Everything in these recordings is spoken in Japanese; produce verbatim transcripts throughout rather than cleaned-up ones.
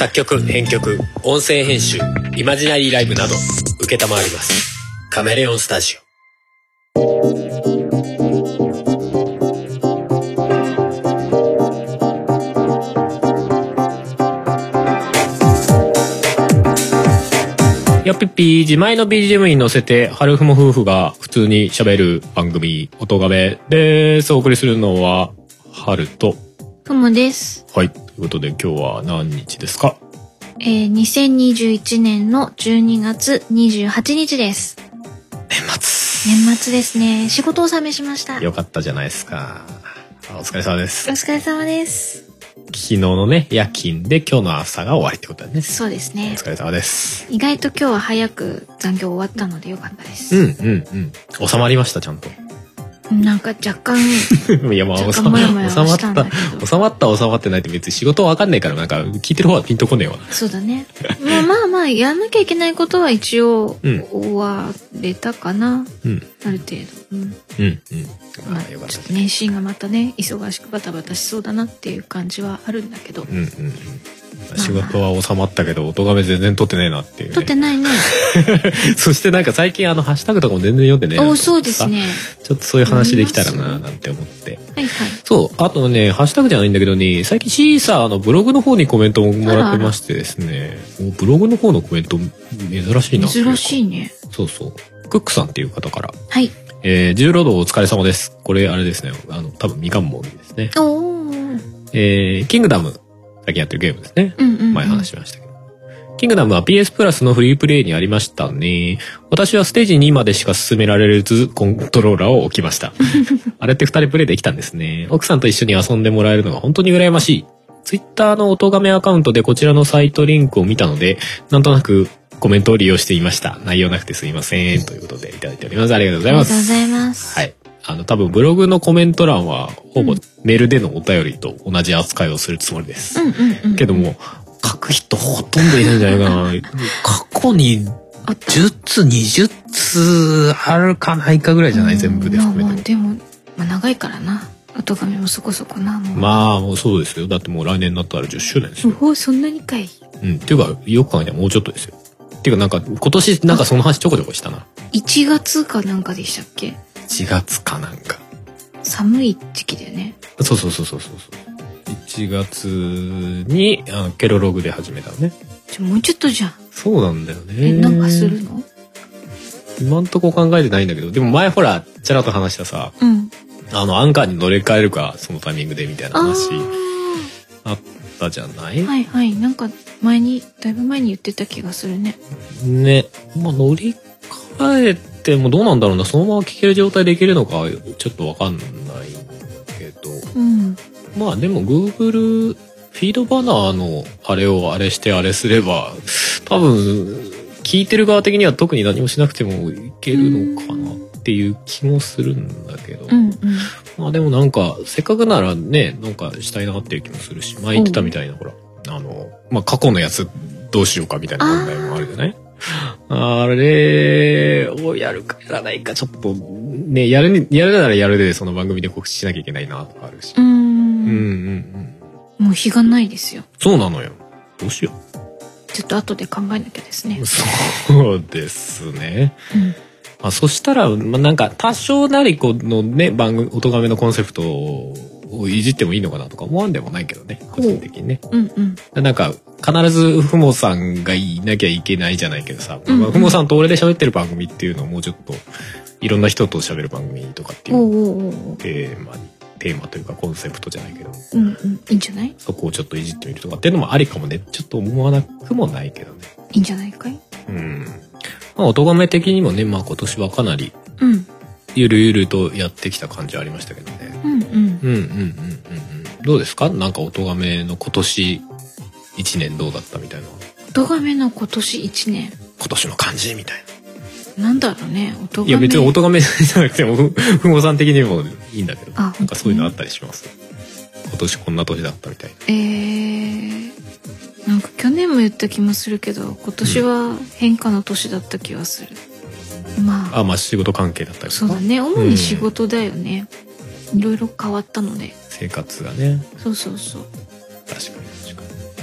作曲編曲音声編集イマジナリーライブなど承りますカメレオンスタジオ。やっぴっぴー自前の ビージーエム に乗せて春ふも夫婦が普通に喋る番組音亀です。お送りするのは春とふもです。 はい、ということで今日は何日ですか？ えー、にせんにじゅういちねんのじゅうにがつにじゅうはちにちです。 年末年末ですね。仕事納めしました。 よかったじゃないですか。お疲れ様です。 お疲れ様です。 昨日のね夜勤で今日の朝が終わりってことだね。 そうですね。 お疲れ様です。 意外と今日は早く残業終わったのでよかったです。 うんうんうん。収まりましたちゃんと。 なんか若干いやまあ収まった収まった収まってないって別に仕事は分かんないからなんか聞いてる方はピンとこねえわ。 そうだね。まあまあまあやんなきゃいけないことは一応終われたかな。うん、ある程度。うんうんうん。まあ、よかった。ちょっと年始がまたね忙しくバタバタしそうだなっていう感じはあるんだけど。うんうんうん。 仕事は収まったけど音亀全然撮ってねえなっていう、ね、 撮ってないね。 そしてなんか最近あのハッシュタグとかも全然読んでねえ。 お、そうですね。 ちょっとそういう話できたらななんて思って。 はいはい。 そうあとねハッシュタグじゃないんだけどね最近シーサーのブログの方にコメントももらってましてですね。あらあらブログの方のコメント珍しいな。 珍しいね。 そうそうクックさんっていう方から。 はい。 えー、重労働お疲れ様です。これあれですねあの多分みかんもんですね。おー。えー、キングダム最近やってるゲームですね。うんうんうん、前話しましたけど。キングダムは ピーエス プラスのフリープレイにありましたね。私はステージにまでしか進められずコントローラーを置きました。あれってふたりプレイできたんですね。奥さんと一緒に遊んでもらえるのが本当に羨ましい。ツイッターの音亀アカウントでこちらのサイトリンクを見たので、なんとなくコメントを利用していました。内容なくてすいません。ということでいただいております。ありがとうございます。 ありがとうございます。 はい。あの多分ブログのコメント欄はほぼメールでのお便りと同じ扱いをするつもりです。うんうんうんうん、けども書く人ほとんどいないんじゃないかな。過去にじゅっつにじゅっつあるかないかぐらいじゃない、全部で含めて。 まあまあでも、まあ、長いからな。音亀もそこそこな。もうまあもうそうですよ。だってもう来年になったらじゅっしゅうねんですよ。 おお、そんなにかい。 うん。っていうかよく考えたらもうちょっとですよ。っていうかなんか今年なんかその話ちょこちょこしたな。 いちがつかなんかでしたっけ？いちがつかなんか。 寒い時期だよね。 そうそうそうそうそう。いちがつにあのケロログで始めたのね。 じゃもうちょっとじゃん。 そうなんだよね。 え、なんかするの？ 今んとこ考えてないんだけど、でも前ほらちゃらっと話したさ、うん、あのアンカーに乗り換えるかそのタイミングでみたいな話あったじゃない？ はいはい。なんか前にだいぶ前に言ってた気がするね。 ね、まあ乗り換えてもどうなんだろうな。そのまま聞ける状態でいけるのかちょっとわかんないけど。うん。まあでも Google フィードバナーのあれをあれしてあれすれば多分聞いてる側的には特に何もしなくてもいけるのかなっていう気もするんだけど、うんうん、まあでもなんかせっかくならねなんかしたいなっていう気もするし前言ってたみたいなほらあの、まあ、過去のやつどうしようかみたいな問題もあるじゃない？あれをやるかやらないかちょっとねやるにやるならやるでその番組で告知しなきゃいけないなとかあるし。うんうんうんうん。もう日がないですよ。 そうなのよ。どうしよう。 ちょっと後で考えなきゃですね。 そうですね。うん、あそしたら、まあ、なんか多少なりこのね番組音亀のコンセプトをいじってもいいのかなとか思わんでもないけどね個人的にね。うんうん、なんか必ずふもさんがいなきゃいけないじゃないけどさ、うんうん、ふもさんと俺で喋ってる番組っていうのをもうちょっといろんな人と喋る番組とかっていうテーマにテーマというかコンセプトじゃないけど、 うんうん、いいんじゃない？ そこをちょっといじってみるとかっていうのもありかもね。ちょっと思わなくもないけどね。 いいんじゃないかい？ うん。まあ音亀的にもね、まあ今年はかなりゆるゆるとやってきた感じはありましたけどね。うんうんうんうんうんうん。どうですか？なんか音亀の今年一年どうだったみたいな。 音亀の今年一年。 今年の感じみたいな。 なんだろうね、音亀。 いや別に音亀じゃなくてもふもさん的にもいいんだけど、なんかそういうのあったりします？今年こんな年だったみたいな。 えー、なんか去年も言った気もするけど今年は変化の年だった気はする。うん、まあ。 あ、まあ仕事関係だったりとか。 そうだね、主に仕事だよね。うん、いろいろ変わったので。 生活がね。 そうそうそう。 確かに確かに。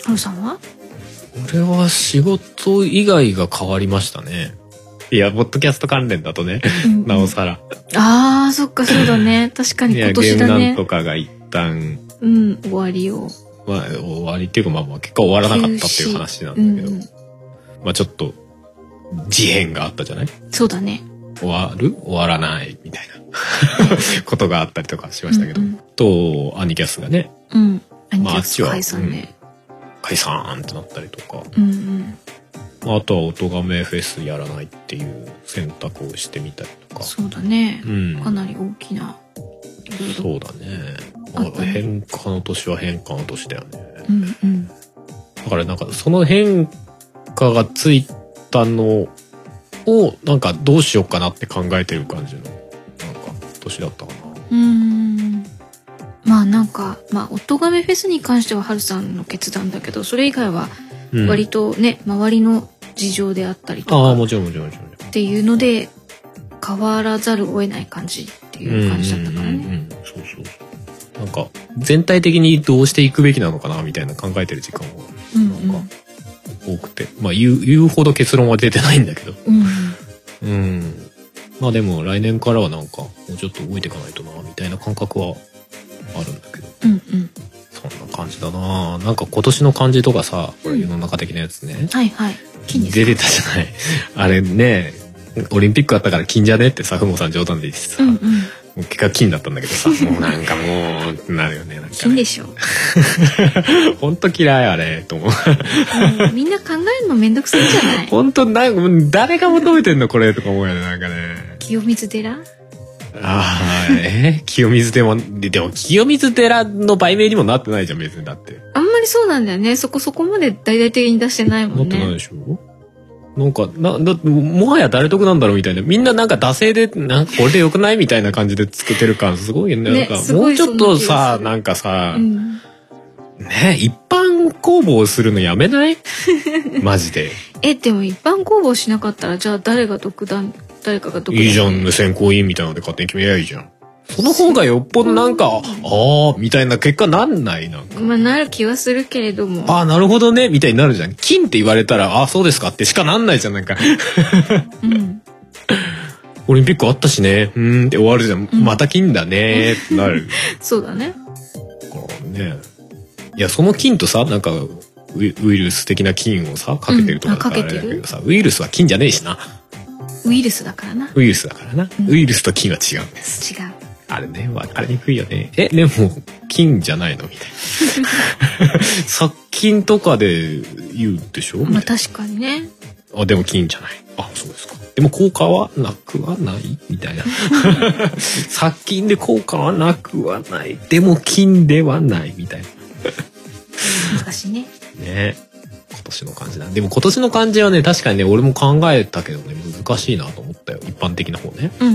はるさんは？ 俺は仕事以外が変わりましたね。いや、ポッドキャスト関連だとね、うん、なおさら。 ああ、そっか、そうだね。確かに今年だね。 いや、ゲームなんとかが一旦、 うん、終わりを。 まあ、終わりっていうか、まあまあ、結果終わらなかったっていう話なんだけど、うん、まあちょっと、事変があったじゃない？そうだね。終わる？終わらないみたいなことがあったりとかしましたけど、うんうん、と、アニキャスがね、 うん、アニキャス解散ね。 解散ってなったりとか、 うんうんあとはおとがめフェスやらないっていう選択をしてみたりとか。 そうだね、うん、かなり大きな。 そうだね、まあ、変化の年は変化の年だよね、 うんうん、 だからなんかその変化がついたのをなんかどうしようかなって考えてる感じのなんか年だったかな。 うーん、まあなんかまあおとがめフェスに関してははるさんの決断だけど、それ以外は割とね、うん、周りの事情であったりとか、 ああもちろんもちろんもちろんっていうので変わらざるを得ない感じっていう感じだったからね。うんうんうん、 そうそうそう。なんか全体的にどうしていくべきなのかなみたいな考えてる時間がなんか多くて、うんうん、まあ言う言うほど結論は出てないんだけど、 うんうん、まあでも来年からはなんかもうちょっと動いていかないとなみたいな感覚はあるんだけど、 うんうん、 そんな感じだな。なんか今年の漢字とかさ、これ世の中的なやつね、 うん、はいはい、 金出てたじゃないあれね、オリンピックあったから金じゃねってさ、ふもさん冗談で言ってさ、 うんうん、もう結果金だったんだけどさ、もうなんかもうってなるよね。なんかね、 金でしょほんと嫌いあれと思ううみんな考えるのめんどくさいんじゃない？ ほんとなんか誰が求めてんのこれとか思うよね。なんかね、 清水寺、 ああ、えー、清水寺も、でも清水寺の売名にもなってないじゃん別に。だってあんまりそうなんだよね。そこそこまで大々的に出してないもんね。 なってないでしょ。なんかなだもはや誰得なんだろうみたいな、みんななんか惰性でなんかこれでよくないみたいな感じで作ってる感すごいよね。ね、なんかもうちょっとさ、なんかさ、うん、ね、一般公募をするのやめないマジで。 え、でも一般公募しなかったらじゃあ誰が独断、誰かが独断。 いいじゃん、選考委員みたいなので勝手に決めりゃいいじゃん。その方がよっぽどなんか、ああみたいな結果なんない？なんかまあなる気はするけれども、 ああなるほどねみたいになるじゃん。金って言われたらああそうですかってしかなんないじゃん。なんか、 うん、 オリンピックあったしね、うーんって終わるじゃん、うん、また金だねってなるそうだね。 ね、いやその金とさ、なんかウイルス的な菌をさかけてるとかだからあれだけどさ、うん、ウイルスは菌じゃねえしな。 ウイルスだからな。 ウイルスだからな、うん、ウイルスと菌は違うんです。 違う。 あれね、分かりにくいよね。え、でも菌じゃないのみたいな。殺菌とかで言うでしょ。 まあ確かにね。 あ、でも菌じゃない。あ、そうですか。でも効果はなくはないみたいな。殺菌で効果はなくはない。でも菌ではないみたいな。 難しいね。 ね。今年の漢字だ。でも今年の漢字はね、確かにね、俺も考えたけどね、難しいなと思ったよ。一般的な方ね。 うんうんうん。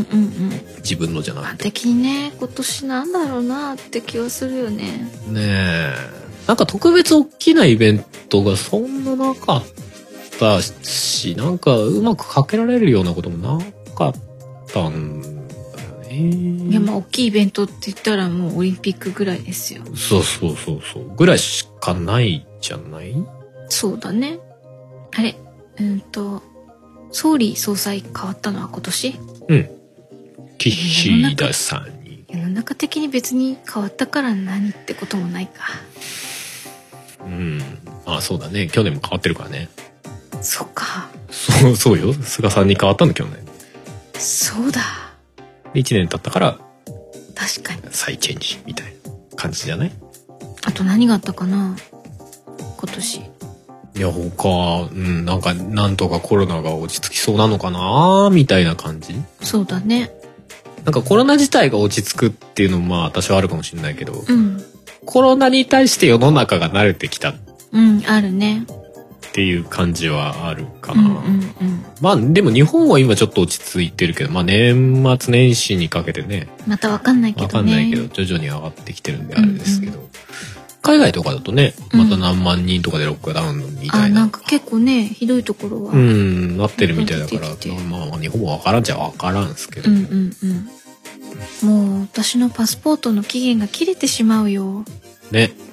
自分のじゃなくて。 一般的にね、今年なんだろうなって気はするよね。 ねえ。なんか特別大きなイベントがそんななかったし、なんかうまくかけられるようなこともなかったんだよね。 いや、まあ大きいイベントって言ったらもうオリンピックぐらいですよ。 そうそうそうそう。ぐらいしかないじゃない？ そうだね。あれ、うんと総理総裁変わったのは今年？ うん。岸田さんに。 世の中的に別に変わったから何ってこともないか。 うん。あ、そうだね。去年も変わってるからね。 そうか。 そうそうよ。菅さんに変わったんだ去年。 そうだ。 いちねん経ったから。 確かに。 再チェンジみたいな感じじゃない？ あと何があったかな今年。 いや他、うん、なんかなんとかコロナが落ち着きそうなのかなみたいな感じ。 そうだね。 なんかコロナ自体が落ち着くっていうのもまあ私はあるかもしれないけど、 うん、 コロナに対して世の中が慣れてきた、 うん、あるねっていう感じはあるかな、 うんうんうん、 まあでも日本は今ちょっと落ち着いてるけど、まあ年末年始にかけてね、 またわかんないけどね、 わかんないけど徐々に上がってきてるんであれですけど、うんうん、海外とかだとねまた何万人とかでロックダウンみたいな、うん、 あなんか結構ねひどいところはうんなってるみたいだから、まあ、まあ日本もわからんじゃわからんすけど、 うんうんうん、もう私のパスポートの期限が切れてしまうよ。 ね、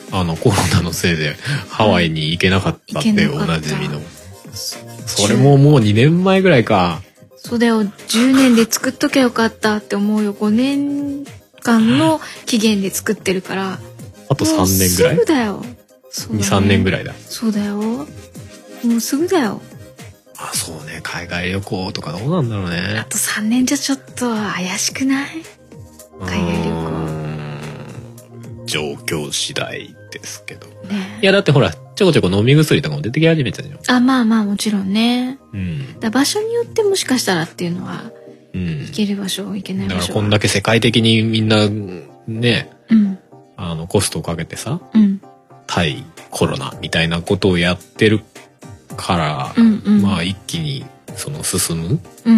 あのコロナのせいでハワイに行けなかったっておなじみの、それももうにねんまえぐらいか。 そうだよ、じゅうねんで作っときゃよかったって思うよ。ごねんかんの期限で作ってるから。 あとさんねんぐらい。 もうすぐだよ。 そうだね、にさんねんぐらいだ。 そうだよ。もうすぐだよ。 あ、そうね、海外旅行とかどうなんだろうね。 あとさんねんじゃちょっと怪しくない？海外旅行。 状況次第ですけど。ね、いやだってほらちょこちょこ飲み薬とかも出てき始めたじゃん。 あ、まあまあもちろんね。 うん。 だ場所によってもしかしたらっていうのは、うん、行ける場所行けない場所。 だからこんだけ世界的にみんなね、 うん、 あのコストをかけてさ、 うん、 対コロナみたいなことをやってるから、 うんうん、 まあ一気にその進む、 うんうん、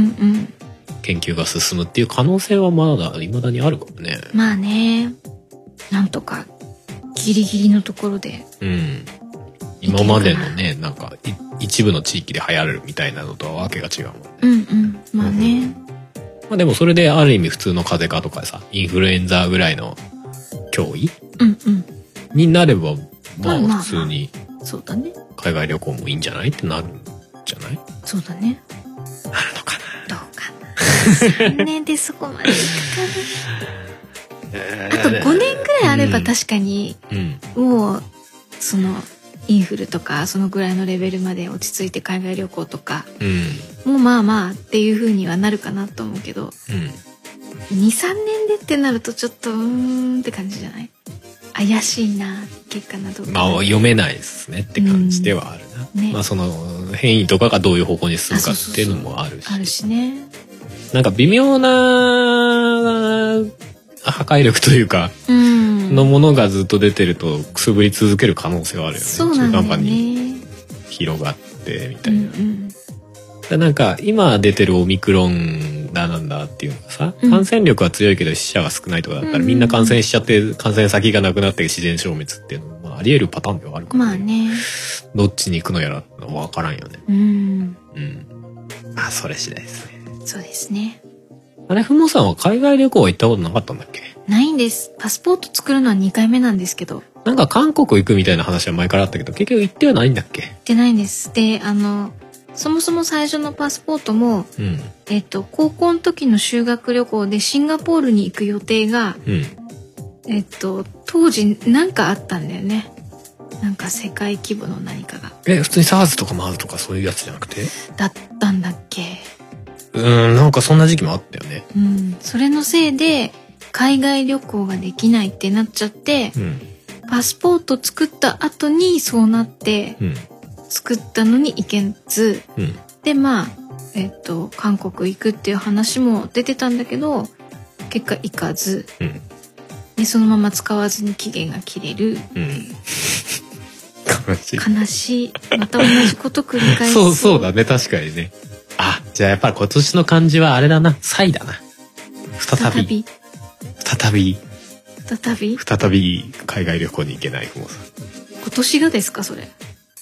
研究が進むっていう可能性はまだ未だにあるからね。 まあね、なんとかギリギリのところで、 うん、今までのねなんか一部の地域で流行るみたいなのとはわけが違うもんね。 うんうん、まあね、うん、 まあでもそれである意味普通の風邪かとかさインフルエンザぐらいの脅威、 うんうん、 になればまあ普通にそうだね、 海外旅行もいいんじゃないってなるんじゃない？ そうだね。 なるのかな。どうかな。さんねんでそこまでいくかな。あとごねんぐらいあれば確かに、うん、もうそのインフルとかそのぐらいのレベルまで落ち着いて海外旅行とか、うん、もうまあまあっていう風にはなるかなと思うけど、うん、にさんねんでってなるとちょっとうーんって感じじゃない？怪しいな、結果などうかな。 まあ読めないですねって感じではあるな、うんね、まあその変異とかがどういう方向に進むかっていうのもあるし、 あるしね。 なんか微妙な破壊力というか、うん、のものがずっと出てるとくすぶり続ける可能性はあるよね。 そうなんだよね。中途半端に広がってみたいな、うんうん、なんか今出てるオミクロンだなんだっていうのがさ、うん、感染力は強いけど死者が少ないとかだったら、うんうん、みんな感染しちゃって感染先がなくなって自然消滅っていうのも、まあ、ありえるパターンではあるから、ね、 まあね、 どっちに行くのやら分からんよね。 うん、 うん、あ、それ次第ですね。 そうですね。 あれ、ふもさんは海外旅行は行ったことなかったんだっけ？ ないんです。パスポート作るのはにかいめなんですけど。 なんか韓国行くみたいな話は前からあったけど結局行ってはないんだっけ？行ってないんです。で、あのそもそも最初のパスポートも、うん、えっと高校の時の修学旅行でシンガポールに行く予定が、うん、えっと当時なんかあったんだよね。なんか世界規模の何かが。 え、普通に SARS とか マーズ とかそういうやつじゃなくて？ だったんだっけ？ うん、なんかそんな時期もあったよね。 うん、それのせいで海外旅行ができないってなっちゃって、うん、パスポート作った後にそうなって、うん、作ったのに行けず、うん、でまあえっと韓国行くっていう話も出てたんだけど結果行かず、うん、でそのまま使わずに期限が切れるっていう、うん、 悲しい悲しい、また同じこと繰り返す。 そうそうだね、確かにね。あ、じゃあやっぱり今年の漢字はあれだな、再だな。再び再び再び再び海外旅行に行けないふもさん。 今年がですかそれ？ま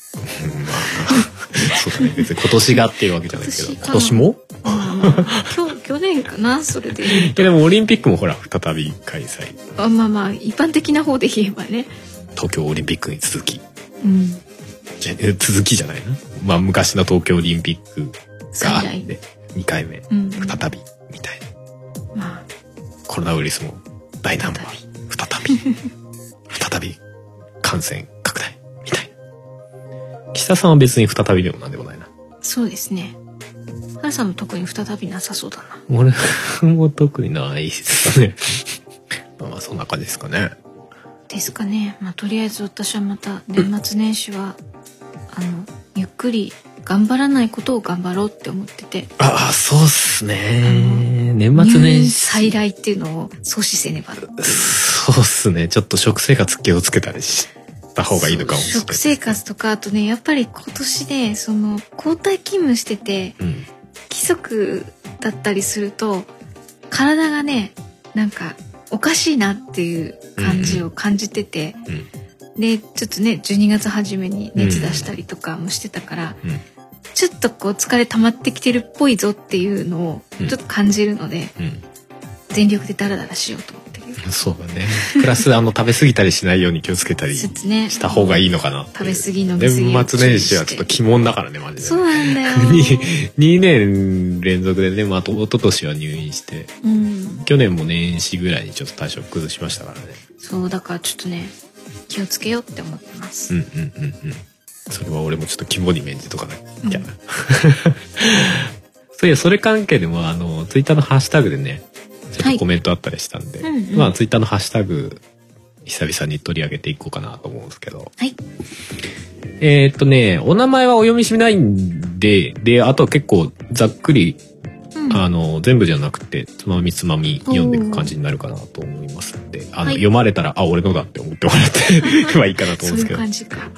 あそうだね、別に今年がっていうわけじゃないけど、今年も？ 去去年かなそれで。いやでもオリンピックもほら再び開催。 あ、まあまあ一般的な方で言えばね。 東京オリンピックに続き。 うん。 じゃ続きじゃないな。まあ昔の東京オリンピックがあってにかいめ、うん、再びみたいな。まあコロナウイルスも大ナンバー再び再び感染拡大みたいな。岸田さんは別に再びでもなんでもないな。 そうですね。原さんも特に再びなさそうだな。 俺も特にないですね。まあそんな感じですかね。 ですかね。まあとりあえず私はまた年末年始はあのゆっくり頑張らないことを頑張ろうって思ってて。 ああ、そうっすね。年末年始再来っていうのを阻止せねば。 そうっすね。ちょっと食生活気をつけたりした方がいいのかもしれない。 食生活とかあとね、やっぱり今年でその交代勤務してて、うん、規則だったりすると体がねなんかおかしいなっていう感じを感じてて、うんうん、でちょっとねじゅうにがつ初めに熱出したりとかもしてたから、うん、ちょっとこう疲れ溜まってきてるっぽいぞっていうのをちょっと感じるので、うん、全力でダラダラしようと思ってるよ。 そうだね。プラスあの食べ過ぎたりしないように気をつけたりした方がいいのかな。 食べ過ぎ飲み過ぎ。 年末年始はちょっと鬼門だからねマジで。 そうなんだよ。 にねん連続でね、まあ一昨年は入院して、うん、去年も年始ぐらいにちょっと体調崩しましたからね。 そうだからちょっとね気をつけようって思ってます。うんうんうんうん。 それは俺もちょっと肝に銘じとかなきゃな。うん、そういやそれ関係でもあのツイッターのハッシュタグでね。ちょっとコメントあったりしたんで、はい、うんうん、まあツイッターのハッシュタグ久々に取り上げていこうかなと思うんですけど、はい、えー、っとねお名前はお読みしないんでであと結構ざっくり、うん、あの全部じゃなくてつまみつまみ読んでいく感じになるかなと思いますんで、あの、はい、読まれたらあ俺のだって思ってもらってはいいかなと思うんですけど。 そういう感じか。はい、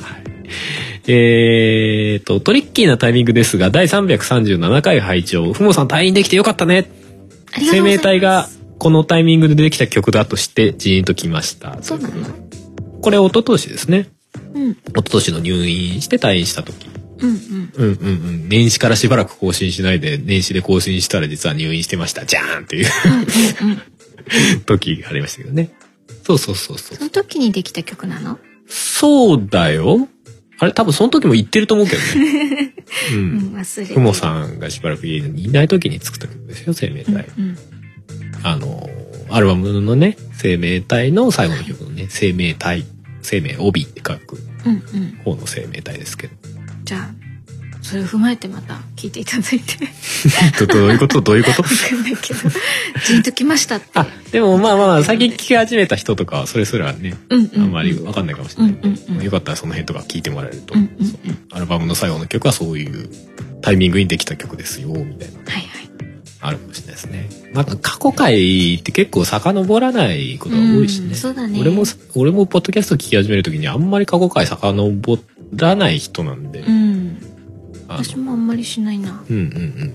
えー、っとトリッキーなタイミングですがだいさんびゃくさんじゅうななかい拝聴。ふもさん退院できてよかったね。生命体がこのタイミングでできた曲だとしてジーンときました。 そうなの？ これ一昨年ですね。うん。一昨年の入院して退院した時。うんうん。うんうんうん。年始からしばらく更新しないで年始で更新したら実は入院してました。じゃーんっていううんうん、うん、時がありましたけどね。そうそうそうそう。 その時にできた曲なの？ そうだよ。あれ多分その時も言ってると思うけどね。うん。 忘れてる。 ふもさんがしばらく家にいない時に作った曲ですよ、生命体。うんうん、あの、アルバムのね、生命体の最後の曲のね、生命体、生命帯って書く方の生命体ですけど。 うんうん、じゃあ、それを踏まえてまた聞いていただいて。 どういうことどういうことわかんないけど、じんときましたって。 あ、でもまあまあ、最近聞き始めた人とかはそれすらね、うんうんうん、あんまりわかんないかもしれない、うんうんうん。よかったらその辺とか聞いてもらえると、うんうんうん、アルバムの最後の曲はそういうタイミングにできた曲ですよ、みたいな。はいはい。あるかもしれないですね。なんか過去回って結構遡らないことが多いしね。 そうだね。 俺も、俺もポッドキャスト聞き始めるときにあんまり過去回遡らない人なんで。うん。 私もあんまりしないな。 うんうんうん。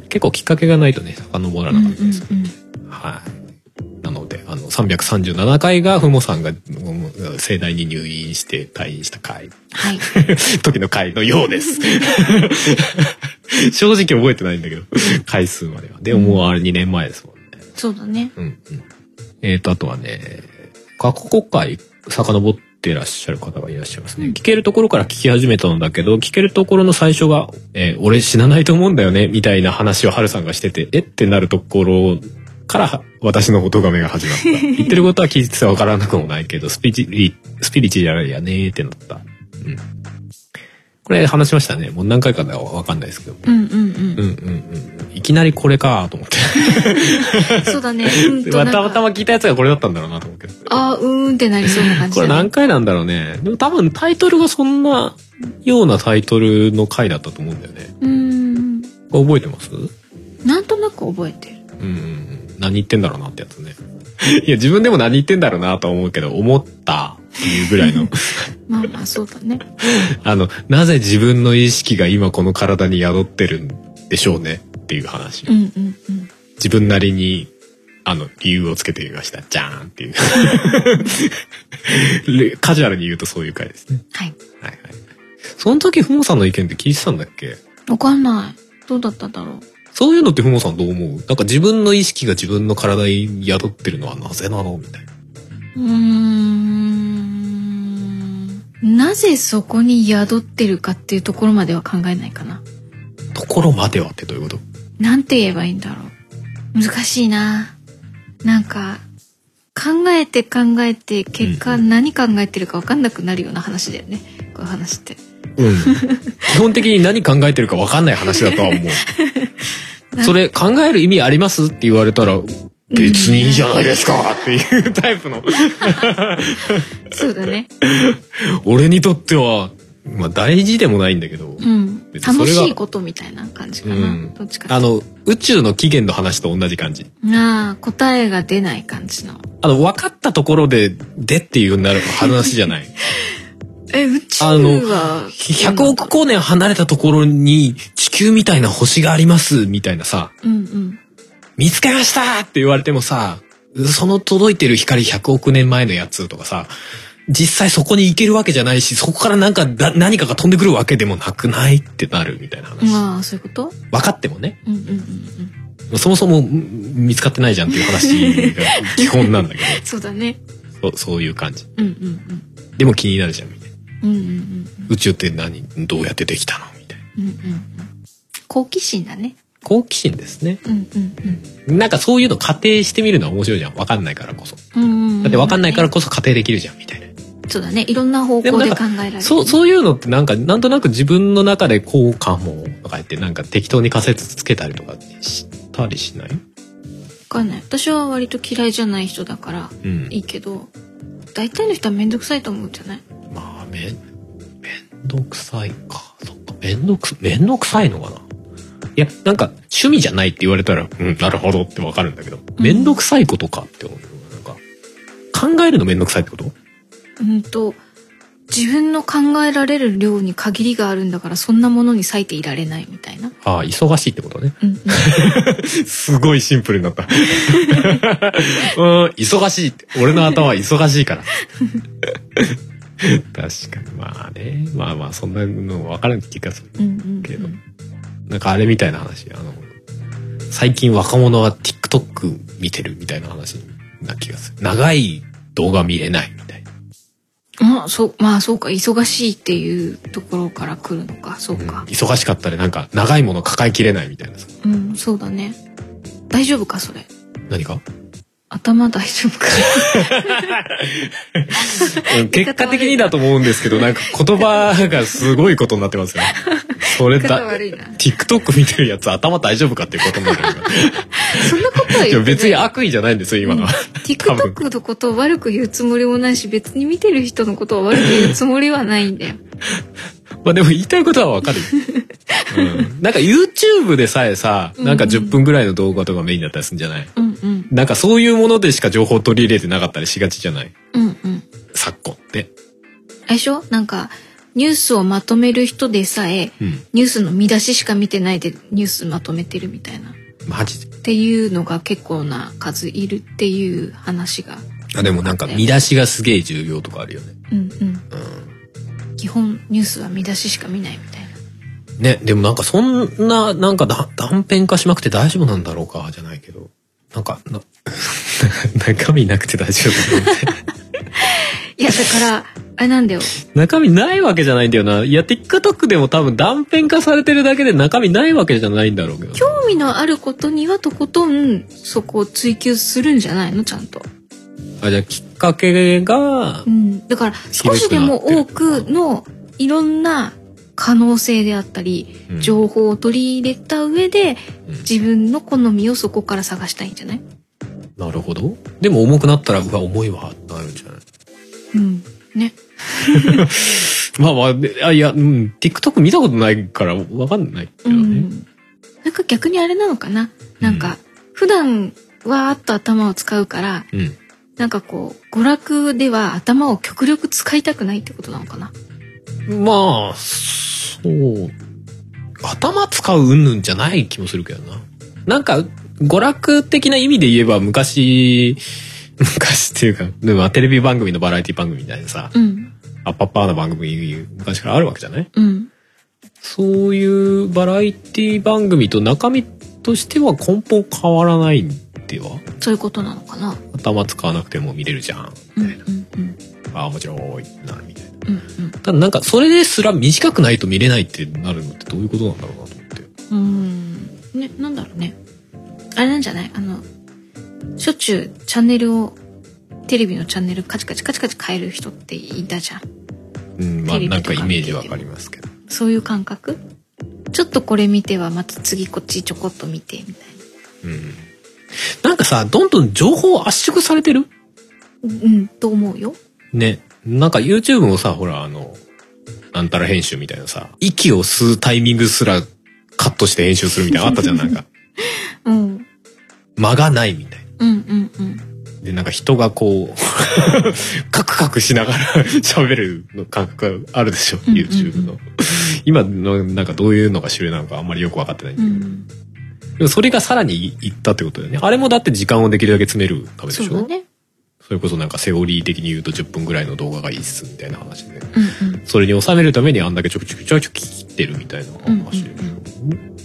結構きっかけがないとね、遡らなかったです、うんうんうん。はい。なので、あの、さんびゃくさんじゅうななかいがふもさんが盛大に入院して退院した回。はい。時の回のようです。正直覚えてないんだけど、回数までは。でももうあれにねんまえですもんね。 そうだね。うんうん。 えーと、あとはね、過去回遡ってらっしゃる方がいらっしゃいますね。うん、聞けるところから聞き始めたのだけど、聞けるところの最初が、えー、俺死なないと思うんだよね、みたいな話をハルさんがしてて、えってなるところから私の音がめが始まった。言ってることは聞いててわからなくもないけど、スピリ、スピリチュアルやねーってなった。うん。これ話しましたね。もう何回かはわかんないですけど。うんうんうん。うんうんうん。いきなりこれかと思って。 そうだね。 うんとたまたま聞いたやつがこれだったんだろうなと思うけど。 ああ、うーんってなりそうな感じだね。これ何回なんだろうね。でも多分タイトルがそんなようなタイトルの回だったと思うんだよね。うーん。覚えてます？ なんとなく覚えてる。 うんうん。何言ってんだろうなってやつね。いや自分でも何言ってんだろうなと思うけど思ったっていうぐらいのまあまあそうだね。 あのなぜ自分の意識が今この体に宿ってるんでしょうねっていう話、うんうんうん、自分なりにあの理由をつけてみました。じゃーんっていうカジュアルに言うとそういう回ですね。はい。はいはい。その時ふもさんの意見って聞いてたんだっけ？ わかんない。どうだっただろう。 そういうのってふもさんどう思う？なんか自分の意識が自分の体に宿ってるのはなぜなのみたいな。うーん。なぜそこに宿ってるかっていうところまでは考えないかな。 ところまではってどういうこと？ なんて言えばいいんだろう。難しいな。なんか考えて考えて結果何考えてるか分かんなくなるような話だよね。こういう話って。うん。 基本的に何考えてるか分かんない話だとは思う。それ考える意味ありますって言われたら別にいいじゃないですかっていうタイプの。 そうだね。 俺にとってはまあ大事でもないんだけど、うん、 楽しいことみたいな感じかな。うん、どっちか。 あの宇宙の起源の話と同じ感じ。 ああ、答えが出ない感じの。 あの分かったところででっていうようになる話じゃない。 え、宇宙はひゃくおく光年離れたところに地球みたいな星がありますみたいなさ、うんうん、見つけましたって言われてもさ、その届いてる光ひゃくおくねんまえのやつとかさ、実際そこに行けるわけじゃないし、そこからなんかだ何かが飛んでくるわけでもなくないってなるみたいな話。 まあそういうこと？ 分かってもね。うんうんうんうん。 そもそも見つかってないじゃんっていう話が基本なんだけどそうだね、 そ, そういう感じ、 うんうんうん、 でも気になるじゃんみたいな、 うんうんうん、 宇宙って何どうやってできたのみたいな、 うんうんうん、好奇心だね。 好奇心ですね、 うんうんうん、なんかそういうの仮定してみるのは面白いじゃん、分かんないからこそ、うんうんうん、だって分かんないからこそ仮定できるじゃんみたいな。 そうだね、いろんな方向で考えられる、ね、 そう、そういうのってなんかなんとなく自分の中でこうかもとか言ってなんか適当に仮説つけたりとかしたりしない？分かんない。私は割と嫌いじゃない人だからいいけど、うん、大体の人は面倒くさいと思うんじゃない？ まあめんどくさいか。そっか、めんどくめんどくさいのかな。いやなんか趣味じゃないって言われたらうんなるほどってわかるんだけど、めんどくさいことかって思う。なんか考えるのめんどくさいってこと？ うんと自分の考えられる量に限りがあるんだからそんなものに割いていられないみたいな。 ああ、忙しいってことね。 うんうん、すごいシンプルになった。うん、忙しいって。俺の頭は忙しいから。確かにまあね、まあまあそんなの分からん気がするけど、うんうんうん、なんかあれみたいな話、あの最近若者は TikTok 見てるみたいな話な気がする。長い動画見れないみたいな。 まあそう、まあそうか、忙しいっていうところから来るのか、そうか、 うん、忙しかったらなんか長いもの抱えきれないみたいなさ。 うん、そうだね。大丈夫かそれ？ 何か？ 頭大丈夫か？ 結果的にだと思うんですけど、なんか言葉がすごいことになってますよね。それだ、TikTok 見てるやつ頭大丈夫かっていうことになる。 そんなことは言ってない。 別に悪意じゃないんですよ今のは。 うん、TikTok のことを悪く言うつもりもないし、別に見てる人のことを悪く言うつもりはないんだよ。 まあでも言いたいことはわかる。うん、なんか YouTube でさえさ、なんかじゅっぷんぐらいの動画とかメインだったりするんじゃない？うんうん、なんかそういうものでしか情報を取り入れてなかったりしがちじゃない？うんうん、昨今って。 あれでしょ？なんかニュースをまとめる人でさえ、うん、ニュースの見出ししか見てないでニュースまとめてるみたいな。 マジで？ っていうのが結構な数いるっていう話が。 あ、でもなんか見出しがすげえ重要とかあるよね。 うんうん。うん、基本ニュースは見出ししか見ないみたいな。 ね、でもなんかそんななんかだ断片化しまくて大丈夫なんだろうかじゃないけど、なんかな中身なくて大丈夫みたいな。 いやだからあれなんだよ。 中身ないわけじゃないんだよな。いや TikTok でも多分断片化されてるだけで中身ないわけじゃないんだろうけど。 興味のあることにはとことんそこを追求するんじゃないのちゃんと。 あ、じゃあきっかけが、 うん、だから少しでも多くのいろんな可能性であったり、うん、情報を取り入れた上で、うん、自分の好みをそこから探したいんじゃない？ なるほど。でも重くなったらうわ重いわってなるんじゃない？ うんね。 まあまあ、あいや、うん、TikTok 見たことないからわかんないけどね、うん。 なんか逆にあれなのかな。なんか、うん、普段わーっと頭を使うから、うん、なんかこう娯楽では頭を極力使いたくないってことなのかな。 まあそう頭使う云々じゃない気もするけどな。なんか娯楽的な意味で言えば昔昔っていうかでもテレビ番組のバラエティ番組みたいなさ、うん、アッパッパーな番組昔からあるわけじゃない、うん、そういうバラエティ番組と中身としては根本変わらないんでは。 そういうことなのかな。 頭使わなくても見れるじゃんみたいな、うんうんうん、ああもちろん多いなみたいな、うんうん、ただなんかそれですら短くないと見れないってなるのってどういうことなんだろうなと思って。 うーんね、なんだろうね。あれなんじゃない？あのしょっちゅうチャンネルをテレビのチャンネルカチカチカチカチ変える人っていたじゃん。 うん、まあなんかイメージわかりますけど。 そういう感覚？ちょっとこれ見てはまた次こっちちょこっと見てみたいな。うん。 なんかさ、どんどん情報圧縮されてる？ うん、と思うよ。 ね。なんか YouTube もさ、ほらあのなんたら編集みたいなさ、息を吸うタイミングすらカットして編集するみたいなのあったじゃんなんか。うん。間がないみたいな。うんうんうん。でなんか人がこうカクカクしながら喋るの感覚があるでしょ、うんうんうん、YouTube の。今のなんかどういうのが主流なのかあんまりよく分かってないんだけど。うん、でもそれがさらにいったってことだよね。あれもだって時間をできるだけ詰めるためでしょ。 そうだね。 それこそなんかセオリー的に言うとじゅっぷんぐらいの動画がいいっすみたいな話で、うんうん、それに収めるためにあんだけちょくちょくちょくちょく切ってるみたいな話でしょ、うんうんうん、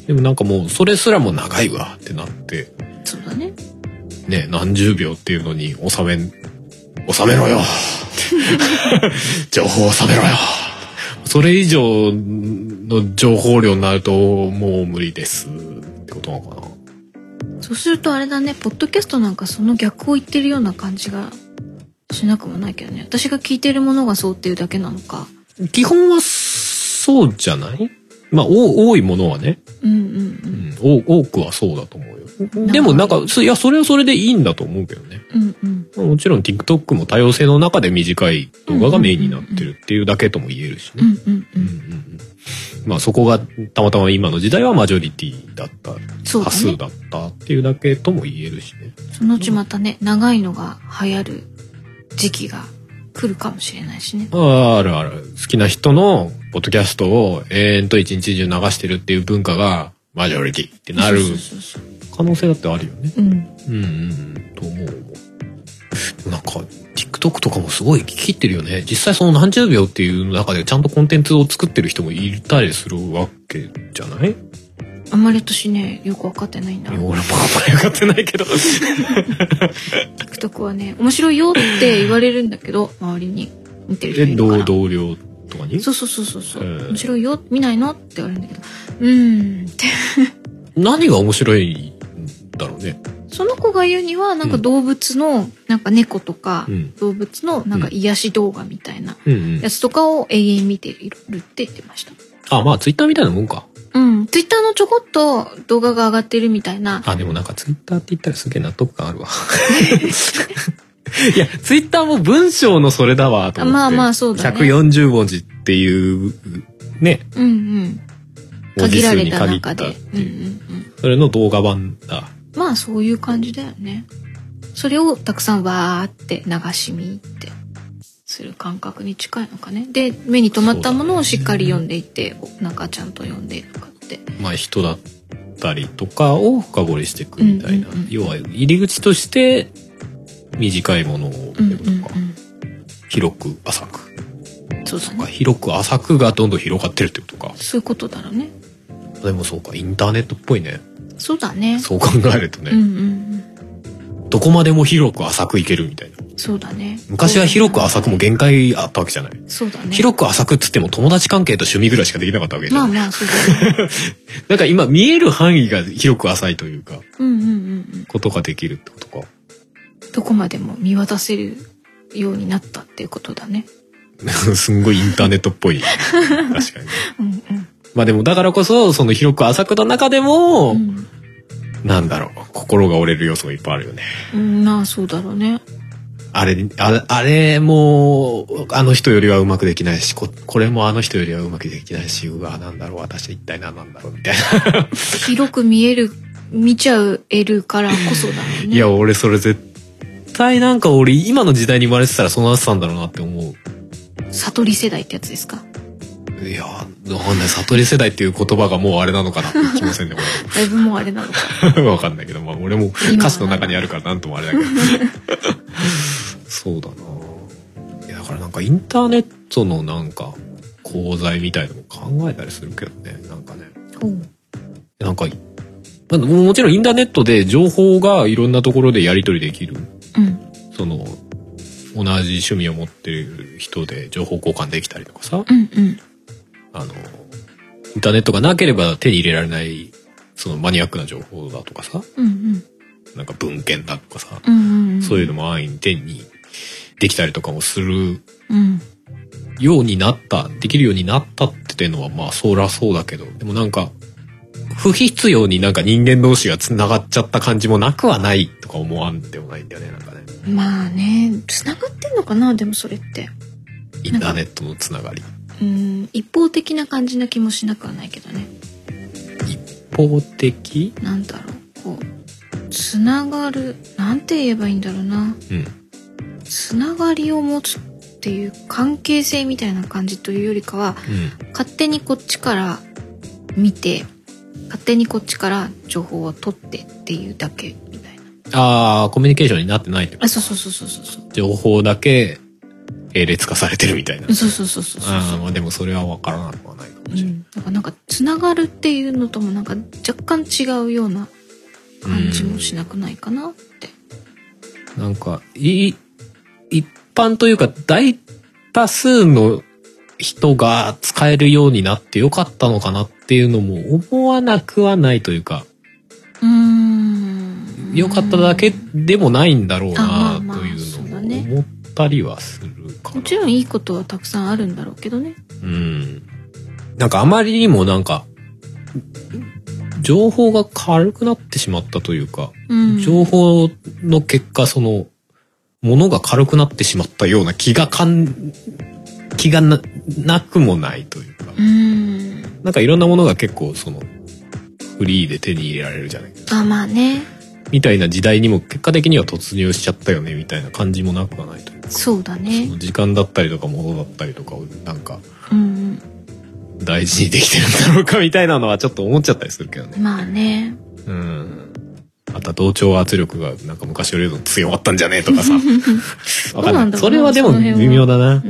でもなんかもうそれすらも長いわってなって。 そうだね。 ね、何十秒っていうのに収め収めろよ情報を収めろよ。それ以上の情報量になるともう無理ですってことなのかな。 そうするとあれだね、ポッドキャストなんかその逆を言ってるような感じがしなくもないけどね。私が聞いてるものがそうっていうだけなのか。 基本はそうじゃない？まあ多いものはね。 うんうんうん。 うん、多くはそうだと思うよ。でもなんかいやそれはそれでいいんだと思うけどね。 うんうん、 もちろん TikTok も多様性の中で短い動画がメインになってるっていうだけとも言えるしね。まあそこがたまたま今の時代はマジョリティだった、多数だったっていうだけとも言えるしね。 そのうちまたね、長いのが流行る時期が来るかもしれないしね。 あ, あるある。好きな人のポッドキャストを永遠と一日中流してるっていう文化がマジョリティってなる可能性だってあるよね。 うん、うんうんと思う。なんか TikTok とかもすごい切ってるよね。実際その何十秒っていう中でちゃんとコンテンツを作ってる人もいたりするわけじゃない？ あんまり私ねよく分かってないんだ。 俺もあんまり分かってないけど TikTok はね面白いよって言われるんだけど周りに見てる人いるから。 同僚とかに？そうそうそうそうそう。面白いよ見ないのって言われるんだけど、うーんって何が面白いんだろうね。 その子が言うにはなんか動物の、うん、なんか猫とか、うん、動物のなんか癒し動画みたいなやつとかを永遠見ているって言ってました。 あ、まあツイッターみたいなもんか。 うん、ツイッターのちょこっと動画が上がってるみたいな。 あ、でもなんかツイッターって言ったらすげえ納得感あるわ。いや、ツイッターも文章のそれだわと思って。 まあまあそうだね。 ひゃくよんじゅうもじっていうね。 うんうん。限られた中で。 うんうんうん、それの動画版だ。 まあそういう感じだよね。それをたくさんわーって流し見ってする感覚に近いのかね。で目に留まったものをしっかり読んでいって、ね、なんかちゃんと読んでとかって。まあ人だったりとかを深掘りしていくみたいな、うんうんうん、要は入り口として短いものを読むとか、うんうんうん、広く浅く。 そうだね。 広く浅くがどんどん広がってるってことか。 そういうことだろうね。 でもそうか、インターネットっぽいね。 そうだね。 そう考えるとね、 うんうんうん、 どこまでも広く浅くいけるみたいな。 そうだね。 昔は広く浅くも限界あったわけじゃない。 そうだね。 広く浅くっつっても友達関係と趣味ぐらいしかできなかったわけじゃん。 まあまあそうだね。 なんか今見える範囲が広く浅いというか、 うんうんうんうん、 ことができるってことか。 どこまでも見渡せるようになったっていうことだね。 すんごいインターネットっぽい。確かに。 うんうん、 まあでもだからこそその広く浅くの中でも、うん、なんだろう、心が折れる要素がいっぱいあるよね。 うん、まあそうだろうね。 あれああれもあの人よりはうまくできないし、 こ, これもあの人よりはうまくできないし、うわなんだろう私一体何なんだろうみたいな。 広く見える見ちゃえるからこそだよね。 いや俺それ絶対なんか俺今の時代に生まれてたらそうなってたんだろうなって思う。 悟り世代ってやつですか。 いやわかんない、悟り世代っていう言葉がもうあれなのかなって気もせんね。 だいぶもうあれなのか。 わかんないけど、まあ俺も歌詞の中にあるからなんともあれだけど。そうだな。いやだからなんかインターネットのなんか功罪みたいなのも考えたりするけどね、なんかね。なんかもちろんインターネットで情報がいろんなところでやり取りできる。 うん、 その同じ趣味を持っている人で情報交換できたりとかさ。 うんうん、 あのインターネットがなければ手に入れられないそのマニアックな情報だとかさ、 うんうん、 なんか文献だとかさ、 うんうんうん、 そういうのも安易に手にできたりとかもするうんようになった、できるようになったっていうのはまあそりゃそうだけど、でもなんか不必要になんか人間同士がつながっちゃった感じもなくはないとか思わんでもないんだよね、なんかね。 まあね、つながってんのかな、でもそれってインターネットのつながり、 うん、一方的な感じな気もしなくはないけどね。 一方的？ なんだろう、こうつながる、なんて言えばいいんだろうな、うん、つながりを持つっていう関係性みたいな感じというよりかは、うん、勝手にこっちから見て勝手にこっちから情報を取ってっていうだけみたいな。 ああ、コミュニケーションになってないってこと。 あ、そうそうそうそうそう。 情報だけ並列化されてるみたいな。 そうそうそうそうそう。 ああ、まあでもそれは分からなくはないかもしれない。 うん、だからなんかつながるっていうのともなんか若干違うような感じもしなくないかなって。 なんかい一般というか大多数の人が使えるようになってよかったのかなっていうのも思わなくはないというか、 うーん、 よかっただけでもないんだろうなというのも思ったりはするかな。 もちろんいいことはたくさんあるんだろうけどね。 うん。なんかあまりにもなんか情報が軽くなってしまったというか、うん、情報の結果そのものが軽くなってしまったような気がかん気が な, なくもないというか、うん、なんかいろんなものが結構そのフリーで手に入れられるじゃないですか。 あ、まあね。 みたいな時代にも結果的には突入しちゃったよねみたいな感じもなくはないというか。 そうだね。 その時間だったりとか物だったりとかをなんか、うんうん、大事にできてるんだろうかみたいなのはちょっと思っちゃったりするけどね。 まあね。 うん。また同調圧力がなんか昔より強まったんじゃねえとかさ。わかんない。それはでも微妙だな。うん、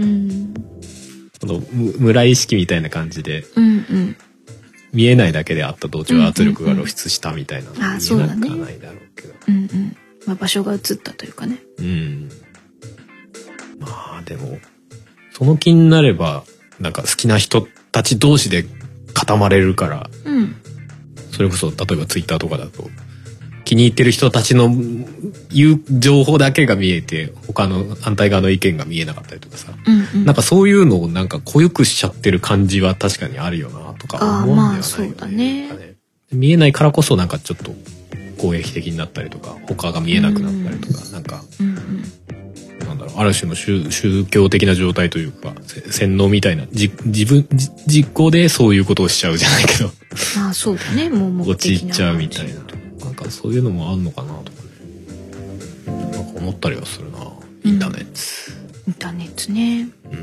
その村意識みたいな感じで、うんうん、見えないだけであった同調圧力が露出したみたいなのはないだろうけど。 うんうん、まあ、場所が移ったというかね。 うん。まあでもその気になればなんか好きな人たち同士で固まれるから、うん、それこそ例えばツイッターとかだと気に入ってる人たちの言う情報だけが見えて他の反対側の意見が見えなかったりとかさ、うんうん、なんかそういうのをなんか濃ゆくしちゃってる感じは確かにあるよなとか思うんだよね。 あ、まあそうだね。 見えないからこそなんかちょっと攻撃的になったりとか他が見えなくなったりとか、うん、なんか、うんうん、なんだろう、ある種の 宗, 宗教的な状態というか洗脳みたいなじ自分実行でそういうことをしちゃうじゃないけどまあそうだね、もう目的な陥っちゃうみたいな、なんかそういうのもあんのかなとかね、なんか思ったりはするな。インターネット、 うん、インターネットね、 うん、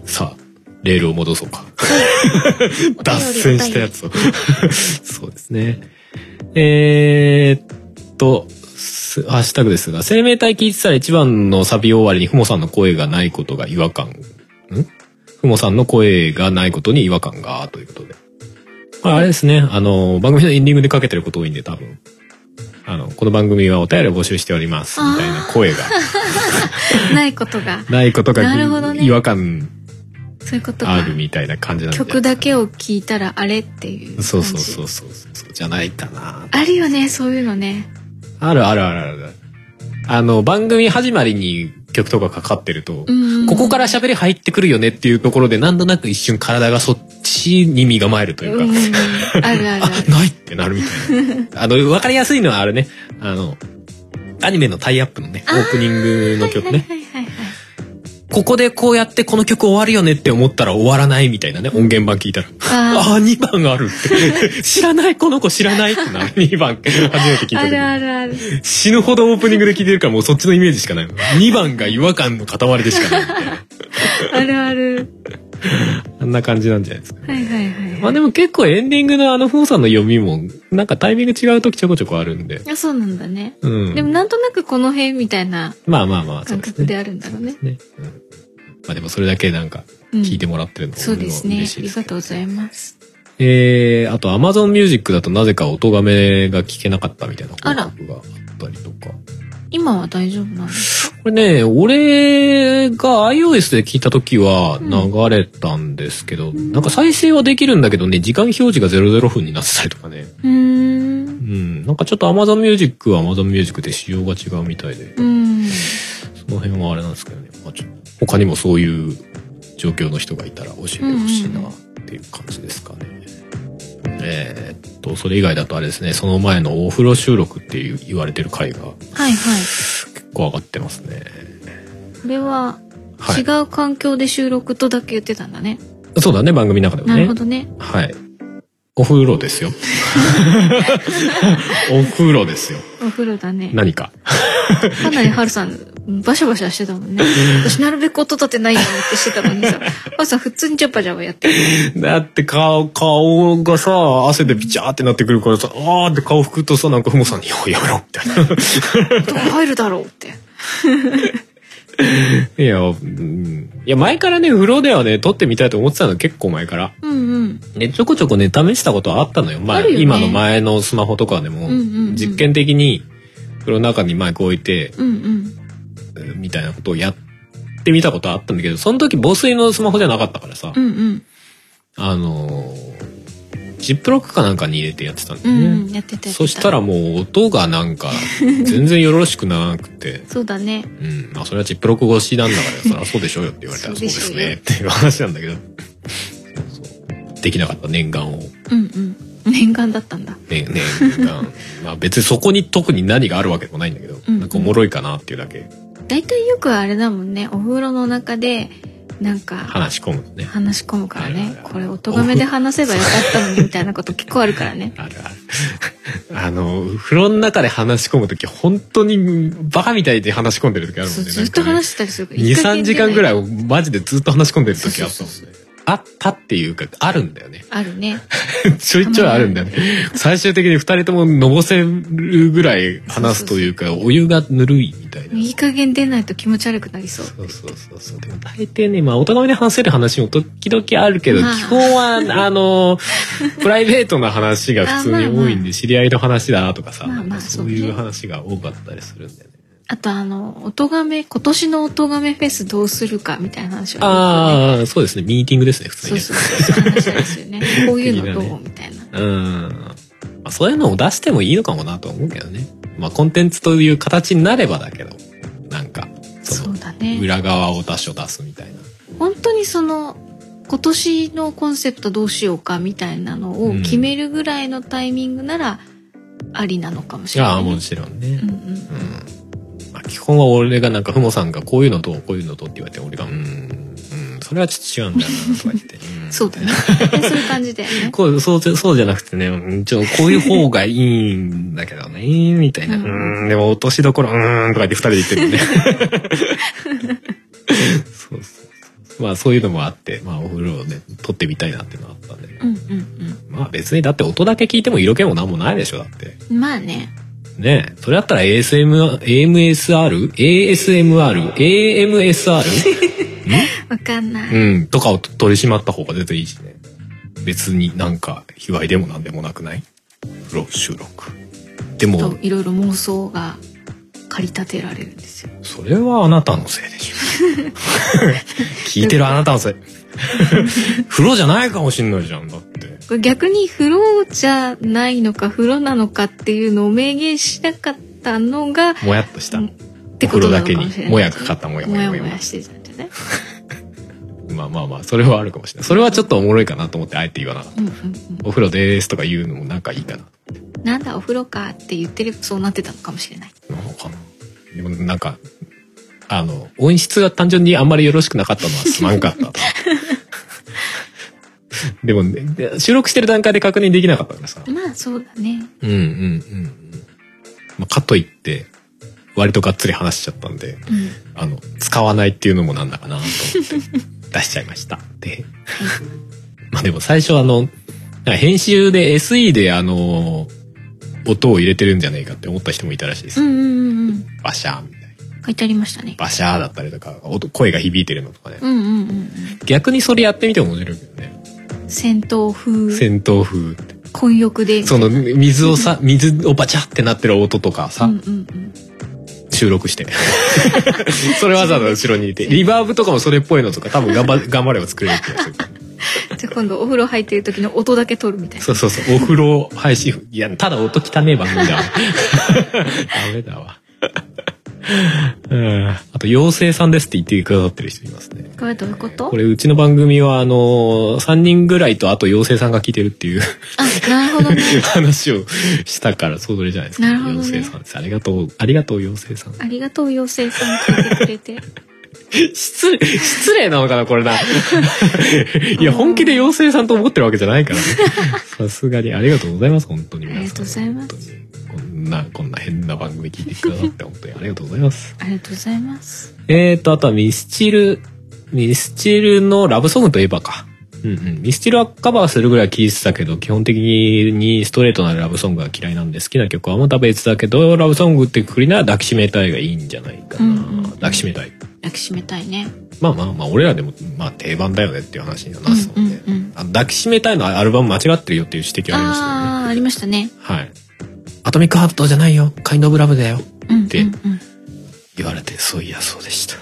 さあレールを戻そうか脱線したやつをそうですね。えー、っとハッシュタグですが、生命体聞いてたら一番のサビ終わりにふもさんの声がないことが違和感、んふもさんの声がないことに違和感がということで、まあ、あれですね、あの番組のエンディングでかけてること多いんで多分あのこの番組はお便りを募集しておりますみたいな声がないことがないことが、 ね、 違和感そういうことあるみたいな感じなんで、 曲だけを聞いたらあれっていう感じ。 そうそうそうそうそうじゃないかな。 あるよね、そういうのね。 あるあるあるある。あの番組始まりに曲とかかかってると、ここから喋り入ってくるよねっていうところでなんとなく一瞬体がそっちに身構えるというか、 うん、あるあるあるあ、ないってなるみたいな。あの分かりやすいのはあれね、あのアニメのタイアップのねオープニングの曲ね。ここでこうやってこの曲終わるよねって思ったら終わらないみたいなね、音源版聞いたら。ああ、にばんあるって。知らない、この子知らないってなる。にばん初めて聞いた時。 あるあるある。 死ぬほどオープニングで聞いてるからもうそっちのイメージしかないの。にばんが違和感の塊でしかないみたいな。 あるある。 あんな感じなんじゃないですか。 はいはいはい。 まあでも結構エンディングのあのふもさんの読みもなんかタイミング違う時ちょこちょこあるんで。 あ、そうなんだね。うん。でもなんとなくこの辺みたいな。まあまあまあ。感覚であるんだろうね。ね、うん、 まあでもそれだけなんか聞いてもらってるのも、 うん、そうですね。ありがとうございます。 えー、あと Amazon Music だとなぜか音がめが聞けなかったみたいな報告があったりとか。 今は大丈夫なんですか？ これね、俺が iOS で聞いた時は流れたんですけど、うん、なんか再生はできるんだけどね、時間表示がゼロゼロふんになってたりとかね。うーん。うん。なんかちょっと Amazon Music は Amazon Music で仕様が違うみたいで。うん。その辺はあれなんですけどね。まあ、ちょ他にもそういう状況の人がいたら教えてほしいなっていう感じですかね。うんうん、えー、っと、それ以外だとあれですね、その前のお風呂収録っていう言われてる回が。はいはい。結構上がってますね。 これは違う環境で収録とだけ言ってたんだね。 はい、そうだね、番組の中でもね。 なるほどね。 はい。お風呂ですよ。お風呂ですよ。 お風呂だね。 何か。 かなりハルさんバシャバシャしてたもんね。私なるべく音立てないようにってしてたのにさ、ハルさん普通にジャバジャバやってる。 だって顔顔がさ汗でビチャーってなってくるからさ、あーって顔拭くとさ、なんかふもさんにやめろみたいな。 どう入るだろうって。 いや、うん、いや前からね風呂ではね撮ってみたいと思ってたの結構前から、 うんうん、 でちょこちょこね試したことはあったのよ。まああ、ね、今の前のスマホとかでも、うんうんうん、実験的に風呂の中にマイク置いて、うんうん、みたいなことをやってみたことはあったんだけど、その時防水のスマホじゃなかったからさ、うんうん、あのージップロックかなんかに入れてやってたんだよね、うん、やってたやってた。そしたらもう音がなんか全然よろしくなくてそうだね、 うん、まあそれはジップロック越しなんだからそりゃそうでしょうよって言われたらそうですねっていう話なんだけどそうそうできなかった念願を、 うんうん、念願だったんだ、 ね、念願まあ別にそこに特に何があるわけでもないんだけど、うんうん、なんかおもろいかなっていうだけ。 だいたいよくあれだもんね、お風呂の中でなんか話し込むね。 話し込むからね。これ音がめで話せばよかったのにみたいなこと結構あるからね。 あるある。あの風呂の中で話し込むとき本当にバカみたいで話し込んでる時あるもんね。 ずっと話してたりするから。 にさんじかんぐらいマジでずっと話し込んでる時あったもんね。あったっていうかあるんだよね。 あるね。 ちょいちょいあるんだよね。最終的にふたりとものぼせるぐらい話すというか、お湯がぬるいみたいな。 いい加減出ないと気持ち悪くなりそう。 そうそうそうそう。でも大抵ね、まあお互いで話せる話も時々あるけど、まあ、基本はあのプライベートな話が普通に多いんで、知り合いの話だとかさ、まあまあそういう話が多かったりするんだよね。 あとあの音がめ今年の音がめフェスどうするかみたいな話は、ね、 ああそうですね、ミーティングですね普通にね。 そうそうそう話ですよね。こういうのどう、ね、みたいな。うん、 まあ、そういうのを出してもいいのかもなと思うけどね。まあコンテンツという形になればだけど、なんかその裏側を多少出すみたいな。 本当にその今年のコンセプトどうしようかみたいなのを決めるぐらいのタイミングならありなのかもしれない、ね。 ああもちろんね。うんうんうん、まあ、基本は俺がなんかふもさんがこういうのとこういうのとって言われて俺がうーん、うん、それはちょっと違うんだよなとか言って、 うん、そうだね。そういう感じだよね。 こうそうそうじゃなくてね、ちょこういう方がいいんだけどねみたいな。うん、うんでも落としどころうーんとか言ってふたりで言ってるんで。そうそうそう。まあそういうのもあって、まあお風呂をね撮ってみたいなっていうのがあったんで、ね。うんうんうん。まあ別にだって音だけ聞いても色気もなんもないでしょだって。 まあね。 ねえ、それだったら エーエスエム、エーエムエスアール、エーエスエムアール、エーエムエスアールわかんない。 うん、とかを取り締まった方が全然いいしね。別になんか卑猥でもなんでもなくない？風呂収録。でもいろいろ妄想が駆り立てられるんですよ。 それはあなたのせいでしょ。聞いてるあなたのせい。風呂じゃないかもしんないじゃんだって。 逆に風呂じゃないのか風呂なのかっていうのを明言しなかったのがもやっとしたってことなのかもしれない。お風呂だけにもやかかったもやもやもやもやしてたんじゃない？ まあまあまあそれはあるかもしれない。それはちょっとおもろいかなと思ってあえて言わなかった。うんうんうん、お風呂ですとか言うのもなんかいいかな。 なんだお風呂かって言ってればそうなってたのかもしれない。 なのかな。でもなんかあの音質が単純にあんまりよろしくなかったのはすまんかったと。でも、ね、収録してる段階で確認できなかったからさ。 まあそうだね。 うんうんうん。まあ、かといって割とがっつり話しちゃったんで、うん、あの使わないっていうのもなんだかなと思って出しちゃいました。で、まあでも最初あの編集で エスイー であの音を入れてるんじゃねえかって思った人もいたらしいです。うんうんうん、バシャーみたいな。 書いてありましたね。 バシャーだったりとか音声が響いてるのとかね。うんうんうんうん、逆にそれやってみても面白いけどね。 戦闘風戦闘風って混浴でその水をさ水をバチャってなってる音とかさ、うんうんうん、収録してそれわざわざ後ろにいてリバーブとかもそれっぽいのとか多分頑張頑張れば作れる気がする。 じゃあ今度お風呂入ってる時の音だけ撮るみたいな。 そうそうそうお風呂配信いやただ音汚ねえ番組だわ。ダメだわ。うん、あと妖精さんですって言ってくださってる人いますね。 これどういうこと？ これうちの番組はあのさんにんぐらいとあと妖精さんが聞いてるっていうあなるほど、ね、 話をしたからそうそれじゃないですか。 なるほどね、 妖精さんです。ありがとうありがとう妖精さん。 ありがとう妖精さん聞いてくれて。 失礼失礼なのかなこれな。いや本気で妖精さんと思ってるわけじゃないからね。さすがにありがとうございます本当に皆さん。 ありがとうございます。 こんなこんな変な番組聞いてくださって本当にありがとうございます。 ありがとうございます。 えーとあとはミスチルミスチルのラブソングといえばか。うんうん。ミスチルはカバーするぐらい聴いてたけど基本的にストレートなラブソングが嫌いなんで好きな曲はまた別だけどラブソングってくくりなら抱きしめたいがいいんじゃないかな。うんうんうん、抱きしめたい。 抱きしめたいね。 まあまあまあ俺らでもまあ定番だよねっていう話にはなすので、うんうんうん、あの抱きしめたいのアルバム間違ってるよっていう指摘はありましたよね。 ああありましたね。 はい。アトミックハートじゃないよ、カインドオブラブだよって言われて、そういやそうでしたって。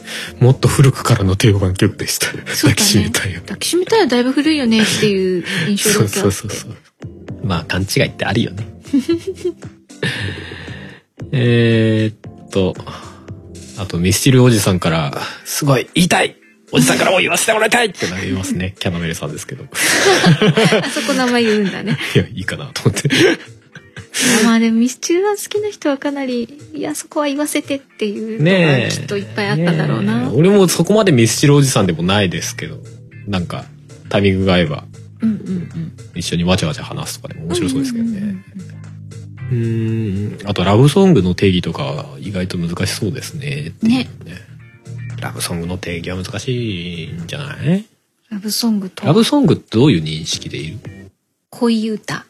もっと古くからの定番曲でした。ね、抱きしめたいよ。 抱きしめたいはだいぶ古いよねっていう印象だけあって。そうそうそうそう。 まあ勘違いってあるよね。えっとあとミスチルおじさんからすごい言いたい。おじさんからも言わせてもらいたいってなりますね。キャナメルさんですけど。 あそこ名前言うんだね。 いやいいかなと思って。 まあでもミスチルが好きな人はかなりいやそこは言わせてっていうのがきっといっぱいあったんだろうな。 俺もそこまでミスチルおじさんでもないですけど、なんかタイミングが合えば、うんうんうん、一緒にわちゃわちゃ話すとかでも面白そうですけどね。うーん、あとラブソングの定義とか意外と難しそうですね。ね。ラブソングの定義は難しいんじゃない？ ラブソングとラブソングってどういう認識でいる？ 恋歌。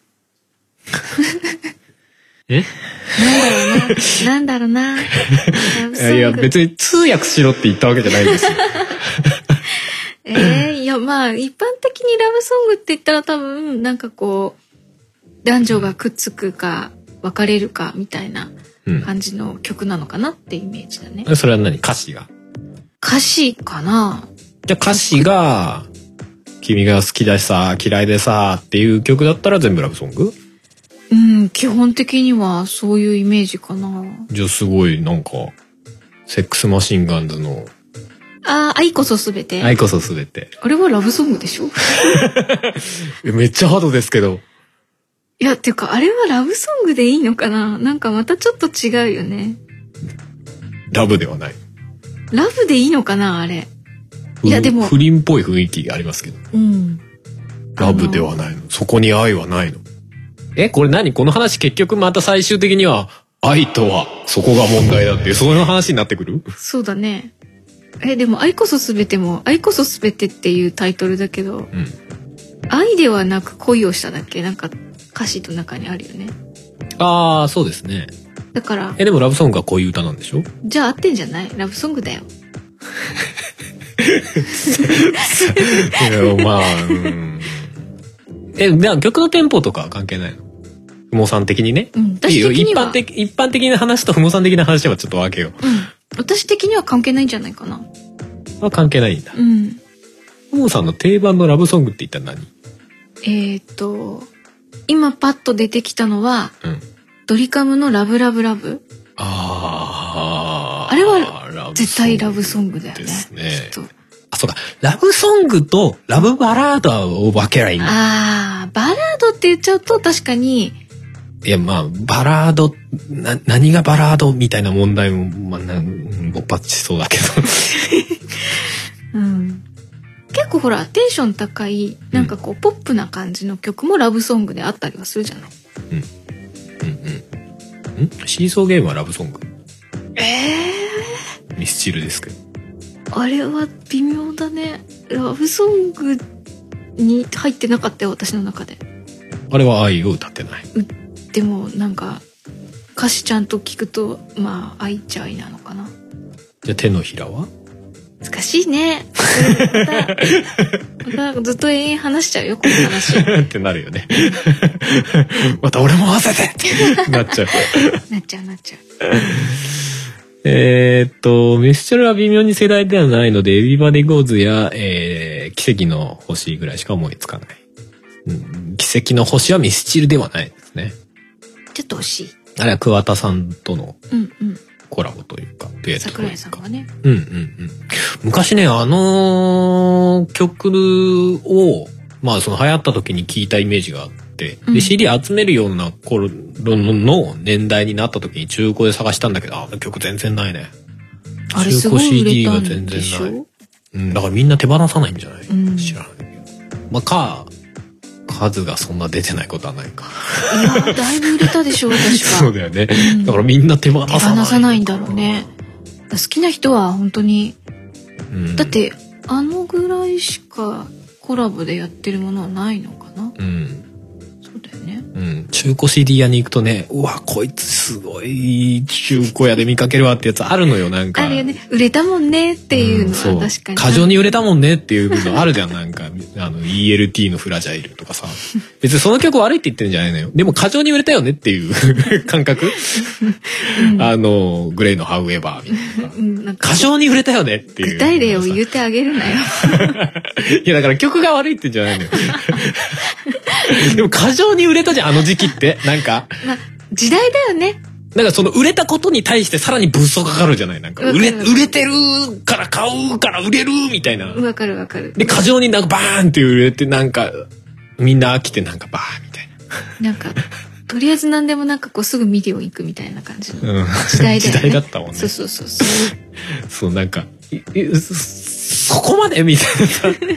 え？ なんだろうな。なんだろうな。 いや別に通訳しろって言ったわけじゃないんですよ。 えー、いやまあ一般的にラブソングって言ったら多分なんかこう男女がくっつくか別れるかみたいな感じの曲なのかなってイメージだね。 うん、それは何？歌詞が？歌詞かな。 じゃあ歌詞が君が好きだしさ嫌いでさっていう曲だったら全部ラブソング？ うん、基本的にはそういうイメージかな。 じゃあすごいなんかセックスマシンガンズのああ、愛こそすべて。 愛こそすべて。 あれはラブソングでしょ？ めっちゃハードですけど。 いやっていうかあれはラブソングでいいのかな。なんかまたちょっと違うよね。 ラブではない。 ラブでいいのかなあれ。いやでも不倫っぽい雰囲気がありますけど。うん。ラブではないの。そこに愛はないの。え、これ何？この話結局また最終的には愛とはそこが問題だっていうそういう話になってくる？ そうだね。え、でも愛こそすべても愛こそすべてっていうタイトルだけど、うん、愛ではなく恋をしただけなんか歌詞の中にあるよね。ああ、そうですね。 だからえ、でもラブソングは恋歌なんでしょ？ じゃあ合ってんじゃない？ラブソングだよ。 いやまあ、うん、え、じゃあ曲のテンポとかは関係ないの？ふもさん的にね。うん、私的には一般的一般的な話とふもさん的な話はちょっと分けよう。うん、 私的には関係ないんじゃないかな。 あ、関係ないんだ。うん。ふもさんの定番のラブソングって言ったら何？ えーっと今パッと出てきたのは、うん、ドリカムのラブラブラブ。ああ。あれは絶対ラブソングだよね。ですね。 あ、そうか。ラブソングとラブバラードを分けらいいんだ。 ああ、バラードって言っちゃうと確かに。 いやまあバラードな何がバラードみたいな問題もまあなん勃発しそうだけど、 うん、結構ほらテンション高いなんかこう、うん、ポップな感じの曲もラブソングであったりはするじゃない。うんうんうん。ん？シーソーゲームはラブソング？ええー。ミスチルですけど。 あれは微妙だね。ラブソングに入ってなかったよ私の中で。 あれは愛を歌ってない。 でもなんか歌詞ちゃんと聞くとまあ愛っちゃ愛なのかな。 じゃあ手のひらは？ 難しいね。また、またずっと永遠話しちゃうよこの話。 ってなるよね。また俺も合わせてってなっちゃう。 なっちゃうなっちゃう。 えーっとミスチルは微妙に世代ではないのでエビバディゴーズや、えー、奇跡の星ぐらいしか思いつかない。うん、奇跡の星はミスチルではないですね。 ちょっと惜しい。 あれは桑田さんとのコラボというか、うんうん、デュエットというか。桜井さんがね。うんうんうん。昔ね、あのー、曲を、まあその流行った時に聞いたイメージがあって、うん、で シーディー 集めるような頃の年代になった時に中古で探したんだけど、あの曲全然ないね。 あれすごい売れたんでしょ？中古 シーディー が全然ない。 うん、だからみんな手放さないんじゃない？うん、知らないけど。まあか。数がそんな出てないことはないか。 いやだいぶ売れたでしょう確か。 そうだよね、うん、だからみんな手放さない。 手放さないんだろうね。好きな人は本当に、うん、だってあのぐらいしかコラボでやってるものはないのかな。うん。そうだよね。 うん。 中古 シーディー 屋に行くとね、うわこいつすごい中古屋で見かけるわってやつあるのよ。なんかあるよね、売れたもんねっていうのは、うん、確かに過剰に売れたもんねっていうのあるじゃん。なんかあの イーエルティー のフラジャイルとかさ、別にその曲悪いって言ってるんじゃないのよ。でも過剰に売れたよねっていう感覚、うん、あのグレイのハウエバーみたいな、過剰に売れたよねっていう。 具体例を言ってあげるなよ。 いやだから曲が悪いって言うんじゃないのよ。でも過剰に売れたじゃん、あの時期ってなんか、 まあ、時代だよね。 なんかその売れたことに対してさらにブーストかかるじゃない。なんか売れ売れてるから買うから売れるみたいな。 わかるわかる。 で過剰になんかバーンって売れて、なんかみんな飽きてなんかバーンみたいな。なんかとりあえず何でもなんかこうすぐミディオ行くみたいな感じの時代だよね。時代だったもんね。 そうそうそうそう。 そうなんかそこまでみたいな。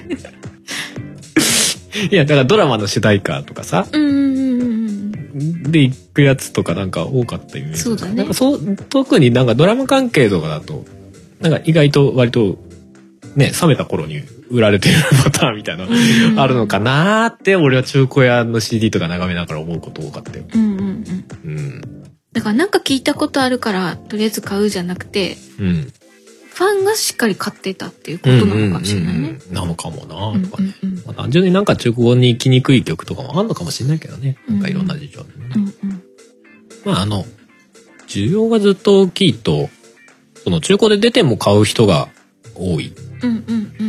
いやだからドラマの主題歌とかさ、うんうんうん、で行くやつとかなんか多かったイメージ。 そうだね。 なんかそう特になんかドラマ関係とかだとなんか意外と割とね冷めた頃に売られてるパターンみたいなあるのかなーって俺は中古屋の シーディー とか眺めながら思うこと多かったよ。うんうんうん。 うん。だからなんか聞いたことあるからとりあえず買うじゃなくて。うん。ファンがしっかり買ってたっていうことなのかもしれないね。うんうんうん、なのかもなとかね。うんうんうん、まあ、単純になんか中古に行きにくい曲とかもあるのかもしれないけどね。なんかいろんな事情でね。うんうん、まああの需要がずっと大きいとその中古で出ても買う人が多い。うんうんうん。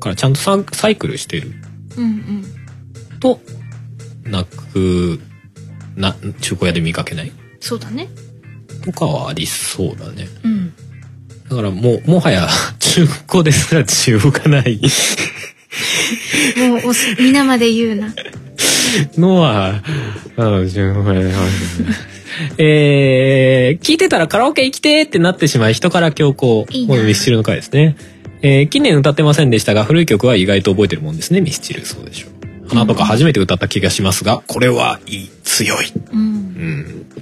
からちゃんとササイクルしてる。うんうん。となくな中古屋で見かけない。そうだね。とかはありそうだね。うん。だからもうもはや中古ですら需要がないもう皆まで言うなのはあのえー、聞いてたらカラオケ行きてーってなってしまい人から強行。いいな。このミスチルの回ですね。えー、近年歌ってませんでしたが古い曲は意外と覚えてるもんですね。ミスチルそうでしょう。花とか初めて歌った気がしますが、これはいい強い。うん、うん、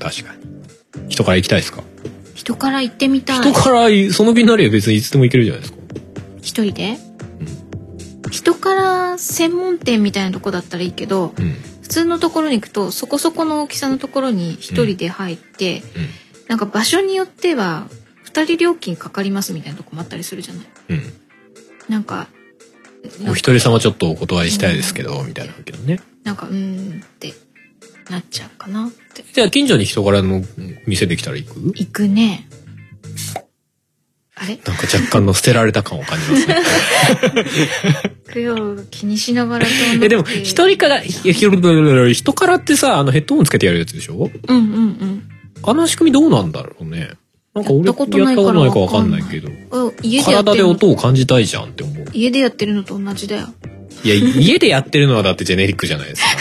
確かに。人から行きたいですか。人から行ってみたい。人からその気になれば別にいつでも行けるじゃないですか。一人で、うん、人から専門店みたいなとこだったらいいけど、うん、普通のところに行くとそこそこの大きさのところに一人で入って、うんうん、なんか場所によっては二人料金かかりますみたいなとこもあったりするじゃない。うん、なんかお一人様ちょっとお断りしたいですけど、うん、みたいなわけどね。なんかうーんってなっちゃうかなって。じゃあ近所に人からの店できたら行く？行くね。あれ？なんか若干の捨てられた感を感じますね。供養気にしながらと思って。えでも一人から人からってさあのヘッドホンつけてやるやつでしょ？うんうんうん。あの仕組みどうなんだろうね。なんか俺やったことないかわかんないけど。家で体で音を感じたいじゃんって思う。家でやってるのと同じだよ。いや家でやってるのはだってジェネリックじゃないですか。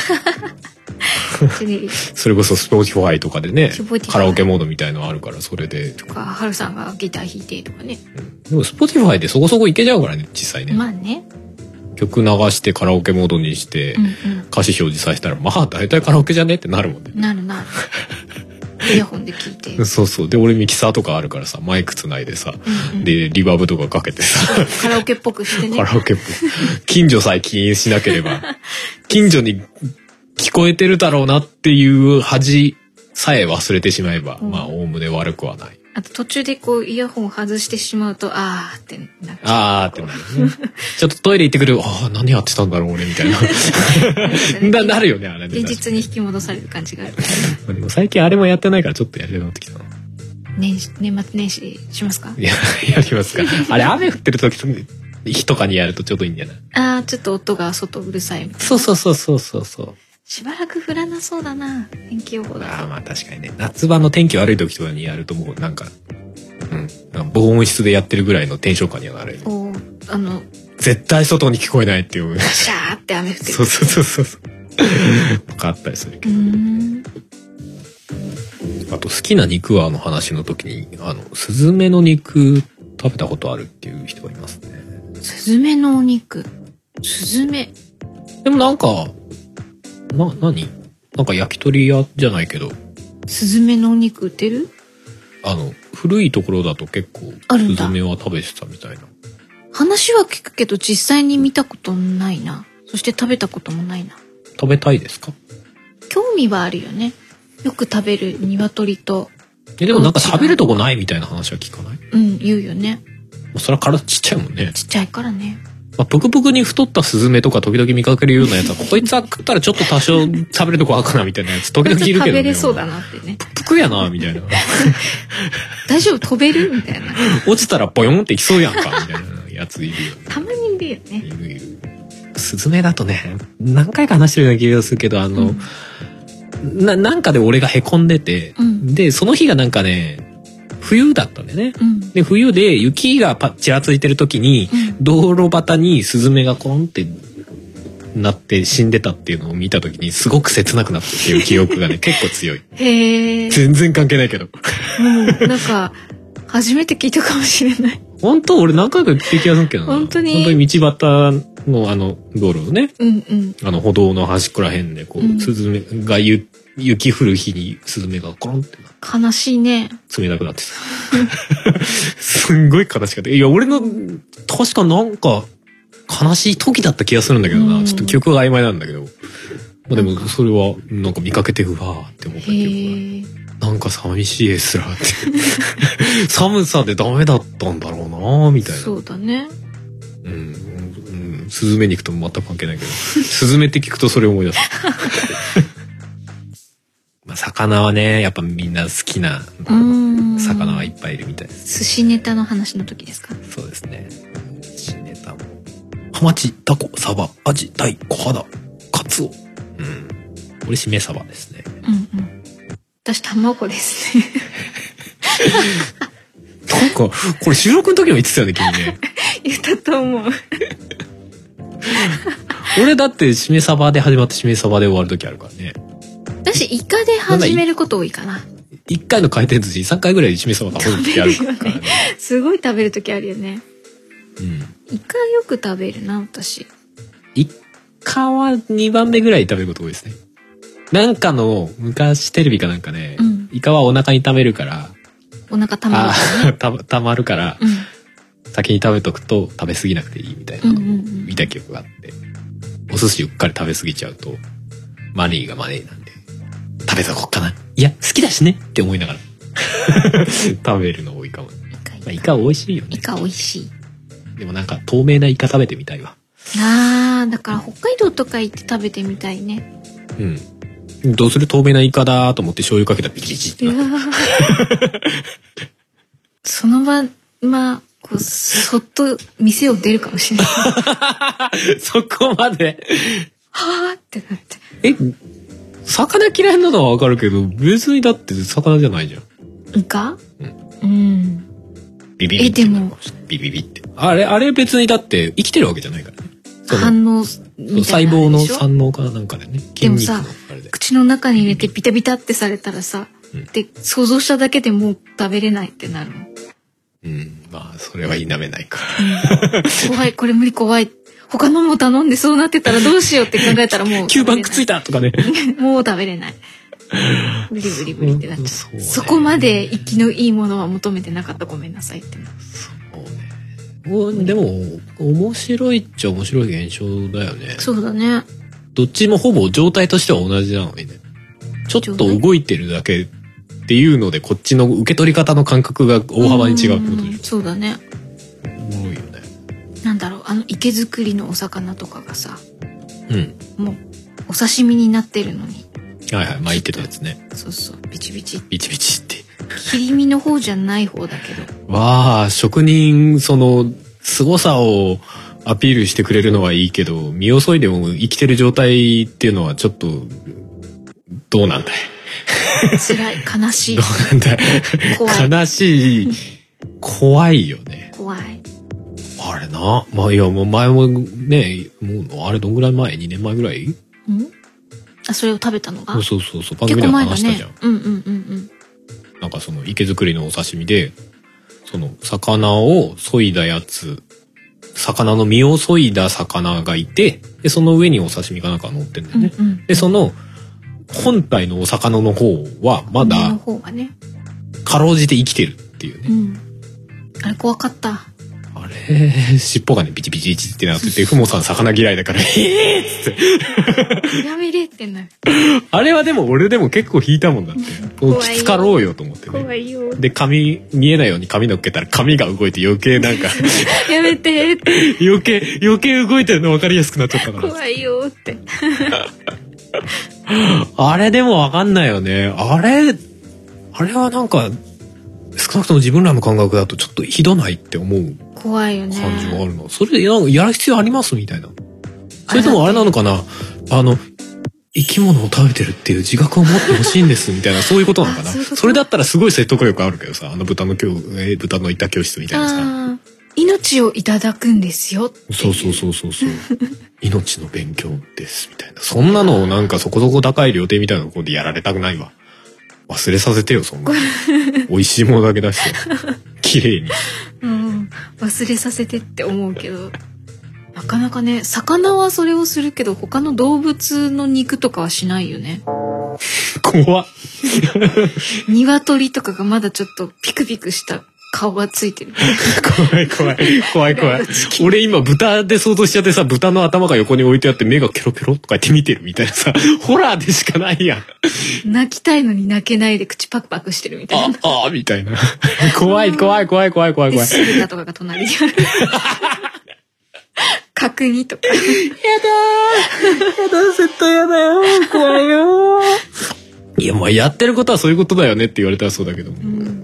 それこそスポーティファイとかでねカラオケモードみたいのあるからそれでとかハルさんがギター弾いてとかね、うん、でもスポーティファイでそこそこいけちゃうからね実際ね。まあね曲流してカラオケモードにして、うんうん、歌詞表示させたらまあ大体カラオケじゃねってなるもんね。なるなる。イヤホンで聞いて。そうそうで俺ミキサーとかあるからさマイクつないでさ、うんうん、でリバーブとかかけてさカラオケっぽくしてね。カラオケっぽく近所さえ気にしなければ近所に聞こえてるだろうなっていう恥さえ忘れてしまえば、うん、まあおおむね悪くはない。あと途中でこうイヤホン外してしまうとあーってなっちゃう。あーってなるね。ちょっとトイレ行ってくる。ああ何やってたんだろう俺みたいな。な, なるよねあれね。現実に引き戻される感じがある。でも最近あれもやってないからちょっとやりたくなってきたな。年年末年始しますか？いややりますか。あれ雨降ってる時日とかにやるとちょうどいいんじゃない？ああちょっと音が外うるさいみたいな。そうそうそうそうそうそう。しばらく降らなそうだな天気予報だと。ああまあ確かにね夏場の天気悪い時とかにやるともうなんかうん防音室でやってるぐらいのテンション感にはなる。おあの絶対外に聞こえないっていう。シャーって雨降ってる。そうそうそうそうそう。とかあったりするけど。うんあと好きな肉はの話の時にあのスズメの肉食べたことあるっていう人がいますね。スズメのお肉スズメでもなんかな、何なんか焼き鳥屋じゃないけどスズメのお肉売ってる？あの古いところだと結構スズメは食べてたみたいな話は聞くけど実際に見たことないな。そして食べたこともないな。食べたいですか？ 興味はあるよね。よく食べる鶏と。 え、でもなんか食べるとこないみたいな話は聞かない？ うん、言うよね。 それは体ちっちゃいもんね。 ちっちゃいからね。 まあ、ぷくぷくに太ったスズメとか時々見かけるようなやつは、こいつは食ったらちょっと多少食べるとこあるかなみたいなやつ時々いるけどね。 食べれそうだなってね。 ぷくぷくやなみたいな。 大丈夫飛べるみたいな。 落ちたらポヨンっていきそうやんかみたいなやついるよね。 たまにいるよね。 いるいる。スズメだとね、何回か話してるような気がするけど、あの、うん、ななんかで俺がへこんでて、うん、でその日がなんかね。冬だったんだよね、うん、で冬で雪がパッちらついてる時に、うん、道路端にスズメがコロンってなって死んでたっていうのを見た時にすごく切なくなったっていう記憶がね結構強い。へー、全然関係ないけど。 もうなんか初めて聞いたかもしれない。 本当俺何回か聞いた気がするけどな。 本当に本当に道端のあの道路のね、 うんうん、 あの歩道の端っこら辺でこう、うん、スズメがゆ雪降る日にスズメがコロンって悲しいね。 冷たくなってた。すんごい悲しかった。いや俺の確かなんか悲しい時だった気がするんだけどな、うん、ちょっと記憶が曖昧なんだけど、まあ、でもそれはなんか見かけてうわーって思った記憶がなんか寂しい絵すらって寒さでダメだったんだろうなみたいな。 そうだね。 うん、うん、スズメに行くと全く関係ないけどスズメって聞くとそれを思い出す。まあ魚はねやっぱみんな好きな魚はいっぱいいるみたいです。 寿司ネタの話の時ですか？ そうですね。寿司ネタもハマチ、タコ、サバ、アジ、タイ、コハダ、カツオ。うん。俺しめサバですね。 うんうん。私卵ですね。 なんかこれ収録の時も言ってたよね君ね。 言ったと思う。 俺だってしめサバで始まってしめサバで終わる時あるからね。 私イカで始めること多いかな。 一回の回転寿司さんかいぐらいでしめ鯖食べる時あるからね。 すごい食べる時あるよね。 うん。 イカよく食べるな私。 イカはにばんめぐらい食べること多いですね。なんかの昔テレビかなんかね、うん、イカはお腹に溜めるから。 お腹溜まるからね。 た溜まるから、うん、先に食べとくと食べ過ぎなくていいみたいなのを見た記憶があって、お寿司うっかり食べ過ぎちゃうとマネーがマネーなんで。食べとこうかな。いや好きだしねって思いながら食べるの多いかも。イカ、まあ、イカ美味しいよね。 イカ美味しい。 でもなんか透明なイカ食べてみたいわ。 あーだから北海道とか行って食べてみたいね。 うん。どうする透明なイカだと思って醤油かけたらビチビチってなってその場まあこうそっと店を出るかもしれない。 そこまではーってなって。 え魚嫌いなのはわかるけど別にだって魚じゃないじゃん。 イカ？うん。うん。 ビビビってえでもビビビってあれあれ別にだって生きてるわけじゃないからね。 反応みたいな細胞の反応かなんかでね。 でもさ口の中に入れてビタビタってされたらさ、うん、で想像しただけでもう食べれないってなるの。 うんまあそれは否めないか、 うん、怖いこれ無理怖い。他のも頼んでそうなってたらどうしようって考えたらもうきゅうばんくっついたとかね。 もう食べれない。無理無理無理ってなっちゃう。うん そ, うね、そこまで生きのいいものは求めてなかったごめんなさいって。 そうね。でも面白いっちゃ面白い現象だよね。 そうだね。 どっちもほぼ状態としては同じなのにね。ちょっと動いてるだけっていうのでこっちの受け取り方の感覚が大幅に違うってことでしょ。 そうだね。 おもろいよね。 なんだろうあの池作りのお魚とかがさ、 うん、 もうお刺身になってるのにはいはい巻いてたやつね。 そうそうビチビチビチビチって切り身の方じゃない方だけどわあ職人その凄さをアピールしてくれるのはいいけど身を削いでも生きてる状態っていうのはちょっとどうなんだい。 辛い悲しいどうなんだい怖い悲しい怖いよね。 怖いあれな、まあいやもう前もね、もうあれどんぐらい前？にねんまえぐらい？ うん？あそれを食べたのが？ そうそうそう番組では話したじゃん。 ね、うんうんうんうん。 なんかその池作りのお刺身で、その魚を削いだやつ、魚の身を削いだ魚がいて、でその上にお刺身かなんか乗ってんだよね。うんうん、でその本体のお魚の方はまだの方はね、 かろうじて生きてるっていうね。 うん、あれ怖かった。 あれえー、尻尾がねビチビチビチってなってて、ふもさん魚嫌いだからえーっつってやめれってなる。 あれはでも俺でも結構引いたもんだって。こうきつかろうよと思ってね。 怖いよ。 で髪見えないように髪乗っけたら髪が動いて余計なんかやめてって余計余計動いてるの分かりやすくなっちゃったから。 怖いよってあれでも分かんないよね。あれあれはなんか少なくとも自分らの感覚だとちょっとひどないって思う怖いよね感じがあるの。それでやる必要ありますみたいな。それともあれなのかな、あの生き物を食べてるっていう自覚を持ってほしいんですみたいなそういうことなのかな。 そ, それだったらすごい説得力あるけどさ、あの豚の教、えー、豚の板教室みたいなさ、 命をいただくんですよっていう。 そうそうそうそうそう命の勉強ですみたいな、そんなのをなんかそこそこ高い料亭みたいなところでやられたくないわ。忘れさせてよ、そんな美味しいものだけ出して綺麗に、 うん、忘れさせてって思うけど、なかなかね、魚はそれをするけど他の動物の肉とかはしないよね。 怖っ鶏とかがまだちょっとピクピクした顔がついてる怖い怖い怖い怖い俺今豚で想像しちゃってさ、豚の頭が横に置いてあって目がケロケロとか言って見てるみたいなさ、ホラーでしかないやん。 泣きたいのに泣けないで口パクパクしてるみたいな。 ああみたいな怖い怖い怖い怖い怖い怖い。 スルタとかが隣にある角煮とかやだーやだ絶対やだよ怖いよ。いやまあやってることはそういうことだよねって言われたらそうだけど、うん、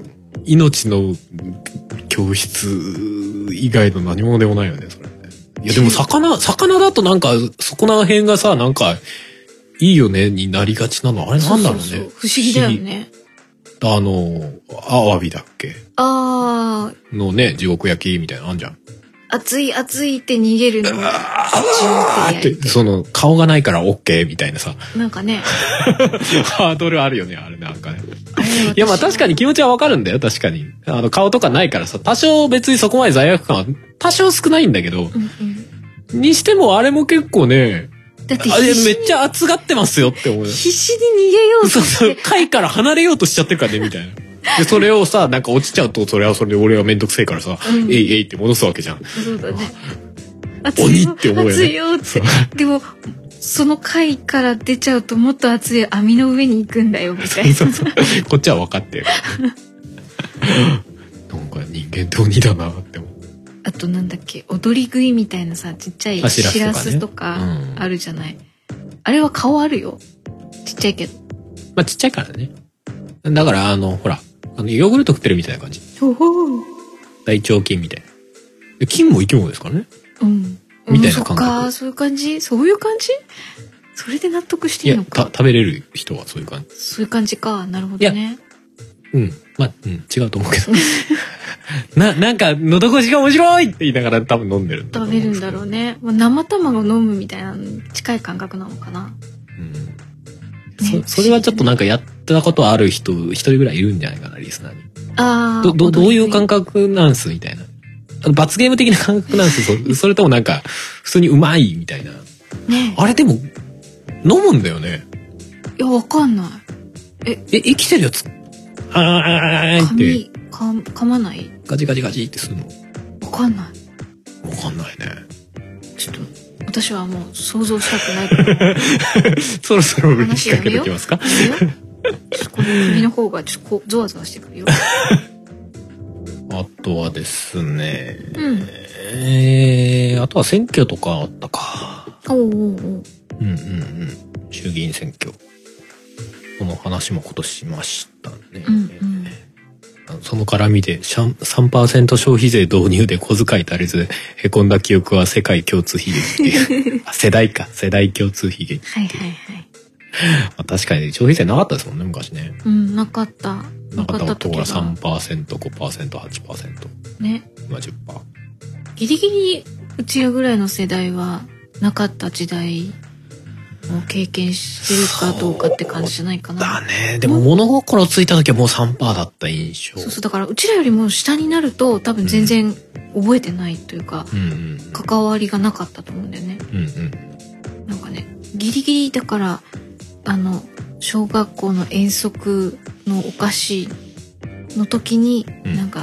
命の教室以外の何もでもないよねそれね。いやでも魚魚だとなんかそこら辺がさ、なんかいいよねになりがちなのあれなんだろうね。そうそうそう、 不思議だよね。 あのアワビだっけ、 あーのね地獄焼きみたいなのあんじゃん。 熱い熱いって逃げるのをってその顔がないから OK みたいなさ、 なんかねハードルあるよねあれなんかね。いやまあ確かに気持ちはわかるんだよ、確かにあの顔とかないからさ、多少別にそこまで罪悪感は多少少ないんだけど、うんうん、にしてもあれも結構ね、だってあれめっちゃ熱がってますよって思う。 必死に逃げようとして、 そうそう貝から離れようとしちゃってるからねみたいな。でそれをさなんか落ちちゃうとそれはそれで俺はめんどくせえからさ、うん、えいえいって戻すわけじゃん。 そうだね。 鬼って思うよね。 熱いよってでもその貝から出ちゃうともっと熱い網の上に行くんだよみたいな。そうそうそうこっちは分かってるなんか人間って鬼だなって思う。 あとなんだっけ、踊り食いみたいなさちっちゃいしらすとかあるじゃない、うん、あれは顔あるよ、ちっちゃいけど。 まあちっちゃいからね。だからあのほらあのヨーグルト食ってるみたいな感じ。大腸菌みたいな。菌も生き物ですからね。うん。みたいな感覚。 うん、そっか、そういう感じ、そういう感じ。それで納得していいのか。 いや食べれる人はそういう感じ。 そういう感じか、なるほどね。 うん、まあ、うん、違うと思うけど。な、なんか喉越しが面白いって言いながら多分飲んでるんだと思うんですけど。 食べるんだろうね。まあ、生卵飲むみたいなのに近い感覚なのかな。 うん。ね、そ, それはちょっとなんかやったことある人一人ぐらいいるんじゃないかな、リスナーに。ああ。どどどういう感覚なんすみたいな。あの罰ゲーム的な感覚なんすそ, それともなんか普通にうまいみたいな。ね。あれでも飲むんだよね。 いやわかんない。 ええ生きてるやつ。あああって。 か噛まない。 ガチガチガチってするの。 わかんない。 わかんないね。 ちょっと。私はもう想像したくないそろそろ引っ掛けておきますか。 この首の方がちょっとこうゾワゾワしてくるよ。 あとはですね、うん、えー、あとは選挙とかあったか。おうおうおう。うんうんうん。衆議院選挙。この話も今年しましたね。うんうんその絡みで さんパーセント 消費税導入で小遣い足りずへこんだ記憶は世界共通悲劇っていう世代か世代共通悲劇はいはいはい、まあ、確かに消費税なかったですもんね昔ね。 うんなかったなかったところが さんパーセント、ごパーセント、はちパーセント ね今 じゅっパーセントギリギリうちらぐらいの世代はなかった時代を経験してるかどうかって感じじゃないかな。 だね。でも物心ついた時はもう さんパーセント だった印象。 そうそうだからうちらよりも下になると多分全然覚えてないというか、うん、関わりがなかったと思うんだよね。うんうん、なんかねギリギリだからあの小学校の遠足のお菓子の時に、うん、なんか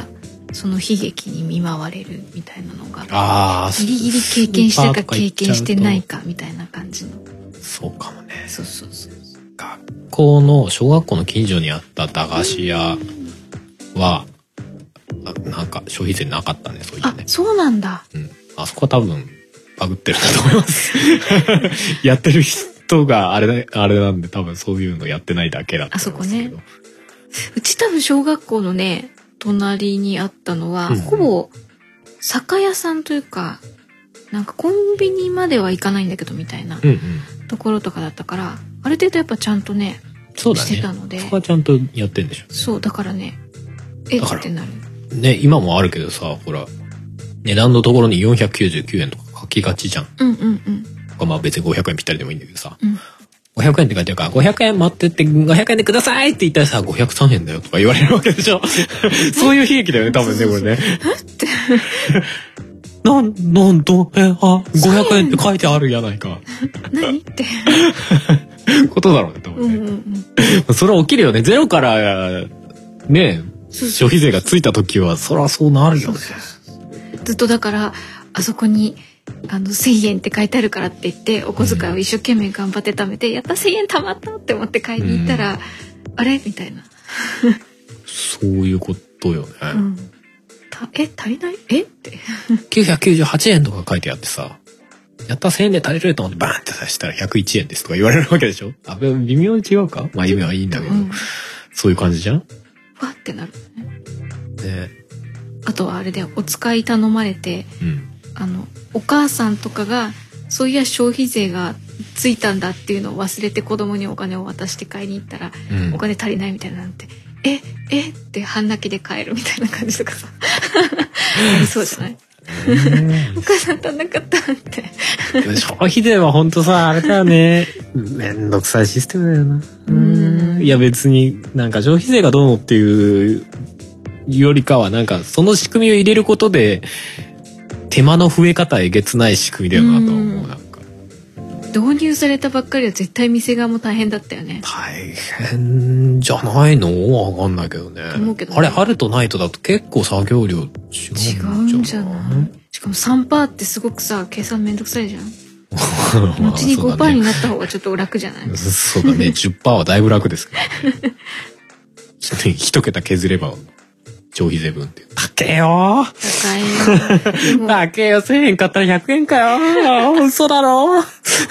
その悲劇に見舞われるみたいなのがあギリギリ経験してるか経験してないかみたいな感じの。 そうかもね。 そうそうそう。 学校の小学校の近所にあった駄菓子屋は、うん、なんか消費税なかったね、そういうね。 あ、そうなんだ。 うん、あそこは多分バグってるんだと思いますやってる人があれあれなんで多分そういうのやってないだけだと思いますけど。あそこね。 うち多分小学校のね隣にあったのは、うん、ほぼ酒屋さんというかなんかコンビニまでは行かないんだけどみたいなところとかだったから、うんうん、ある程度やっぱちゃんとねそうだねしてたので、 そこはちゃんとやってんでしょ。 そうだからねえってなるね。今もあるけどさ、ほら値段のところによんひゃくきゅうじゅうきゅうえんとか書きがちじゃん。 うんうんうん。 まあ別にごひゃくえんぴったりでもいいんだけどさ、うん、ごひゃくえんって書いてあるからごひゃくえん待ってってごひゃくえんでくださいって言ったらさごひゃくさんえんだよとか言われるわけでしょそういう悲劇だよね多分ねこれね。ってなん、なんと、え、あ、ごひゃくえんって書いてあるやないか。 何ってことだろうね多分ね。うんうんうん、それは起きるよね。ゼロからね消費税がついた時はそりゃそうなるよね。そうそうずっとだからあそこにあのせんえんって書いてあるからって言ってお小遣いを一生懸命頑張って貯めて、うん、やったせんえん貯まったって思って買いに行ったら、うん、あれみたいなそういうことよね、うん、 たえ足りないえってきゅうひゃくきゅうじゅうはちえんとか書いてあってさやったせんえんで足りると思ってバーンって刺したらひゃくいちえんですとか言われるわけでしょ。あ微妙に違うかまあ意味はいいんだけど、うん、そういう感じじゃんわってなるね。 ねあとはあれでお使い頼まれて、うん、あのお母さんとかがそういや消費税がついたんだっていうのを忘れて子供にお金を渡して買いに行ったら、うん、お金足りないみたいななんてええって半泣きで帰るみたいな感じとかさありそうじゃないお母さん足んなかったって消費税は本当さあれだよねめんどくさいシステムだよな。うんいや別になんか消費税がどうのっていうよりかはなんかその仕組みを入れることで手間の増え方えげつない仕組みだよなと思う。なんか導入されたばっかりは絶対店側も大変だったよね。 大変じゃないのわかんないけどね。思うけどねあれ春とナイトだと結構作業量違うんじゃない？違うんじゃない？ しかも さんパーセント ってすごくさ計算めんどくさいじゃん後に ごパーセント になった方がちょっと楽じゃない？ そうだね じゅっパーセント はだいぶ楽ですけど、ね、一桁削れば消費税分って高えよ高いよ高えよせんえん買ったらひゃくえんかよ嘘だろ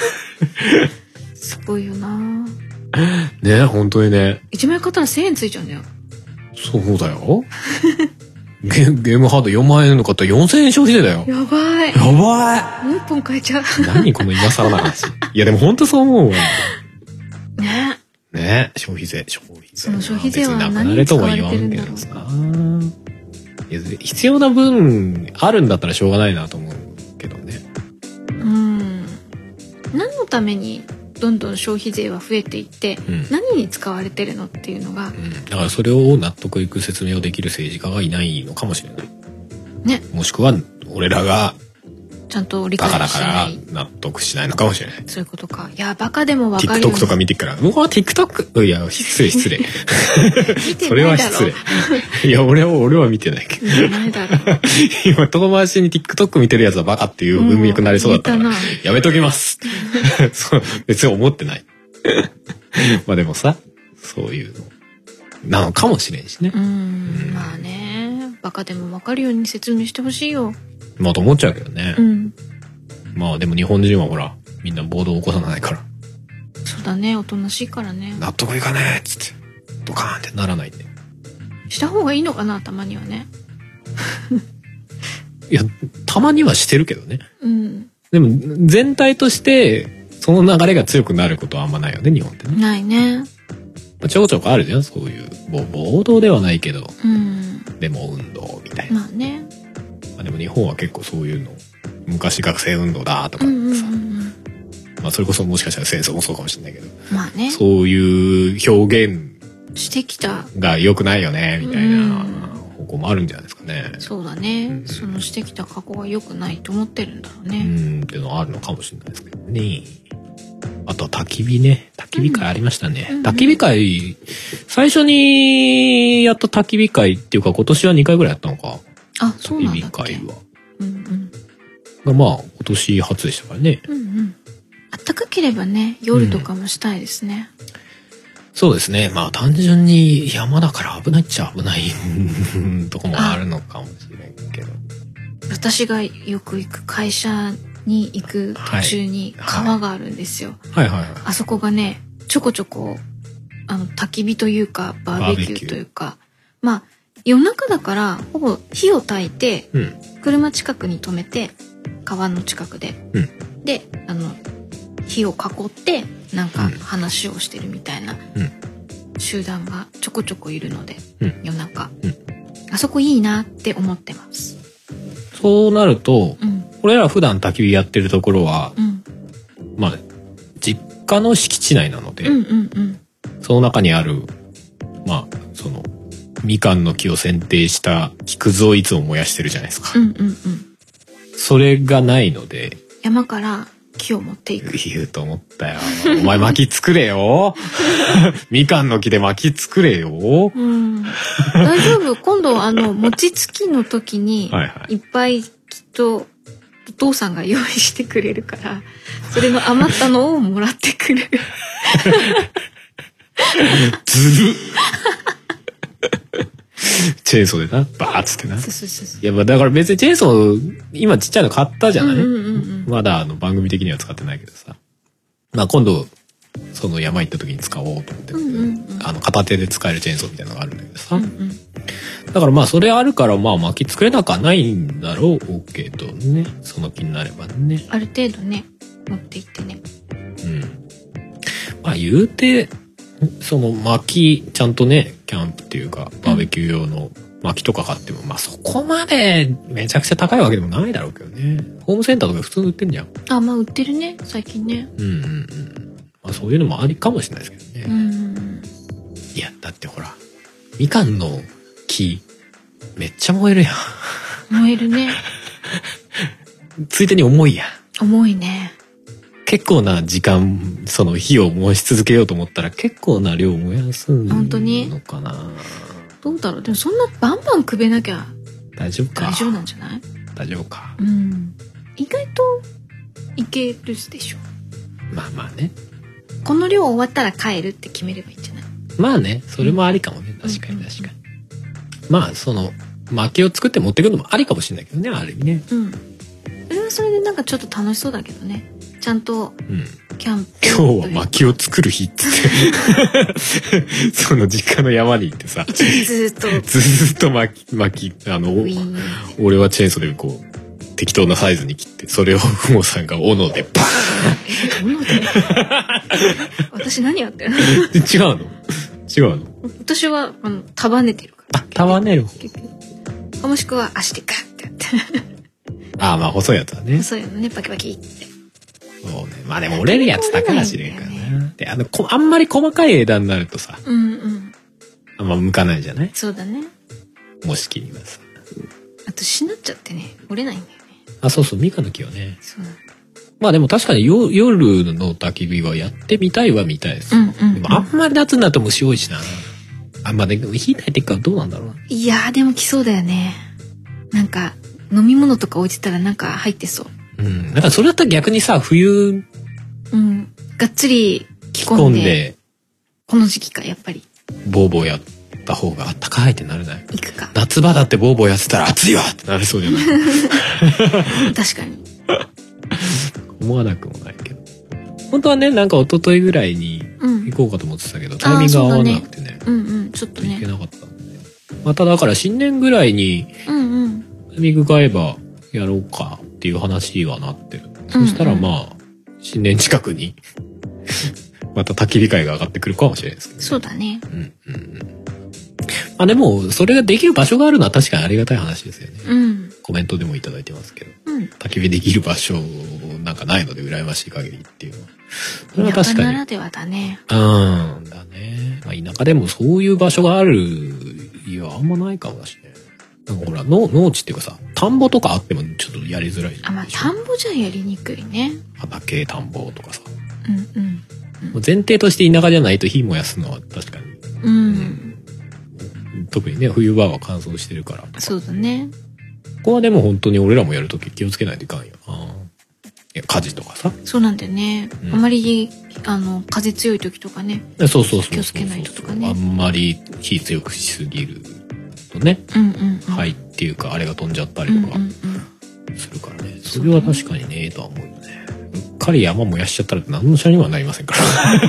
すごいよなね本当にねいちまん円買ったらせんえんついちゃうんだよ。 そうだよゲ, ゲームハードよんまんえんの買ったらよんせんえん消費税だよ。 やばいやばいもう一本買えちゃう何この今更な話いやでも本当そう思うわねね消費税消費税その消費税は何に使われてるんだろうか。 いや必要な分あるんだったらしょうがないなと思うけどね。 うん何のためにどんどん消費税は増えていって、うん、何に使われてるのっていうのが、うん、だからそれを納得いく説明をできる政治家がいないのかもしれないね。 もしくは俺らがちゃんと理解しない。 バカだから納得しないのかもしれない。 そういうことか。いやバカでも分かるよ、ね。 TikTok とか見てから、うわ TikTok いや失礼失礼。それは失礼。いや俺は俺は見てないけど。見てないだろう。今遠回しに TikTok 見てるやつはバカっていう文脈になりそうだったから、やめときます。そう別に思ってない。まあでもさそういうのなのかもしれんしね。 うんうんまあねバカでも分かるように説明してほしいよ。 まあと思っちゃうけどね、 うん、 まあでも日本人はほらみんな暴動を起こさないから。 そうだねおとなしいからね。 納得いかねえっつってドカーンってならないんでした方がいいのかなたまにはねいやたまにはしてるけどね、 うん、 でも全体としてその流れが強くなることはあんまないよね日本ってね。 ないね。 ちょこちょこあるじゃんそういう暴動ではないけど、 うん、 デモ運動みたいな。 まあねでも日本は結構そういうの昔学生運動だとかさ、うんうんうん、まあそれこそもしかしたら戦争もそうかもしれないけど、 まあね、 そういう表現してきたが良くないよねみたいな方向もあるんじゃないですかね。 そうだね、うん、そのしてきた過去が良くないと思ってるんだろうね。 うんっていうのはあるのかもしれないですけどね。あとは焚き火ね。焚き火会ありましたね。うん、焚き火会、最初にやった焚き火会っていうか今年はにかいぐらいやったのか。 あ、そうなんだっけ。 焚き火会は。 うんうん。 がまあ今年初でしたからね。 うんうん。暖かければね、夜とかもしたいですね。 うん、そうですね。まあ単純に山だから危ないっちゃ危ないとこもあるのかもしれないけど。 私がよく行く会社に行く途中に川があるんですよ。 はいはいはいはい、あそこがね、ちょこちょこあの焚き火というかバーベキューというか、まあ夜中だからほぼ火を焚いて、うん、車近くに止めて川の近くで、うん、であの火を囲ってなんか話をしてるみたいな集団がちょこちょこいるので、うん、夜中、うん、あそこいいなって思ってます。 そうなると、うん、俺ら普段焚き火やってるところは、うん、まあ実家の敷地内なので、うんうんうん、その中にあるまあそのみかんの木を剪定した木くずをいつも燃やしてるじゃないですか、うんうんうん、それがないので山から木を持っていく。 言うと思ったよ。お前薪作れよ。みかんの木で薪作れよ。うん、 大丈夫。今度あの餅つきの時にいっぱいきっとお父さんが用意してくれるから、それの余ったのをもらってくる。 ずる。チェーンソーでな、バーッつってな。そうそうそうそう。いや、まあだから別にチェーンソー、今ちっちゃいの買ったじゃない、うんうんうん、まだあの番組的には使ってないけどさ。まあ今度、その山行った時に使おうと思って、うんうんうん、あの片手で使えるチェーンソーみたいなのがあるんだけどさ。うんうん、だからまあそれあるからまあ薪作れなくはないんだろうけどね。その気になればね。 ある程度ね、持って行ってね。 うん。まあ言うて、その薪ちゃんとねキャンプっていうかバーベキュー用の薪とか買っても、うん、まあそこまでめちゃくちゃ高いわけでもないだろうけどね。ホームセンターとか普通に売ってんじゃん。 あ、まあ売ってるね最近ね。 うんうんうん。まあそういうのもありかもしれないですけどね。うん。いやだってほらみかんの木めっちゃ燃えるやん。燃えるね。 ついでに重いや。 重いね。 結構な時間その火を燃し続けようと思ったら結構な量燃やすのかな。本当にどうだろう。でもそんなバンバンくべなきゃ大丈夫か。 大丈夫なんじゃない？ 大丈夫か。 うん。意外といけるでしょ。 まあまあね。 この量終わったら帰るって決めればいいんじゃない？ まあね、それもありかもね。うん、確かに確かに。まあその薪を作って持ってくるのもありかもしれないけどね、ある意味ね。うん。 それはそれでなんかちょっと楽しそうだけどね。ちゃんとキャンプ、 うん、今日は薪を作る日っつってその実家の山に行ってさずっとずっと薪薪あの俺はチェーンソーでこう適当なサイズに切ってそれをふもさんが斧でバーン。え斧で私何やってるの？ 違うの違うの私はあの束ねてるから。 あ、束ねる方。もしくは足でガッてやってああ、まあ細いやつはね。 細いのね、パキパキって。 そうね。まあでも折れるやつだから知れんからな。で、あのこあんまり細かい枝になるとさ、うんうん、あんま向かないじゃない？ そうだね。 もし切りはさ。 あとしなっちゃってね、折れないんだよね。 あ、そうそう、ミカの木はね。そう。まあでも確かによ夜の焚き火はやってみたいはみたいです。うんうんうん、でもあんまり夏になると虫多いしな。あんまでも火炊いてっからどうなんだろうな。 いやーでも来そうだよね。なんか飲み物とか置いてたらなんか入ってそう。 うん、だからそれだったら逆にさ冬、 うん、がっつり着込んで、んでこの時期かやっぱりボーボーやった方があったかいってなるない？ 行くか。 夏場だってボーボーやってたら暑いわってなりそうじゃない？ 確かに。 思わなくもないけど。本当はねなんか一昨日ぐらいに行こうかと思ってたけど、うん、タイミングが合わなくてね。 うんうん、ちょっとね。 行けなかったんで。まただから新年ぐらいにタイミングが合えばやろうかっていう話はなってる。うんうん、そしたらまあ新年近くにまた焚き火会が上がってくるかもしれないですけど、ね。 そうだね。うんうんうん。まあでもそれができる場所があるのは確かにありがたい話ですよね。うん。コメントでもいただいてますけど、うん、焚き火できる場所なんかないので羨ましい限りっていうのは。 それは確かに。田舎ならではだね。 うん、だね。まあ、田舎でもそういう場所があるいやあんまないかもしれない。なんかほら農農地っていうかさ田んぼとかあってもちょっとやりづらい。 あ、まあ田んぼじゃやりにくいね。 畑田んぼとかさ。 うんうん。 うん、前提として田舎じゃないと火燃やすのは確かに。うん。うん、特にね冬場は乾燥してるから。 そうだね。 ここはでも本当に俺らもやるとき気をつけないといかんよな。いや火事とかさ。 そうなんだよね。うん、あまりあの風強い時とかね。 そうそうそうそう。 気をつけないととかね。 あんまり火強くしすぎるとね。 うんうんうん、 はいっていうかあれが飛んじゃったりとかするからね。うんうんうん、それは確かにねとは思うよね。うっかり山燃やしちゃったら何の車にはなりませんから。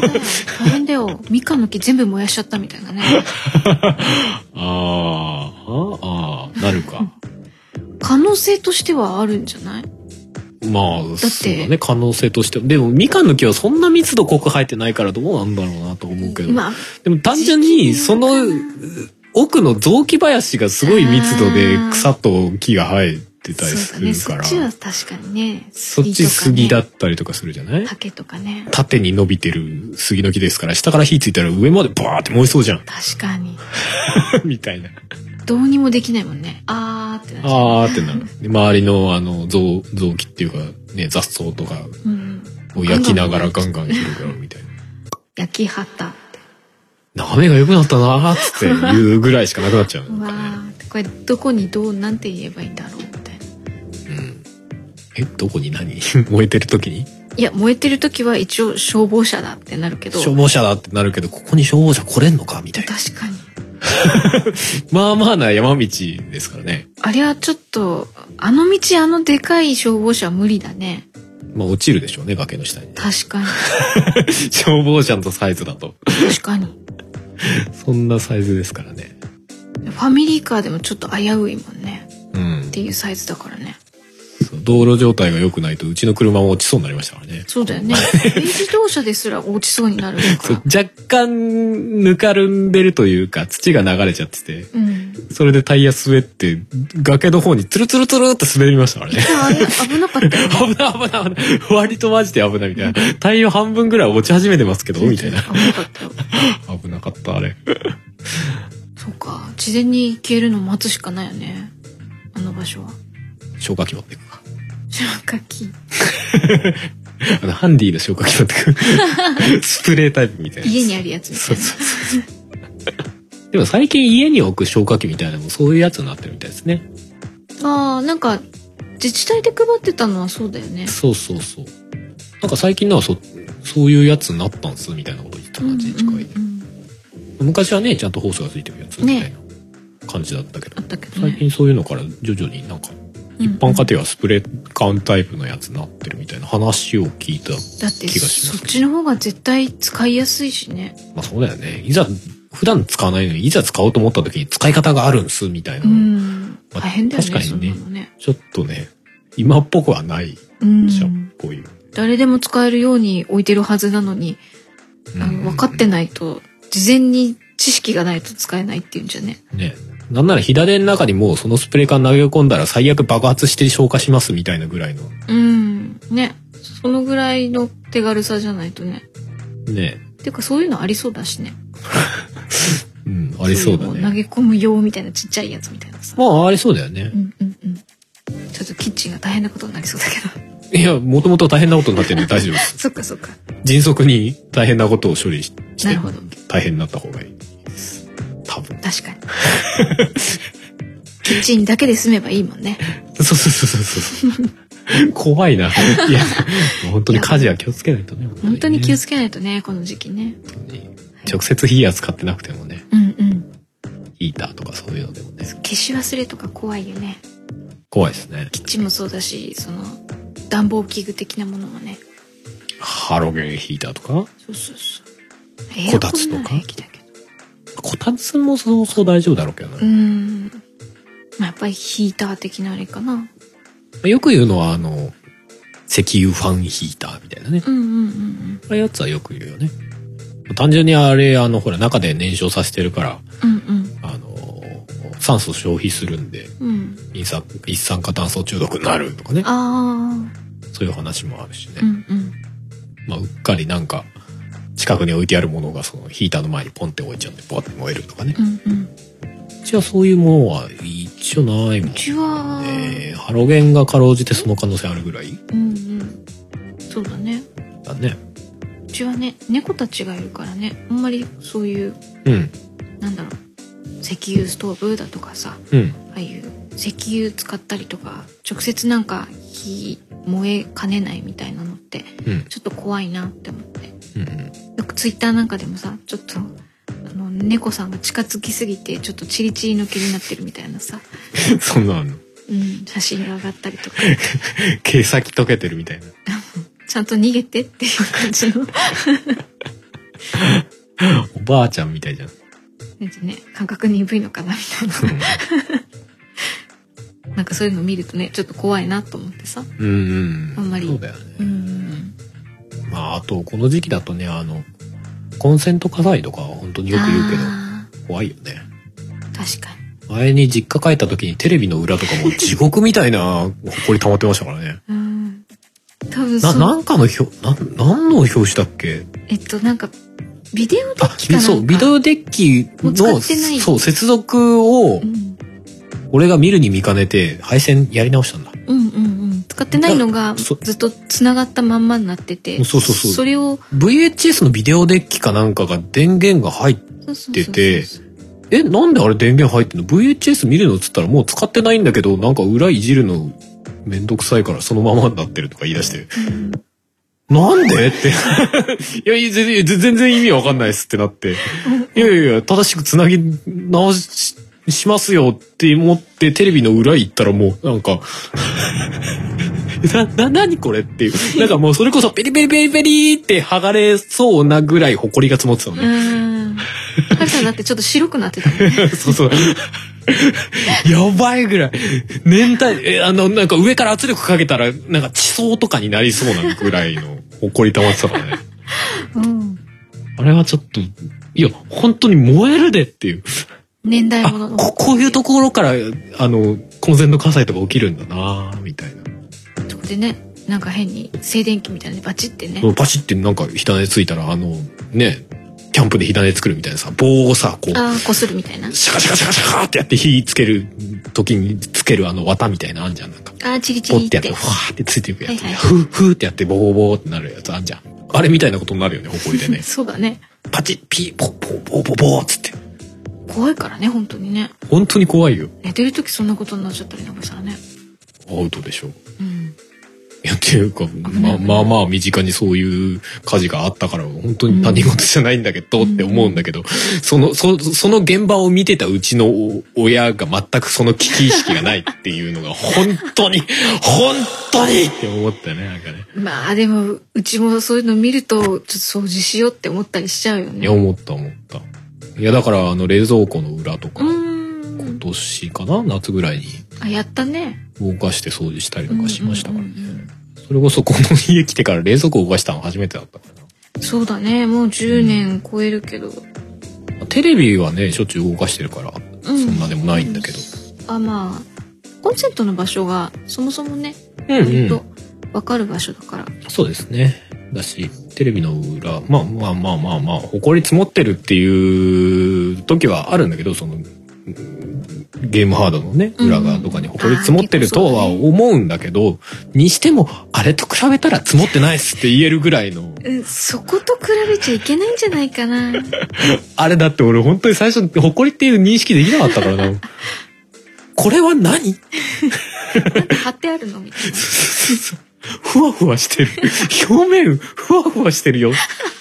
大変だよ。みかんの木全部燃やしちゃったみたいなね。 ああああなるか。 可能性としてはあるんじゃない？ まあだってね可能性としてでもみかんの木はそんな密度濃く生えてないからどうなんだろうなと思うけど、まあ、でも単純にその奥の雑木林がすごい密度で草と木が生えてたりするから、 そっちは確かにね、 そっち杉だったりとかするじゃない？ 竹とかね。 縦に伸びてる杉の木ですから下から火ついたら上までバーって燃えそうじゃん。 確かに。 みたいな。 どうにもできないもんね。あーってなっちゃう。 あーってなる。周りのあの雑雑木っていうかね雑草とかを焼きながらガンガン広がるみたいな。 焼き畑って。 眺めが良くなったなーっつって言うぐらいしかなくなっちゃう、ね。 わー、これどこにどうなんて言えばいいんだろうみたいな。 うん。えどこに何燃えてる時に？ いや燃えてる時は一応消防車だってなるけど。 消防車だってなるけどここに消防車来れんのかみたいな。 確かに。 まあまあな山道ですからね。 あれはちょっとあの道あのでかい消防車は無理だね。 まあ落ちるでしょうね崖の下に、ね。 確かに。 消防車のサイズだと。 確かに。 そんなサイズですからね。 ファミリーカーでもちょっと危ういもんね。 うん。 っていうサイズだからね。 道路状態が良くないとうちの車も落ちそうになりましたからね。 そうだよね。軽自動車ですら落ちそうになるから若干ぬかるんでるというか土が流れちゃってて、うん、それでタイヤ滑って崖の方にツルツルツルって滑りましたからね。 危なかったよ、ね。 危ない危ない危ない。割とマジで危ないみたいな。タイヤ半分ぐらい落ち始めてますけどみたいな。 危なかったよ。 危なかったあれ。 そうか、事前に消えるの待つしかないよね。あの場所は。 消火器持っていくか。 消火器。 あのハンディの消火器持ってく。スプレータイプみたいな。 家にあるやつみたいな。 そうそうそう。でも最近家に置く消火器みたいなのもそういうやつになってるみたいですね。 ああ、なんか自治体で配ってたのはそうだよね。 そうそうそう。なんか最近のはそそういうやつになったんすみたいなこと言ってた感じに近いね。うんうんうん、昔はねちゃんとホースがついてるやつみたいな感じだったけど、 ね、あったけどね、 最近そういうのから徐々になんか一般家庭はスプレー缶タイプのやつになってるみたいな話を聞いた気がします。 だってそっちの方が絶対使いやすいしね。 まあそうだよね。いざ普段使わないのにいざ使おうと思った時に使い方があるんすみたいな。うん、 まあ、大変だよね。 確かにね、 ねちょっとね今っぽくはないじゃんこういう。 誰でも使えるように置いてるはずなのに、あの分かってないと事前に知識がないと使えないっていうんじゃね。 ね。なんなら火種の中にもうそのスプレー缶投げ込んだら最悪爆発して消火しますみたいなぐらいの。 うんね。そのぐらいの手軽さじゃないとね。 ね。 てかそういうのありそうだしね。 うん、ありそうだね。 投げ込む用みたいなちっちゃいやつみたいなさ。 まあありそうだよね。 うんうんうん。ちょっとキッチンが大変なことになりそうだけど。 いや、もともと大変なことになってるんで大丈夫です。 そっかそっか。迅速に大変なことを処理して、 なるほど。 大変になった方がいい。多分。 確かに。キッチンだけで済めばいいもんね。 そうそうそうそうそう。怖いな。いや、本当に火事は気をつけないとね。 本当に気をつけないとね、この時期ね。 直接火は使ってなくてもね。 うんうん。 ヒーターとかそういうのでもね。 消し忘れとか怖いよね。 怖いですね。 キッチンもそうだし、その暖房器具的なものもね。 ハロゲンヒーターとか。 そうそうそう。 こたつとか。こたつもそうそう大丈夫だろうけどね。 うん。まあ、やっぱりヒーター的なあれかな。 よく言うのはあの石油ファンヒーターみたいなね。 うんうんうんうん。 ああいうやつはよく言うよね。単純にあれあのほら中で燃焼させてるから、 うんうん、 あの酸素消費するんで、 うん、 一酸一酸化炭素中毒になるとかね。 あそういう話もあるしね。 うんうん、 まあうっかりなんか近くに置いてあるものがそのヒーターの前にポンって置いちゃってポワって燃えるとかね。 うんうん、 うちはそういうものは一応ないもんね。 うちはハロゲンがかろうじてその可能性あるぐらい。 うんうん、そうだね。 だね。 うちはね猫たちがいるからねあんまりそういう、 うん、 なんだろう石油ストーブだとかさ、 うん、 ああいう石油使ったりとか直接なんか火燃えかねないみたいなのって、うん、ちょっと怖いなって思って、うんうん、よくツイッターなんかでもさちょっとあの猫さんが近づきすぎてちょっとチリチリの毛になってるみたいなさそんなの、うん、 写真が上がったりとか毛先溶けてるみたいなちゃんと逃げてっていう感じのおばあちゃんみたいじゃんね、感覚鈍いのかなみたいななんかそういうの見るとねちょっと怖いなと思ってさ、うんうん、あんまりそうだよね、うん、まああとこの時期だとねあのコンセント火災とかは本当によく言うけど怖いよね。 確かに前に実家帰った時にテレビの裏とかも地獄みたいな埃溜まってましたからねうん多分ななんかの表な何の表紙だっけえっとなんかビデオデッキかなんかそうビデオデッキのそう接続を、うん、俺が見るに見かねて配線やり直したんだ。 うんうんうん。使ってないのがずっとつながったまんまになってて、そうそうそう。それをブイエイチエス のビデオデッキかなんかが電源が入ってて、えなんであれ電源入ってんの ブイエイチエス 見るのっつったらもう使ってないんだけどなんか裏いじるのめんどくさいからそのままになってるとか言い出して。うんなんでっていやいや全然全然意味わかんないっすってなっていやいや正しくつなぎ直ししますよって思ってテレビの裏行ったらもうなんかな、な、何これっていうなんかもうそれこそペリペリペリペリって剥がれそうなぐらいホコリが積もってたのね。うんハルさんだってちょっと白くなってたもんねそうそうやばいぐらい年代えあのなんか上から圧力かけたらなんか地層とかになりそうなぐらいのほこり溜まってたからね、うん、あれはちょっといや本当に燃えるでっていう年代物のこ, こういうところからあのコンセント火災とか起きるんだなみたいなそこでねなんか変に静電気みたいなバチってねバチってなんか火種ついたらあのねキャンプで火種作るみたいなさ棒をさこうあこするみたいなシャカシャカシャカシャカってやって火つける時につけるあの綿みたいなあんじゃんなんかあチリチリってポッてやってフワーってついていくやつ、はいはい、フーフーってやってボーボーってなるやつあんじゃんあれみたいなことになるよねほこりでねそうだねパチッピーポッポーボーボーボーっつって怖いからね本当にね本当に怖いよ寝てる時そんなことになっちゃったりなんかしたらねアウトでしょうんいやっていうかまあまあまあ身近にそういう火事があったから本当に他人事じゃないんだけど、うん、って思うんだけど、うん、そのそその現場を見てたうちの親が全くその危機意識がないっていうのが本当に本当にって思ったねなんかね。 まあでもうちもそういうの見るとちょっと掃除しようって思ったりしちゃうよね。 いや思った思った。いやだからあの冷蔵庫の裏とか今年かな夏ぐらいにあやったね動かして掃除したりとかしましたからね、うんうんうんうん、それこそこの家来てから冷蔵庫動かしたの初めてだったからそうだねもうじゅうねん超えるけど、 うん、テレビはねしょっちゅう動かしてるから、うん、そんなでもないんだけど、 うん、あまあコンセントの場所がそもそもね割と分かる場所だから、うんうん、そうですねだしテレビの裏まあまあまあまあまあ埃積もってるっていう時はあるんだけどそのゲームハードのね裏側とかに埃積もってるとは思うんだけど、うん、にしてもあれと比べたら積もってないっすって言えるぐらいの、 うん、そこと比べちゃいけないんじゃないかなあれだって俺本当に最初埃っていう認識できなかったからなこれは何貼ってあるのみたいなふわふわしてる表面ふわふわしてるよ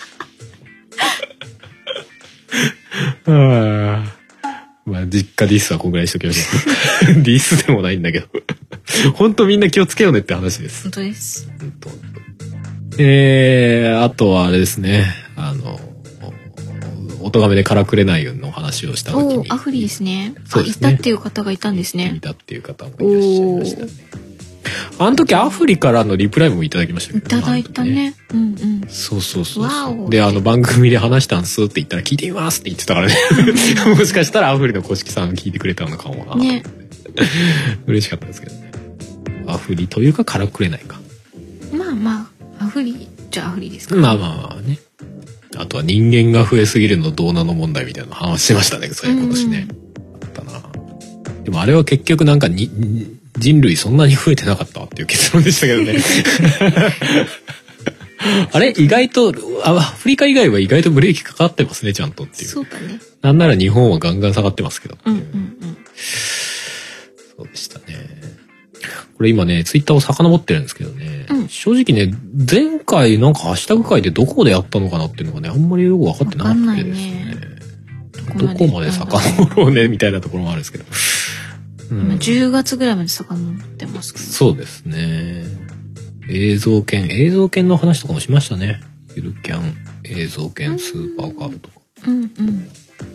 あまあ実家ディスはこんぐらいにしときましょうディスでもないんだけど本当みんな気をつけようねって話です。 本当です。本当えー、あとはあれですねあのおとがめでからくれないの話をした時におアフリですね。そうですね。いたっていう方がいたんですね。 いたっていう方もいらっしゃいましたね。あの時アフリからのリプライもいただきましたけど、 ね、いただいたね。うんうん。 そうそうそうそう。であの番組で話したんすって言ったら聞いてみますって言ってたからね。もしかしたらアフリの公式さんが聞いてくれたのかもな。ね。嬉しかったですけどね。アフリというかからくれないか。 まあまあアフリじゃアフリですか、 ね。まあまあまあね。あとは人間が増えすぎるのどうなの問題みたいな話してましたね。そういう今年ね。あったな。でもあれは結局なんかに人類そんなに増えてなかったっていう結論でしたけどね。あれ意外とアフリカ以外は意外とブレーキかかってますねちゃんとっていう。 そうだね。 なんなら日本はガンガン下がってますけど。 うんうんうん。 そうでしたね。これ今ね、ツイッターを遡ってるんですけどね、うん、正直ね、前回なんかハッシュタグ会でどこでやったのかなっていうのがね、あんまりよく分かってなくてですね。どこまで遡ろうねみたいなところもあるんですけど。 うん、じゅうがつぐらいまで遡ってますかね。 そうですね。映像犬、映像犬の話とかもしましたね。ゆるキャン、映像犬、スーパーカーとか。うんうん。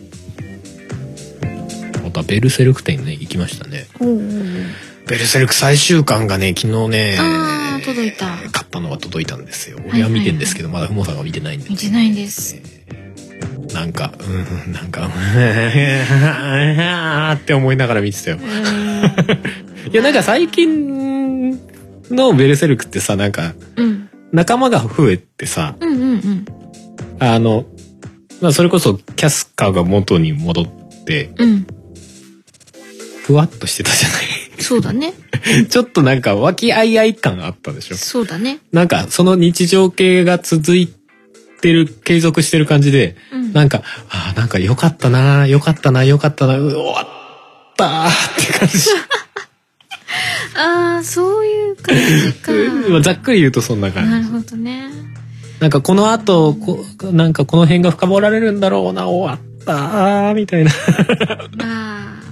またベルセルク店ね、行きましたね。おうおうおう。ベルセルク最終巻がね、昨日ね、 あー、届いた。 買ったのが届いたんですよ。俺は見てんですけど、はいはいはい、まだふもさんが見てないんで、ね。 見てないんです。 なんか、うん、なんか、って思いながら見てたよ。いや、なんか最近のベルセルクってさ、なんか、うん、仲間が増えてさ、うんうんうん、あの、まあ、それこそキャスカーが元に戻って、うん、ふわっとしてたじゃない。 そうだね。 ちょっとなんか和気あいあい感あったでしょ。 そうだね。 なんかその日常系が続いてる、継続してる感じで、うん、なんか、ああ、なんか良かったな、良かったな、良かったな、終わったーって感じ。 ああ、そういう感じか。 ざっくり言うとそんな感じ。 なるほどね。なんかこの後、こなんかこの辺が深掘られるんだろうな、終わったーみたいな。 まあ。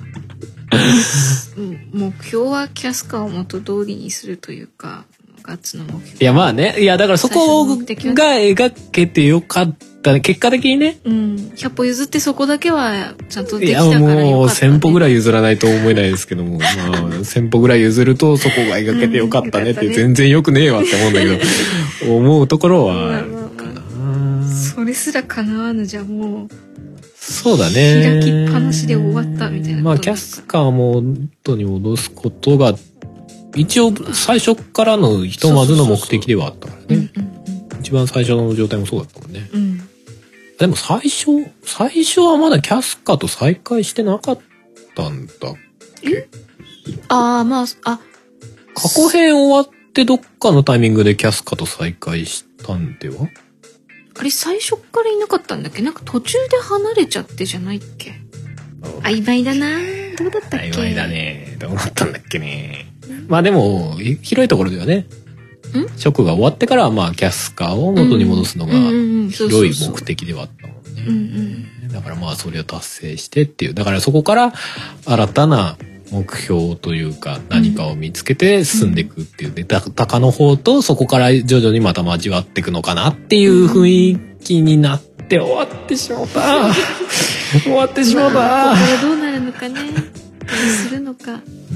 目標はキャスカーを元通りにするというか、ガッツの目標。 いやまあね、いやだからそこが描けてよかったね、結果的にね。 うん、ひゃっぽ譲ってそこだけはちゃんとできたからよかった、ね。 いやもうせんぽぐらい譲らないと思えないですけども、まあせんぽぐらい譲るとそこが描けてよかったねって、うん、全然よくねえわって思うんだけど、思うところはあるかな。 それすら叶わぬじゃもう。 そうだね。 開きっぱなしで終わったみたいな。 まあキャスカーも元に戻すことが一応最初からのひとまずの目的ではあったからね。一番最初の状態もそうだったもんね。うん、でも最初最初はまだキャスカーと再会してなかったんだっけ？ ああまああ過去編終わってどっかのタイミングでキャスカーと再会したんでは？ あれ最初からいなかったんだっけ？なんか途中で離れちゃってじゃないっけ？曖昧だな。どうだったっけ？ 曖昧だね。どうだったんだっけね。まあでも広いところではね、職が終わってからはまあキャスカーを元に戻すのが広い目的ではあったもんね。だからまあそれを達成してっていう。だからそこから新たな目標というか何かを見つけて進んでいくっていうで、タカの方とそこから徐々にまた交わっていくのかなっていう雰囲気になって終わってしまった終わってしまった、まあ、 ここからどうなるのかねどうするのか、 うん、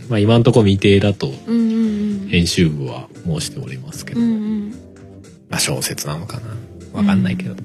まあ今のところ未定だと編集部は申しておりますけど、うんうん、まあ小説なのかなわかんないけど、うん、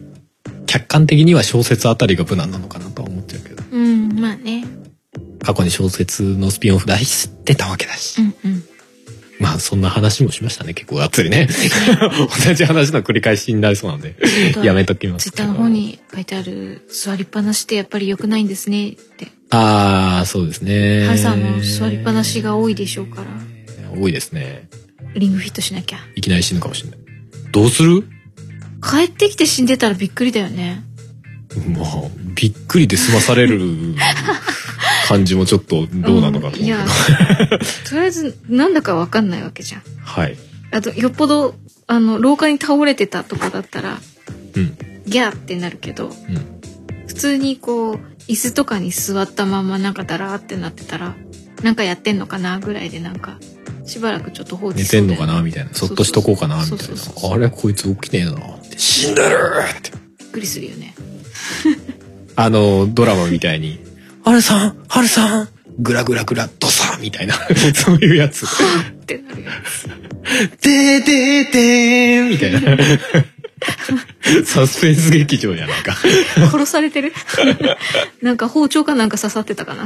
客観的には小説あたりが無難なのかなとは思っちゃうけど、 うん、まあね過去に小説のスピンオフ出してたわけだし、うんうん、まあそんな話もしましたね結構がっつりね同じ話の繰り返しになりそうなんでやめときますけど。 ツイッターの方に書いてある座りっぱなしってやっぱり良くないんですねって。 ああそうですね。 ハルさんも座りっぱなしが多いでしょうから。 多いですね。 リングフィットしなきゃ。 いきなり死ぬかもしれない。どうする？ 帰ってきて死んでたらびっくりだよね。 まあびっくりで済まされる感じもちょっとどうなのかと思うけど、うん、いやとりあえずなんだかわかんないわけじゃん。 はい。 あとよっぽどあの廊下に倒れてたとかだったら、うん、ギャーってなるけど、うん、普通にこう椅子とかに座ったままなんかダラーってなってたらなんかやってんのかなぐらいでなんかしばらくちょっと放置して、ね、寝てんのかなみたいなそっとしとこうかなみたいなあれこいつ起きねえなって死んでるってびっくりするよねあのドラマみたいにハルさんハルさんグラグラグラドサみたいなそういうやつってなるやつでーでーでーみたいなサスペンス劇場じゃないか殺されてるなんか包丁かなんか刺さってたかな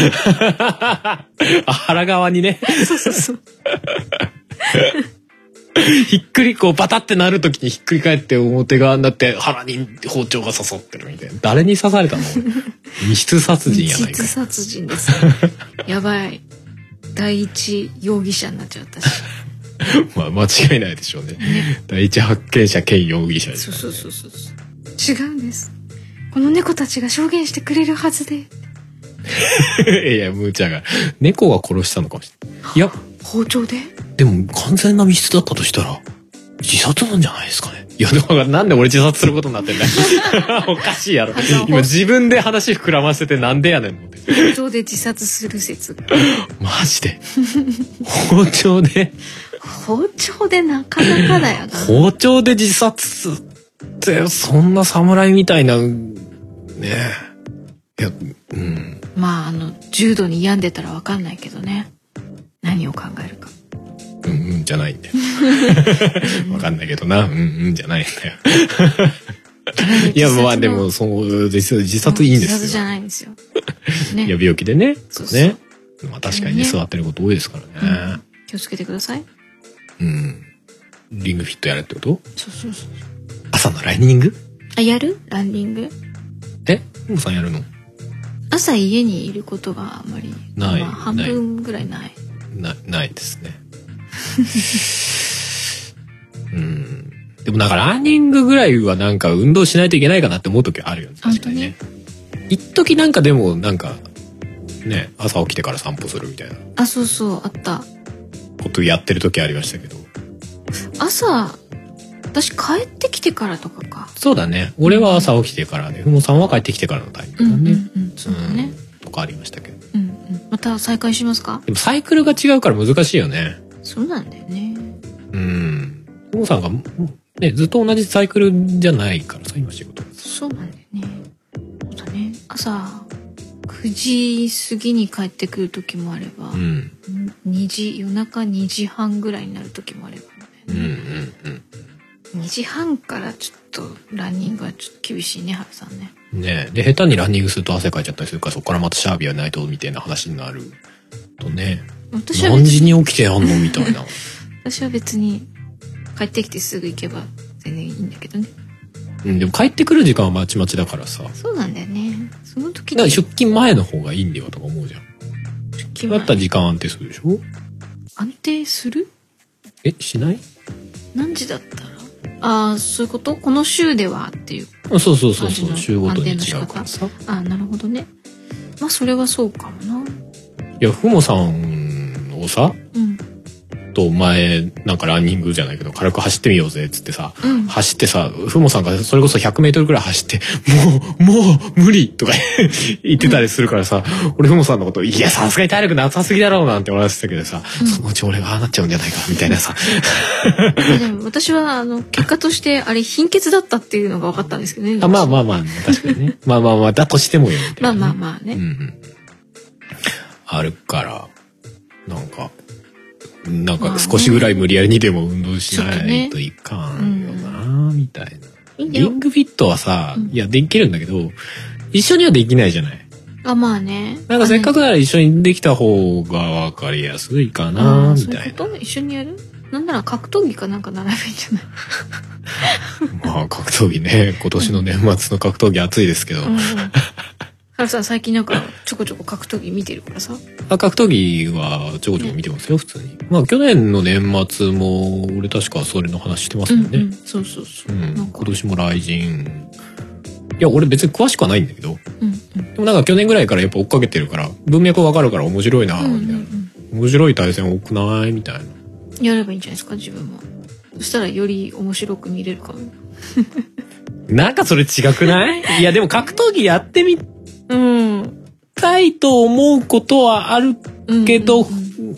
あ腹側にねそうそうそうひっくりこうバタってなる時にひっくり返って表側になって腹に包丁が刺さってるみたいな。誰に刺されたの？密室殺人やないか。 密室殺人ですねやばい第一容疑者になっちゃったしまあ間違いないでしょうね。ね第一発見者兼容疑者です、 ね、そうそうそうそう違うんですこの猫たちが証言してくれるはずでいや、ムーちゃんが猫が殺したのかもしれない。いや、 包丁で？ でも完全な密室だったとしたら自殺なんじゃないですかね。いや、だからなんで俺自殺することになってんだよ。おかしいやろ。今自分で話膨らませてなんでやねんのって。 包丁で自殺する説。 マジで。包丁で。 包丁でなかなかだよな。 包丁で自殺ってそんな侍みたいなねえ。いや、うん。 まああの重度に病んでたらわかんないけどね。何を考えるか。 うんうんじゃないんだよ。わかんないけどな。うんうんじゃないんだよ。いやまあでもそう自殺いいんですよ。 自殺じゃないんですよ。 ね、いや病気でね。そうそうね。まあ確かにね座ってること多いですからね。 うん、気をつけてください。 うん。リングフィットやるってこと？ そうそうそう。 朝のランニング？ あ、やる？ランニング？ え？ももさんやるの？朝家にいることがあまりない。まあ、半分ぐらいない。 な、ないですね。うん。でもなんかランニングぐらいはなんか運動しないといけないかなって思う時あるよね。確かにね。一時なんかでもなんかね朝起きてから散歩するみたいな。 あ、そうそうあった。 ことやってる時ありましたけど。 朝私帰ってきてからとかか。 そうだね。俺は朝起きてからで、ふもさんは帰ってきてからのタイミングだね。うんうんうん、そうだね、うん。とかありましたけど。 うんうん。また再開しますか？ でもサイクルが違うから難しいよね。 そうなんだよね。 うん。ふもさんがねずっと同じサイクルじゃないからさ今仕事。 そうなんだよね。そうだね。朝くじ過ぎに帰ってくる時もあれば、うん、にじ夜中にじはんぐらいになる時もあれば、ね、うんうんうん、にじはんからちょっとランニングはちょっと厳しいねはるさんね。 ねで下手にランニングすると汗かいちゃったりするからそこからまたシャービーやないとみたいな話になるとね。私は何時に起きてやんのみたいな。 私は別に帰ってきてすぐ行けば全然いいんだけどね。 うん、でも帰ってくる時間はまちまちだからさ。 そうなんだよね。その時だから出勤前の方がいいんだよとか思うじゃん。出勤前だったら時間安定するでしょ。 安定する？ えしない？ 何時だったら？ああそういうこと？この週ではっていう。 あそうそうそうそう週ごとに違うからさ。 あなるほどね。まあそれはそうかもな。いやふもさんをさ。うんと前なんかランニングじゃないけど軽く走ってみようぜっつってさ、うん、走ってさふもさんがそれこそひゃくメートルぐらい走ってもうもう無理とか言ってたりするからさ、うん、俺ふもさんのこといやさすがに体力なさすぎだろうなんて思わせてたけどさ、うん、そのうち俺がああなっちゃうんじゃないかみたいなさでも私はあの結果としてあれ貧血だったっていうのが分かったんですけどね。 あまあまあまあ確かにねまあまあまあだとしてもよみたいな、ね、 まあまあまあね、うんうん、 あるからなんかなんか少しぐらい無理やりにでも運動しないといかんよなみたいな、うん、リングフィットはさ、うん、いやできるんだけど一緒にはできないじゃない。 あまあね。 なんかせっかくなら一緒にできた方が分かりやすいかなみたいな。そういうこと？一緒にやる？なんなら格闘技かなんか習えばいいんじゃない？ まあ格闘技ね今年の年末の格闘技熱いですけど。うんうんはるさん最近なんかちょこちょこ格闘技見てるからさ。 あ格闘技はちょこちょこ見てますよ、ね、普通に。まあ去年の年末も俺確かそれの話してますよね、うんうん、 そうそうそう、 うん、今年も雷神いや俺別に詳しくはないんだけど、うんうん、でもなんか去年ぐらいからやっぱ追っかけてるから文脈わかるから面白いなみたいな、うんうんうん、面白い対戦多くないみたいな。 やればいいんじゃないですか自分も。そしたらより面白く見れるかも。 なんかそれ違くない？いやでも格闘技やってみうん、たいと思うことはあるけど、うんうん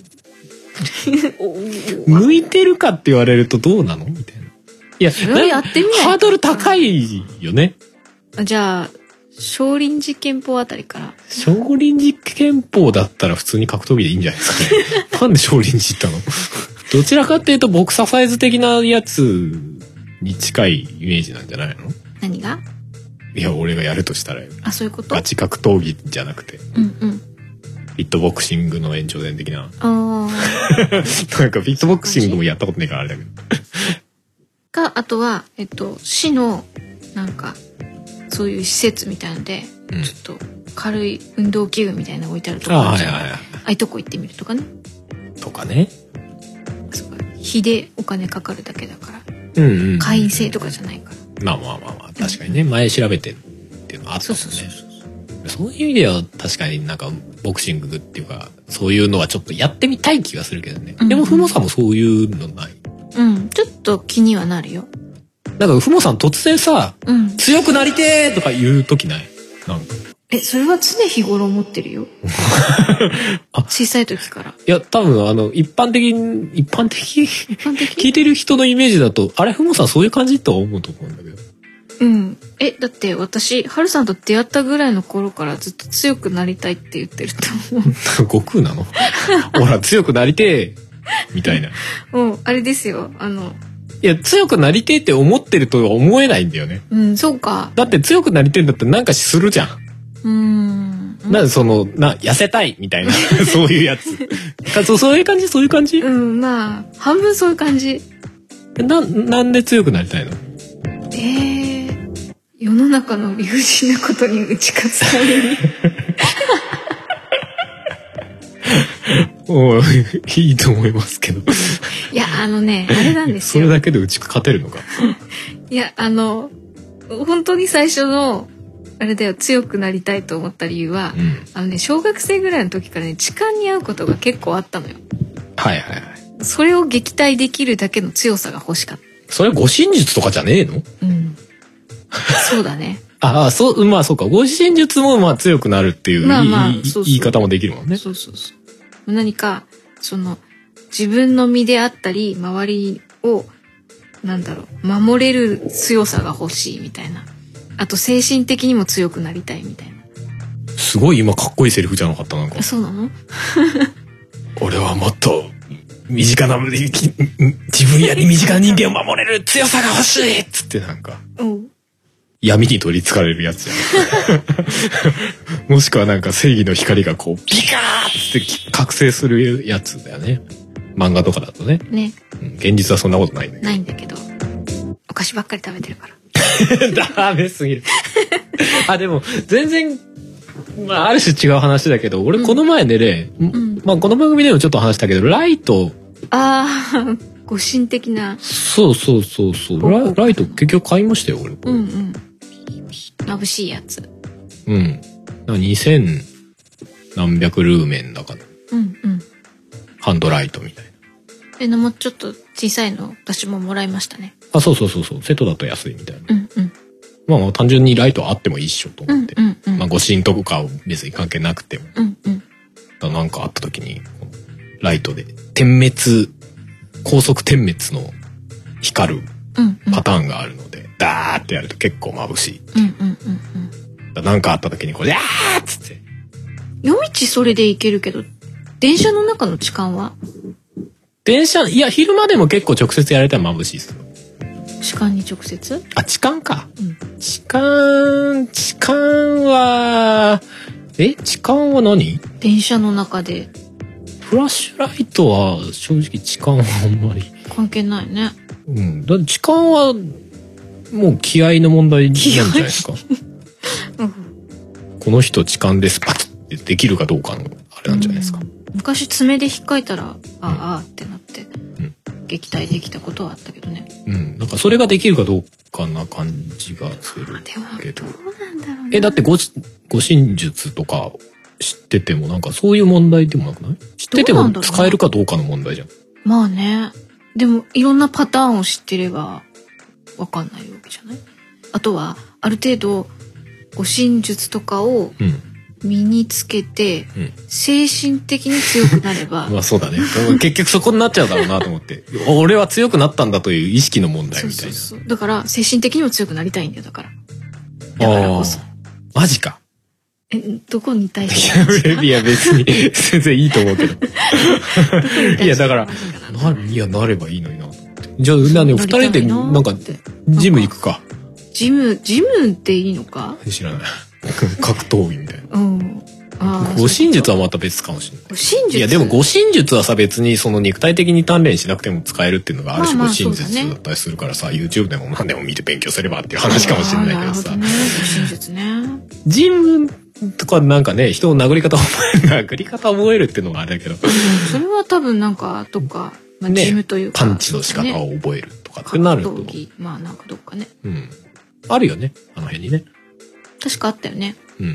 うん、向いてるかって言われるとどうなのみたいな。いや、それやってみないハードル高いよね。 じゃあ少林寺拳法あたりから。 少林寺拳法だったら普通に格闘技でいいんじゃないですかね。なんで少林寺行ったの？どちらかっていうとボクササイズ的なやつに近いイメージなんじゃないの？ 何が？ いや俺がやるとしたらよ。 あそういうこと？ ガチ格闘技じゃなくて、うんうん、フィットボクシングの延長線的な。あなんかフィットボクシングもやったことないからあれだけど。 かあとはえっと市のなんかそういう施設みたいので、うん、ちょっと軽い運動器具みたいなの置いてあるところあるじゃん。あ、はいはいはい、ああいうとこ行ってみるとかね。 とかね。 そうか日でお金かかるだけだから、うんうんうん、会員制とかじゃないから。 まあまあまあまあ確かにね、うん、前調べてっていうのはあったもんね。そうそうそうそう。 そういう意味では確かになんかボクシングっていうかそういうのはちょっとやってみたい気がするけどね、うんうん、でもふもさんもそういうのない？ うんちょっと気にはなるよ。 なんかふもさん突然さ、うん、強くなりてーとか言う時ない？なんかえそれは常日頃思ってるよあ小さい時から。 いや多分あの一般的に一般的一般的聞いてる人のイメージだとあれふもさんそういう感じとは思うと思うんだけど。 うんえだって私ハルさんと出会ったぐらいの頃からずっと強くなりたいって言ってると思う悟空なのほら強くなりてーみたいなもうあれですよあのいや強くなりてーって思ってるとは思えないんだよね。 うんそうか。 だって強くなりてーんだったらなんかするじゃん。 うーんなんでそのな痩せたいみたいなそういうやつそそういう感じそういう感じ。 うんまあ半分そういう感じ。 ななんで強くなりたいの？ えー、世の中の理不尽なことに打ち勝つためにおいいと思いますけどいやあのねあれなんですよそれだけで打ち勝てるのかいやあの本当に最初のあれだよ強くなりたいと思った理由は、うん、あのね小学生ぐらいの時からね痴漢に遭うことが結構あったのよ。 はいはいはい。 それを撃退できるだけの強さが欲しかった。 それ護身術とかじゃねえの？うんそうだねああそうまあそうか護身術もまあ強くなるっていう、まあまあ、そうそう言い方もできるもんね。 そうそうそう何かその自分の身であったり周りをなんだろう守れる強さが欲しいみたいな。あと精神的にも強くなりたいみたいな。 すごい今かっこいいセリフじゃなかったなんか。 そうなの俺はもっと身近な自分やり身近な人間を守れる強さが欲しいっつってなんか、うん、闇に取りつかれるやつじゃんもしくはなんか正義の光がこうビカーって覚醒するやつだよね漫画とかだとね。ね、うん、現実はそんなことないんだけど。 ないんだけどお菓子ばっかり食べてるからダメすぎるあでも全然まあある種違う話だけど俺この前でね、うん、まあこの番組でもちょっと話したけどライトああ護身的なそうそうそうそうラ, ライト結局買いましたよ俺。うんうん眩しいやつ。 うんにせん何百ルーメンだから、うんうん、ハンドライトみたいな。 えのもちょっと小さいの私ももらいましたね。 あそうそうそうそうセットだと安いみたいな。うんうんまあ単純にライトあってもいいっしょと思って、うんうんうん、まあ護身とかは別に関係なくても、うんうん、だなんかあった時にライトで点滅高速点滅の光るパターンがあるので、うんうん、ダーってやると結構眩しい。うんうんうんうん、だなんかあった時にこう「やー!」っつって夜道それで行けるけど電車の中の痴漢は電車いや昼間でも結構直接やられたら眩しいですよ。 痴漢に直接？ あ、痴漢か。うん、痴漢、痴漢は、え、痴漢は何？ 電車の中で。 フラッシュライトは正直痴漢はあんまり。 関係ないね。 うん。だって痴漢はもう気合の問題なんじゃないですか。うん、この人痴漢です。パキッってできるかどうかのあれなんじゃないですか。うん、 昔爪で引っかいたら、ああ、うん、あってなって。うん撃退できたことはあったけどね。うん、なんかそれができるかどうかな感じがするけど。どうなんだろうね。え、だって護護身術とか知っててもなんかそういう問題でもなくない？知ってても使えるかどうかの問題じゃん。 まあね。でもいろんなパターンを知ってればわかんないわけじゃない？あとはある程度護身術とかを、うん身につけて、うん、精神的に強くなればまあそうだね結局そこになっちゃうだろうなと思って俺は強くなったんだという意識の問題みたいな。そうそうそうだから精神的にも強くなりたいんだよだからだからこそマジかえどこに対していや別に全然いいと思うけどいやだからないやなればいいのになじゃあなんでふたりでなんかジム行くか。 ジムジムっていいのか知らない格闘技みたいな。うん。あ護身術はまた別かもしれない。 護身術。 いやでも護身術はさ別にその肉体的に鍛錬しなくても使えるっていうのがある種護身術だったりするからさ、まあまあね、YouTube でも何でも見て勉強すればっていう話かもしれないけどさ。 なるほどね。護身術ね。 ジムとかなんかね人の殴り方覚える殴り方覚えるっていうのがあれだけど。 それは多分なんかどっか、まあ、ジムというか、 ね、パンチの仕方を覚えるとかってなると。 格闘技まあなんかどっかね。 うん。あるよねあの辺にね。 確かあったよね。 うん。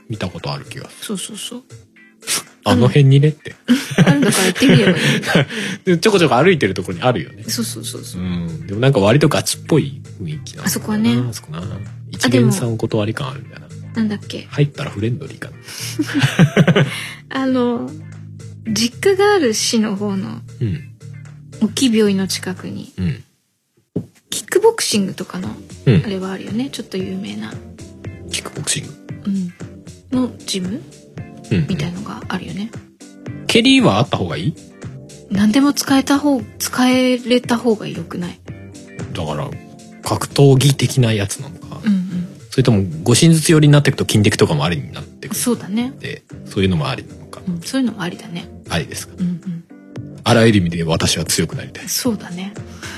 見たことある気がする。そうそうそう。 あの辺にねって。 あるんだから行ってみればいい。ちょこちょこ歩いてるところにあるよね。 そうそうそうそう。うん。でもなんか割とガチっぽい雰囲気なのかな。 あそこはね。 あそこな。一元さんお断り感あるんだな。 なんだっけ。 入ったらフレンドリーかな。 あの実家がある市の方の大きい病院の近くに、うん、キックボクシングとかの、うん、あれはあるよね。ちょっと有名な。 キックボクシング。 うん。のジム、うん、みたいのがあるよね。 蹴りはあった方がいい？ 何でも使えた方使えれた方が良くない？ だから格闘技的なやつなのか。うんうん。それとも護身術寄りになっていくと筋肉とかもありになってくる。 そうだね。 で、そういうのもありなのか。 うん、そういうのもありだね。 ありですか。うんうん。あらゆる意味で私は強くなりたい。 そうだね。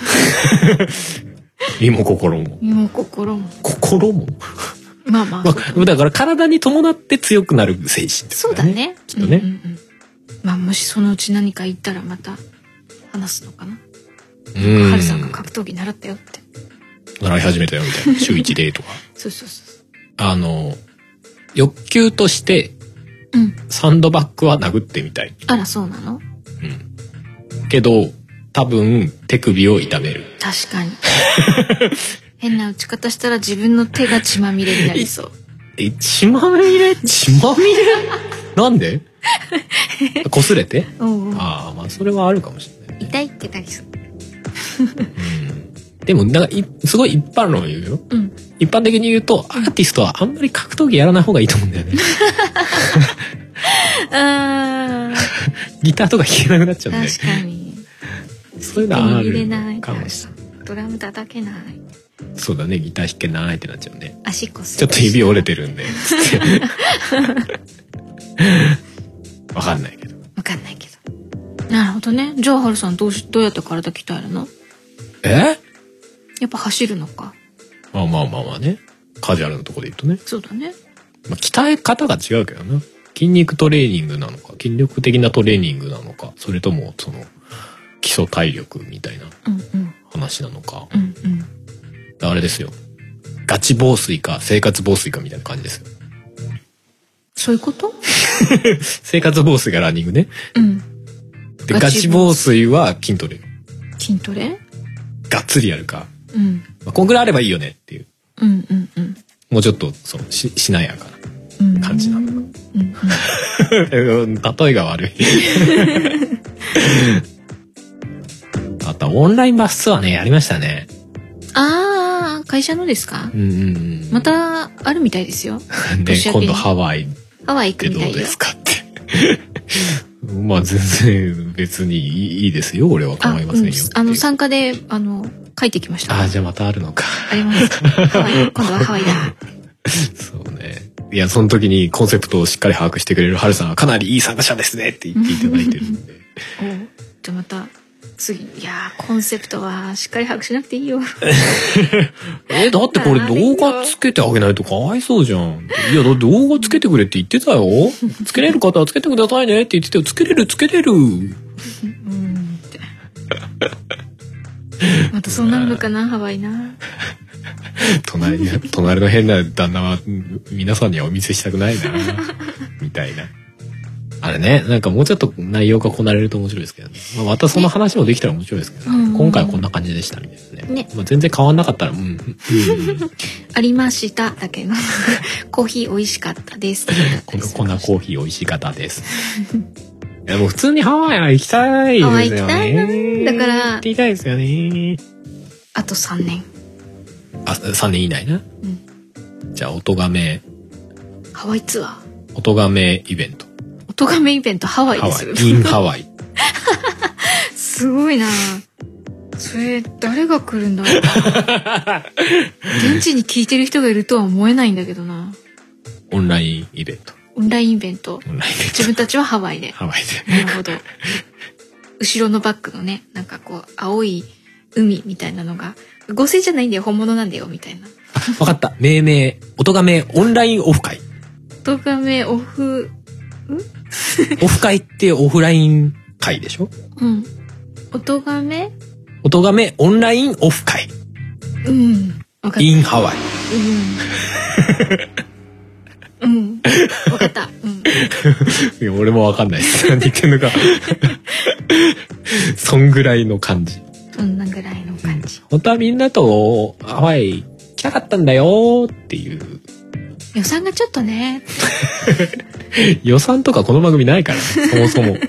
身も心も。 身も心も。 心も。 まあまあ、 まあ。だから体に伴って強くなる精神ですね。 そうだね。 きっとね。うんうんうん、まあもしそのうち何か言ったらまた話すのかな。うん。はるさんが格闘技習ったよって。 習い始めたよみたいな。週一でとか。 そうそうそう。 あの欲求として、うん、サンドバッグは殴ってみたい。 あらそうなの？ うん。けど多分手首を痛める。 確かに。変な打ち方したら自分の手が血まみれになりそう。 え、血まみれ？血まみれ？なんで？擦れて？おうおう。ああ、まあそれはあるかもしれない、ね。 痛いってなりそう。 うんでもなんかいすごい一般論を言うよ、うん、一般的に言うとアーティストはあんまり格闘技やらない方がいいと思うんだよね。あギターとか弾けなくなっちゃうんで。 確かにそういうのはあるかもしれない。 ドラム叩けない。 そうだね、ギター弾けないってなっちゃうね。 足骨折ちょっと指折れてるんでわかんないけどわかんないけど。なるほどね。じゃあはるさんどうしどうやって体鍛えるの？ えやっぱ走るのか。 まあまあまあまあね。カジュアルなところで言うとね。 そうだね。 まあ、鍛え方が違うけどな。筋肉トレーニングなのか、筋力的なトレーニングなのか、それともその基礎体力みたいな話なのか。うんうん、あれですよ。ガチ防水か生活防水かみたいな感じですよ。 そういうこと？ 生活防水がランニングね。うん。でガチ防水は筋トレ。 筋トレ？ がっつりやるか。うん、まあ、こんぐらいあればいいよねっていう。うんうんうん。もうちょっとそのししなやかな感じなのか。うんうん、例えが悪い。あとオンラインバスツアーねやりましたね。 ああ会社のですか？うんうんうん。またあるみたいですよ。 ね今度ハワイ。 ハワイ行くみたいよ。 どうですかって。まあ全然別にいいですよ。俺は構いませんよ。 あ、うん、あの参加であの書いてきました。 あ、じゃあまたあるのか。 あります。ハワイ今度はハワイだ。 そうね。いやその時にコンセプトをしっかり把握してくれるハルさんはかなりいい参加者ですねって言っていただいてるんで。 お、じゃあまた次いやコンセプトはしっかり把握しなくていいよ。 えだってこれ動画つけてあげないとかわいそうじゃん。いやだって動画つけてくれって言ってたよ。つけれる方はつけてくださいねって言ってたよ。つけれるつけれる。うんってまたそうなるのかなハワイな。 隣に隣の変な旦那は皆さんにはお見せしたくないなみたいな。あれね、なんかもうちょっと内容がこなれると面白いですけどね。まあ、またその話もできたら面白いですけどね。ね今回はこんな感じでしたみたいなね。ねまあ、全然変わんなかったら、うん。うん、 ありましただけど、コーヒー美味しかったです。 このこんなコーヒー美味しかったです。いやもう普通にハワイは行きたいですよね。ハワイ行きたいな。だから。行きたいですよね。 あとさんねん。 あ、さんねん以内な。うん、じゃあ、おとがめ。 ハワイツアー。 おとがめイベント。 おとがめイベントハワイでする。 インハワイ。 すごいな。それ誰が来るんだろう。現地に聞いてる人がいるとは思えないんだけどな。 オンラインイベント。 オンラインイベント。オンラインイベント。自分たちはハワイで。 ハワイで。 なるほど。後ろのバッグのね、なんかこう青い海みたいなのが合成じゃないんだよ、本物なんだよみたいな。 わかった。命名、おとがめオンラインオフ会。 おとがめオフ。んオフ会ってオフライン会でしょ。 うん。おとがめおとがめオンラインオフ会。 うん。わかった。 インハワイ。 うん。うん。 かった、うん、 いや俺もわかんないです何言ってんのかそんぐらいの感じ、 そんなぐらいの感じ、 本当はみんなとハワイ来たかったんだよっていう。 予算がちょっとね予算とかこの番組ないから、ね、そもそも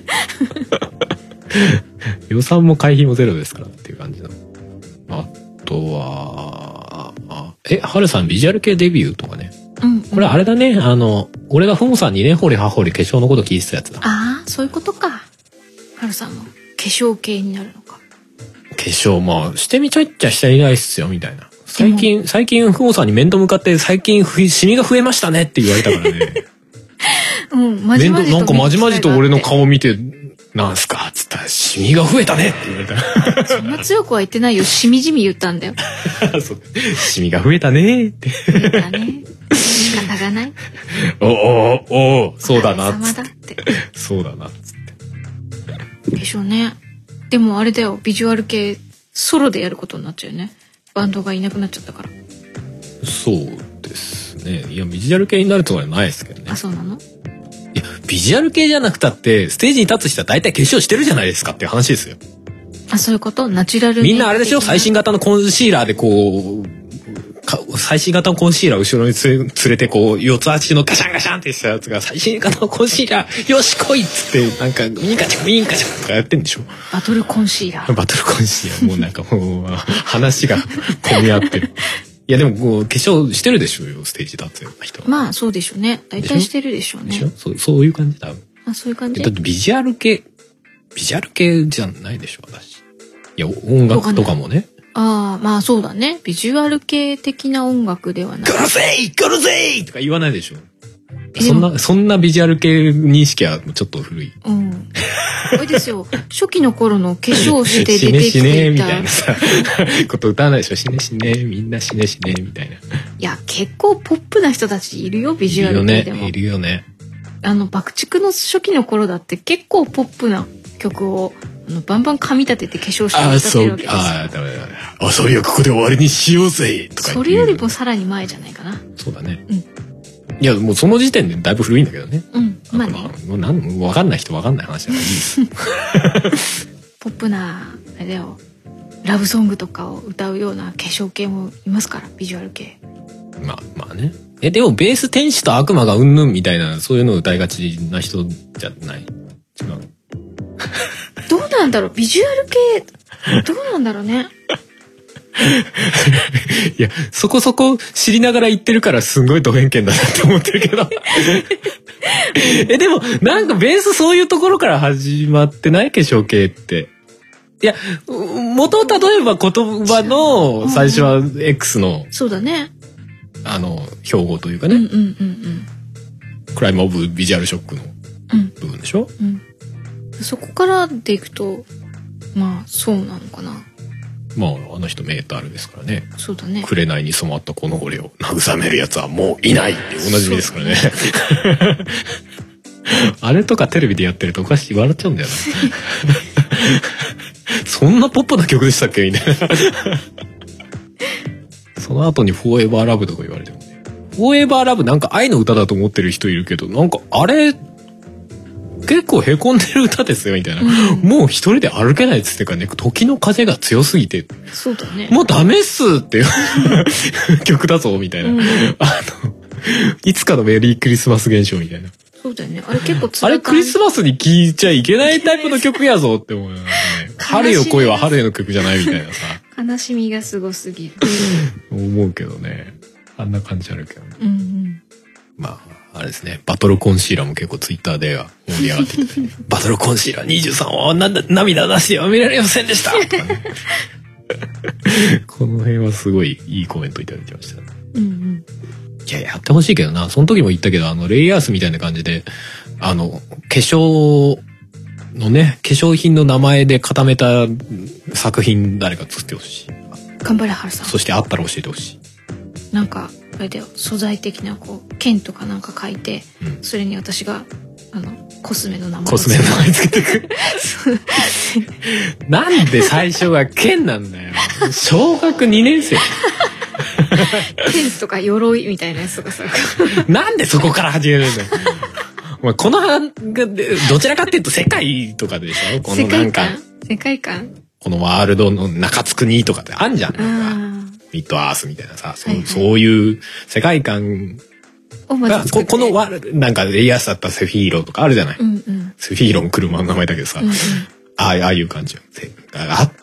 予算も会費もゼロですからっていう感じの。あとはえはるさんビジュアル系デビューとかね、うんうん、これあれだね、あの俺がふもさんにねほりはほり化粧のこと聞いてたやつだ。 ああそういうことか。はるさんも化粧系になるのか。 化粧まあしてみちゃいっちゃしちゃいないっすよみたいな。最近最近ふもさんに面と向かって最近シミが増えましたねって言われたからねうんまじまじとなんかまじまじと俺の顔見てなんすかっつったらシミが増えたねって言われたそんな強くは言ってないよ、しみじみ言ったんだよそうシミが増えたねって増えたね仕方がないおおおおそうだなっつって、 ってそうだなっつって化粧ね。でもあれだよ、ビジュアル系ソロでやることになっちゃうよね、バンドがいなくなっちゃったから。 そうですね。いやビジュアル系になるとかはないですけどね。 あ、そうなの？ いやビジュアル系じゃなくたってステージに立つ人は大体化粧してるじゃないですかっていう話ですよ。 あ、そういうこと。ナチュラルみんなあれでしょ、最新型のコンシーラーでこう最新型のコンシーラーを後ろにつれ連れてこう四つ足のガシャンガシャンってしたやつが最新型のコンシーラーよし来いっつってなんかミンカチャミンカチャとかやってんでしょ。 バトルコンシーラーバトルコンシーラーもうなんかもう話が混み合ってるいやでもこう化粧してるでしょうよ、ステージ立つような人は。まあそうでしょうね、大体してるでしょうね。 でしょ、そう、そういう感じだ。 あ、そういう感じ。 だってビジュアル系ビジュアル系じゃないでしょ私。いや音楽とかもね。 ああ、まあそうだね。ビジュアル系的な音楽ではない。 ゴルゼイゴルゼイとか言わないでしょ。そんな、そんなビジュアル系認識はちょっと古い。 うん。あれですよ。初期の頃の化粧して出てきていた。死ね死ねみたいなさ、 こと歌わないでしょ。死ね死ね、みんな死ね死ねみたいな。いや、結構ポップな人たちいるよ、ビジュアル系でも。 いるよね。いるよね。 あの、爆竹の初期の頃だって結構ポップな曲を、あのバンバン髪立てて化粧して歌ってるわけですよ。ああ、ダメだね。あ、そういうここで終わりにしようぜとか。それよりもさらに前じゃないかな。そうだね。うん。いやもうその時点でだいぶ古いんだけどね。うん。まあね。もうなん分かんない人分かんない話だからいいです。 ポップなあれだよ。ラブソングとかを歌うような化粧系もいますから、ビジュアル系。 まあまあね。えでもベース天使と悪魔がうんぬんみたいなそういうのを歌いがちな人じゃない？違う。 どうなんだろう、ビジュアル系どうなんだろうね。 いやそこそこ知りながら言ってるからすごいド偏見だなって思ってるけどえでもなんかベースそういうところから始まってない化粧系って。いや元例えば言葉の最初は X の、 うん、そうだね、 あの標語というかね、うんうんうんうん、クライムオブビジュアルショックの部分でしょ、うんうん、そこからでいくとまあそうなのかな。 まああの人メータールですからね。 そうだね。 紅に染まったこの俺を慰めるやつはもういないって同じ意味ですからね。あれとかテレビでやってるとおかしい笑っちゃうんだよな。そんなポップな曲でしたっけみたいな。その後にフォーエバーラブとか言われてもね。フォーエバーラブなんか愛の歌だと思ってる人いるけど、なんかあれ結構へこんでる歌ですよみたいな、うん、もう一人で歩けないっつってかね、時の風が強すぎて、 そうだね、 もうダメっすっていう曲だぞみたいな、うん、あのいつかのメリークリスマス現象みたいな。 そうだよね、あれ結構あれクリスマスに聴いちゃいけないタイプの曲やぞって思うよね。春よ恋は春への曲じゃないみたいなさ。 悲しみがすごすぎる。 思うけどね、あんな感じあるけど、ね、 うんうん、 まああれですね、バトルコンシーラーも結構ツイッターでは盛り上がってて、ね、バトルコンシーラーにじゅうさんはなんだ涙出しては見られませんでしたとか、ね、この辺はすごいいいコメントいただきました、ね、うんうん、いややってほしいけどな。その時も言ったけど、あのレイヤースみたいな感じであの化粧のね、化粧品の名前で固めた作品誰か作ってほしい。 頑張れハルさん。 そしてあったら教えてほしい。 なんかあれだよ、素材的なこう剣とかなんか書いて、うん、それに私があのコスメの名前コスメの名前つけてくなんで最初は剣なんだよ。小学にねん生剣とか鎧みたいなやつとかさ。 なんでそこから始めるんだよ。 まあこのがどちらかっていうと世界とかでしょ。このなんか世界観。 このワールドの中津国とかってあんじゃん。なんかミッドアースみたいなさ、そう、はいはい、そういう世界観がここのワなんかレイヤースだったセフィーロとかあるじゃない。うんうん、セフィーロの車の名前だけどさ、うんうん、ああいう感じがあって、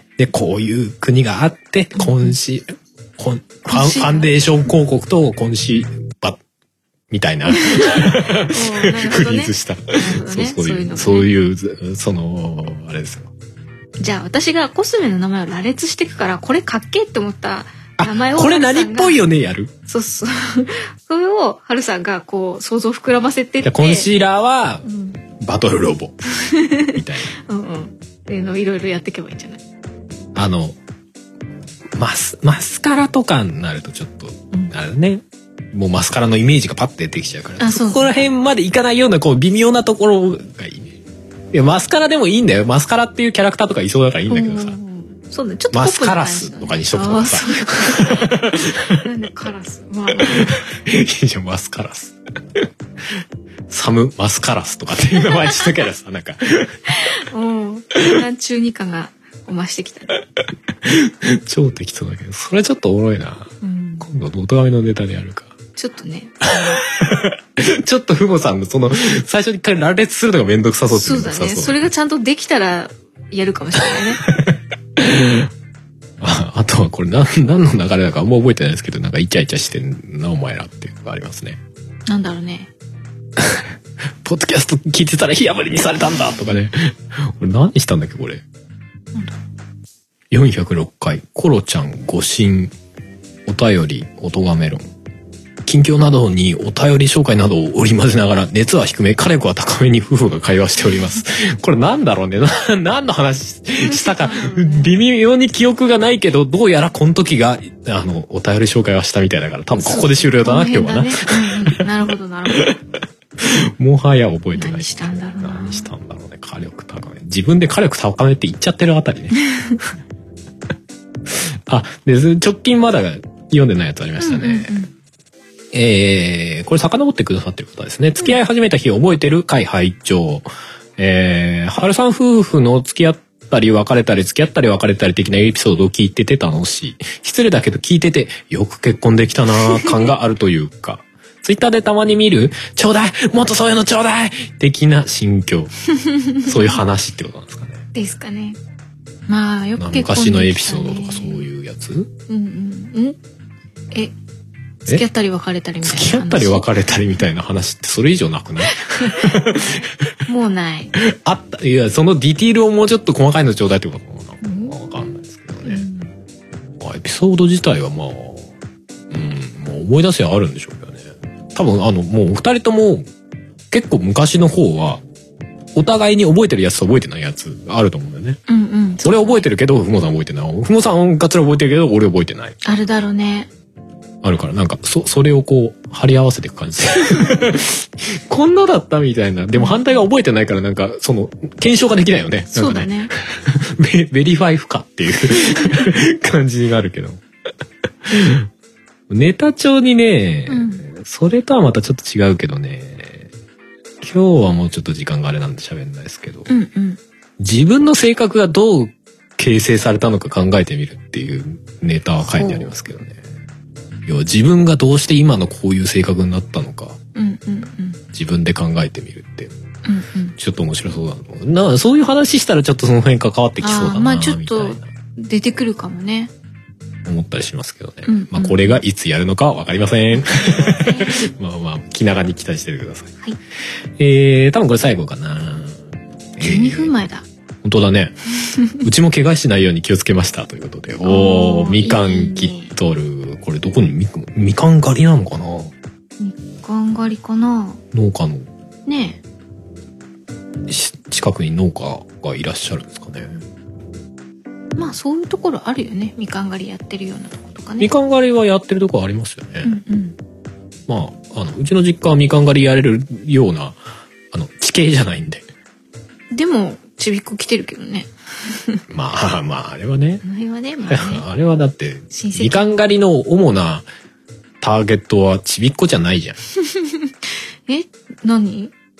でこういう国があって、今し、うん、ファン、ファンデーション広告と今しバみたいなフリーズした、そうそういう、そういうそのあれですよ。 じゃあ私がコスメの名前を羅列していくから、これかっけーって思った名前をこれ何っぽいよねやる。 そうそう。それをハルさんがこう想像膨らませてって。 コンシーラーは、うん、バトルロボみたいな。 うんうん。っていうのをいろいろやっていけばいいんじゃない。 あのマスマスカラとかになるとちょっと、うん、あれね。もうマスカラのイメージがパッて出てきちゃうから、そこら辺までいかないようなこう微妙なところがいいね。いやマスカラでもいいんだよ。マスカラっていうキャラクターとかいそうだからいいんだけどさ。 そうね、ちょっとマスカラスとかにしとくとさ。 なんでカラス。まあ、いいじゃんマスカラス。サムマスカラスとかっていう名前にしとけばさ、なんか。 うん。なん中二感が増してきた、ね。 超適当だけど、それちょっとおもろいな。うん、今度ドタガメのネタでやるか。 ちょっとね。 ちょっとふもさんのその最初に一回羅列するのがめんどくさそうっていうのがさ。そうだね。それがちゃんとできたらやるかもしれないね。 あ, あとはこれ何何の流れだかあんま覚えてないですけど、なんかイチャイチャしてんなお前らっていうのがありますね。 なんだろうね。 ポッドキャスト聞いてたら火あぶりにされたんだとかね。これ何したんだっけこれ。なんだ。よんひゃくろっかいコロちゃんご神お便りおとがメロン。近況などにお便り紹介などを織り交ぜながら、熱は低め火力は高めに夫婦が会話しております。これなんだろうね。何の話したか微妙に記憶がないけど、どうやらこの時があのお便り紹介はしたみたいだから、多分ここで終了だな今日はな、ねうん、なるほどなるほど。もはや覚えてない。 何したんだろうな。 何したんだろうね。火力高め。自分で火力高めって言っちゃってるあたりね。あ、で直近まだ読んでないやつありましたね。うんうんうん、えー、これ遡ってくださってる方ですね。付き合い始めた日を覚えてる回拝聴。えー、春さん夫婦の付き合ったり別れたり付き合ったり別れたり的なエピソードを聞いてて楽しい。失礼だけど聞いててよく結婚できたな感があるというか。ツイッターでたまに見るちょうだいもっとそういうのちょうだい的な心境。そういう話ってことなんですかね。 ですかね。まあよく結婚できたね。 昔のエピソードとかそういうやつ？ うんうん。ん？え付き合ったり別れたりみたいな話。 付き合ったり別れたりみたいな話ってそれ以上なくない？ もうない。 あった。いや、そのディティールをもうちょっと細かいのちょうだいってことなのかわかんないですけどね。うん、エピソード自体はまあ、うん、もう思い出せばあるんでしょうけどね。多分あの、もうお二人とも結構昔の方は、お互いに覚えてるやつと覚えてないやつあると思うんだよね。うんうん。俺覚えてるけど、ふもさん覚えてない。ふもさんがつら覚えてるけど、俺覚えてない。 あるだろうね。 あるから、なんか、そ、それをこう、貼り合わせていく感じで。こんなだったみたいな。でも反対が覚えてないから、なんか、その、検証ができないよね。なんかね、 そうだね。 ベ、ベリファイ不可っていう感じがあるけど。ネタ帳にね、うん、それとはまたちょっと違うけどね、今日はもうちょっと時間があれなんで喋んないですけど、うんうん、自分の性格がどう形成されたのか考えてみるっていうネタは書いてありますけどね。要は自分がどうして今のこういう性格になったのか、うんうんうん、自分で考えてみるって、うんうん、ちょっと面白そうだと思う。なそういう話したらちょっとその辺関わってきそうだなみたいな。 まあちょっと出てくるかもね。 思ったりしますけどね。うんうん、まあこれがいつやるのかはわかりません。まあまあ気長に期待しててください。はい、えー、多分これ最後かな。 じゅうにふんまえだ。 えー、本当だね。うちも怪我しないように気をつけましたということで。おお、みかん切っとる。これどこにみみかん狩りなのかな。 みかん狩りかな。 農家の。 ねえ。近くに農家がいらっしゃるんですかね。 まあそういうところあるよね。みかん狩りやってるようなとことかね。 みかん狩りはやってるとこありますよね。うんうん、まああのうちの実家はみかん狩りやれるようなあの地形じゃないんで。 でもちびっこ来てるけどね。 まあまああれはね。 あれはね。まあねあれはだってみかん狩りの主なターゲットはちびっこじゃないじゃん。 え、何？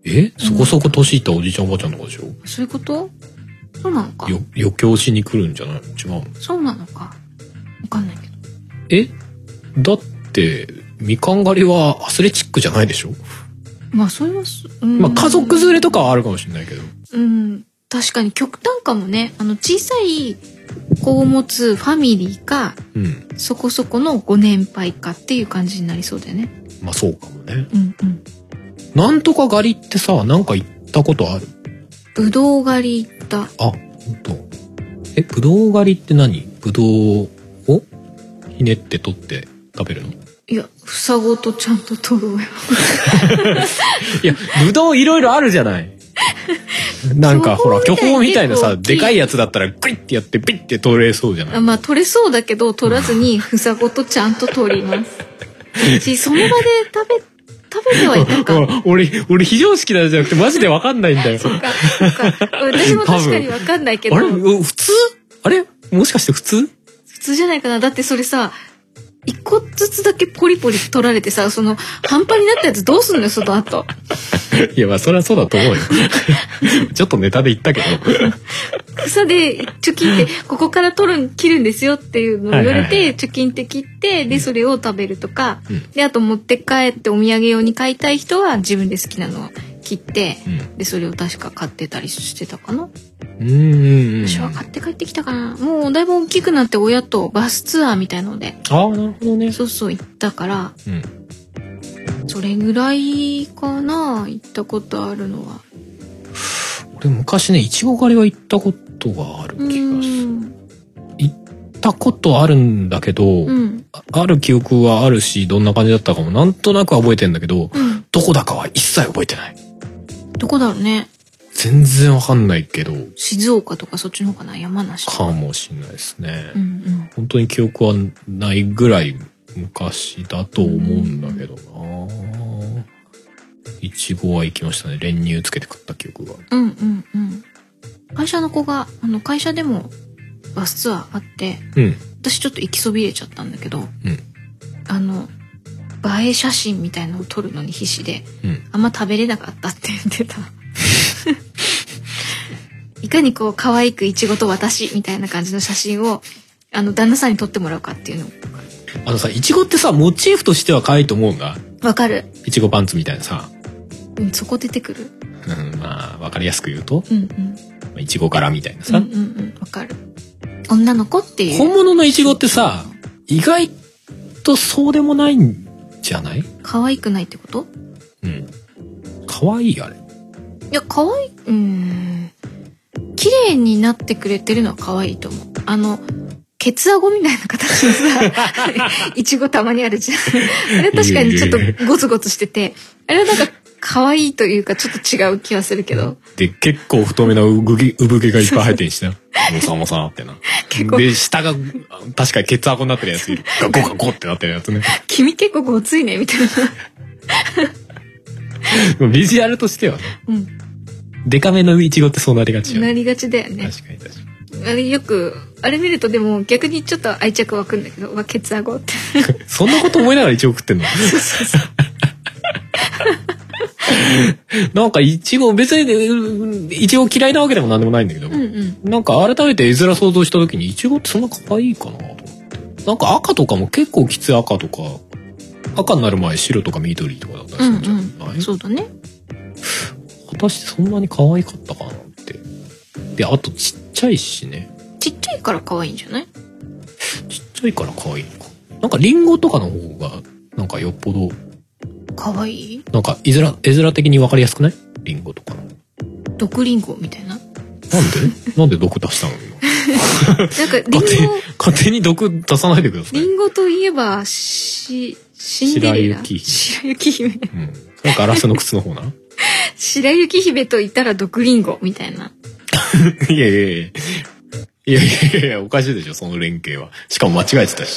え、そこそこ年いったおじいちゃんおばあちゃんとかでしょ。 そういうこと？そうなのか。 よ余興しに来るんじゃない？違うの？ そうなのか。わかんないけど。 え、だってみかん狩りはアスレチックじゃないでしょ。 まあそれは、 うん、まあ家族連れとかはあるかもしれないけど。 うん、確かに極端かもね。あの小さい子を持つファミリーか、うん、そこそこのご年配かっていう感じになりそうだよね。 まあそうかもね。 うんうん。 なんとか狩りってさ、なんか行ったことある？ ぶどう狩り行った。あ、 本当。え、ぶどう狩りって何？ぶどうをひねって取って食べるの？ いや、房ごとちゃんと取ろうよ。 いや、ぶどういろいろあるじゃない。なんかほら巨峰みたいなさ、でかいやつだったらグイッてやってビッて取れそうじゃない。 あ、まあ取れそうだけど取らずに房ごとちゃんと取ります。しその場で食べ食べてはいたか。 俺俺非常識なんじゃなくてマジでわかんないんだよ。 そっかそっか。私も確かにわかんないけど。 あれ普通？あれもしかして普通？ 普通じゃないかな。だってそれさ。一個ずつだけポリポリ取られてさ、その半端になったやつどうすんのよ、その後。 いや、まあそれはそうだと思うよ。ちょっとネタで言ったけど。 草でチョキってここから取る切るんですよっていうのを言われて、チョキンって切ってでそれを食べるとか、うん、であと持って帰ってお土産用に買いたい人は自分で好きなのを切って、うん、でそれを確か買ってたりしてたかな。 うんうんうん、 私は買って帰ってきたかな。もうだいぶ大きくなって親とバスツアーみたいので、 ああなるほどね。 そうそう行ったから、うん、それぐらいかな行ったことあるのは。 俺昔ねいちご狩りは行ったことがある気がする。行ったことあるんだけど、うん、ある記憶はあるしどんな感じだったかもなんとなくは覚えてんだけど、うん、どこだかは一切覚えてない。 どこだろうね。 全然わかんないけど。 静岡とかそっちの方かな。山梨かもしれないですね、 うんうん、 本当に記憶はないぐらい昔だと思うんだけどな。いちごは行きましたね。練乳つけて食った記憶が。 うんうんうん。会社の子があの会社でもバスツアーあって、うん、私ちょっと行きそびれちゃったんだけど、うん、あの映え写真みたいのを撮るのに必死で、うん、あんま食べれなかったって言ってた。いかにこう可愛くいちごと私みたいな感じの写真をあの旦那さんに撮ってもらうかっていうの。 あのさ、いちごってさモチーフとしては可愛いと思うんだ。 わかる。 いちごパンツみたいなさ。 うん、そこ出てくる。 うん、まあわかりやすく言うと、 うんうん、 いちご柄みたいなさ。 うんうんうん、わかる。女の子っていう。 本物のいちごってさ、意外とそうでもないんじゃない？ 可愛くないってこと？ うん。可愛いあれ。 いや可愛い。うん。綺麗になってくれてるのは可愛いと思う。あのケツアゴみたいな形のさ、いちごたまにあるじゃん。あれ確かにちょっとゴツゴツしてて、あれはなんか可愛いというかちょっと違う気はするけど。 で結構太めの産毛産毛がいっぱい生えてるしな。もさもさってな。で下が確かにケツアゴになってるやついる。ガゴガゴってなってるやつね。 君結構ごついねみたいな。ビジュアルとしてはね。うん。デカめのイチゴってそうなりがちよね。 なりがちだよね。 確かに確かに。 あれよくあれ見るとでも逆にちょっと愛着湧くんだけど、わケツアゴって。 そんなこと思いながらイチゴ食ってんの？そうそうそう。なんかイチゴ別にイチゴ嫌いなわけでもなんでもないんだけど、うんうん、なんか改めて絵面想像した時にイチゴってそんな可愛いかなと思って。なんか赤とかも結構きつい赤とか赤になる前白とか緑とかだったりするんじゃない？うんうん、 そうだね。 果たしてそんなに可愛かったかなって。であとちっちゃいしね。 ちっちゃいから可愛いんじゃない？ ちっちゃいから可愛いのか。なんかリンゴとかの方がなんかよっぽど可愛い。 なんか絵面絵面的に分かりやすくない？リンゴとかの。 毒リンゴみたいな。なんで？ なんで毒出したの今？ なんかリンゴ勝手勝手に毒出さないでください。 リンゴといえばしシンデレラ。白雪姫。白雪姫。うん。 それガラスの靴の方な。 白雪姫と言ったら毒リンゴみたいな。 いやいやいや。いやいやいやおかしいでしょその連携は。しかも間違えてたし。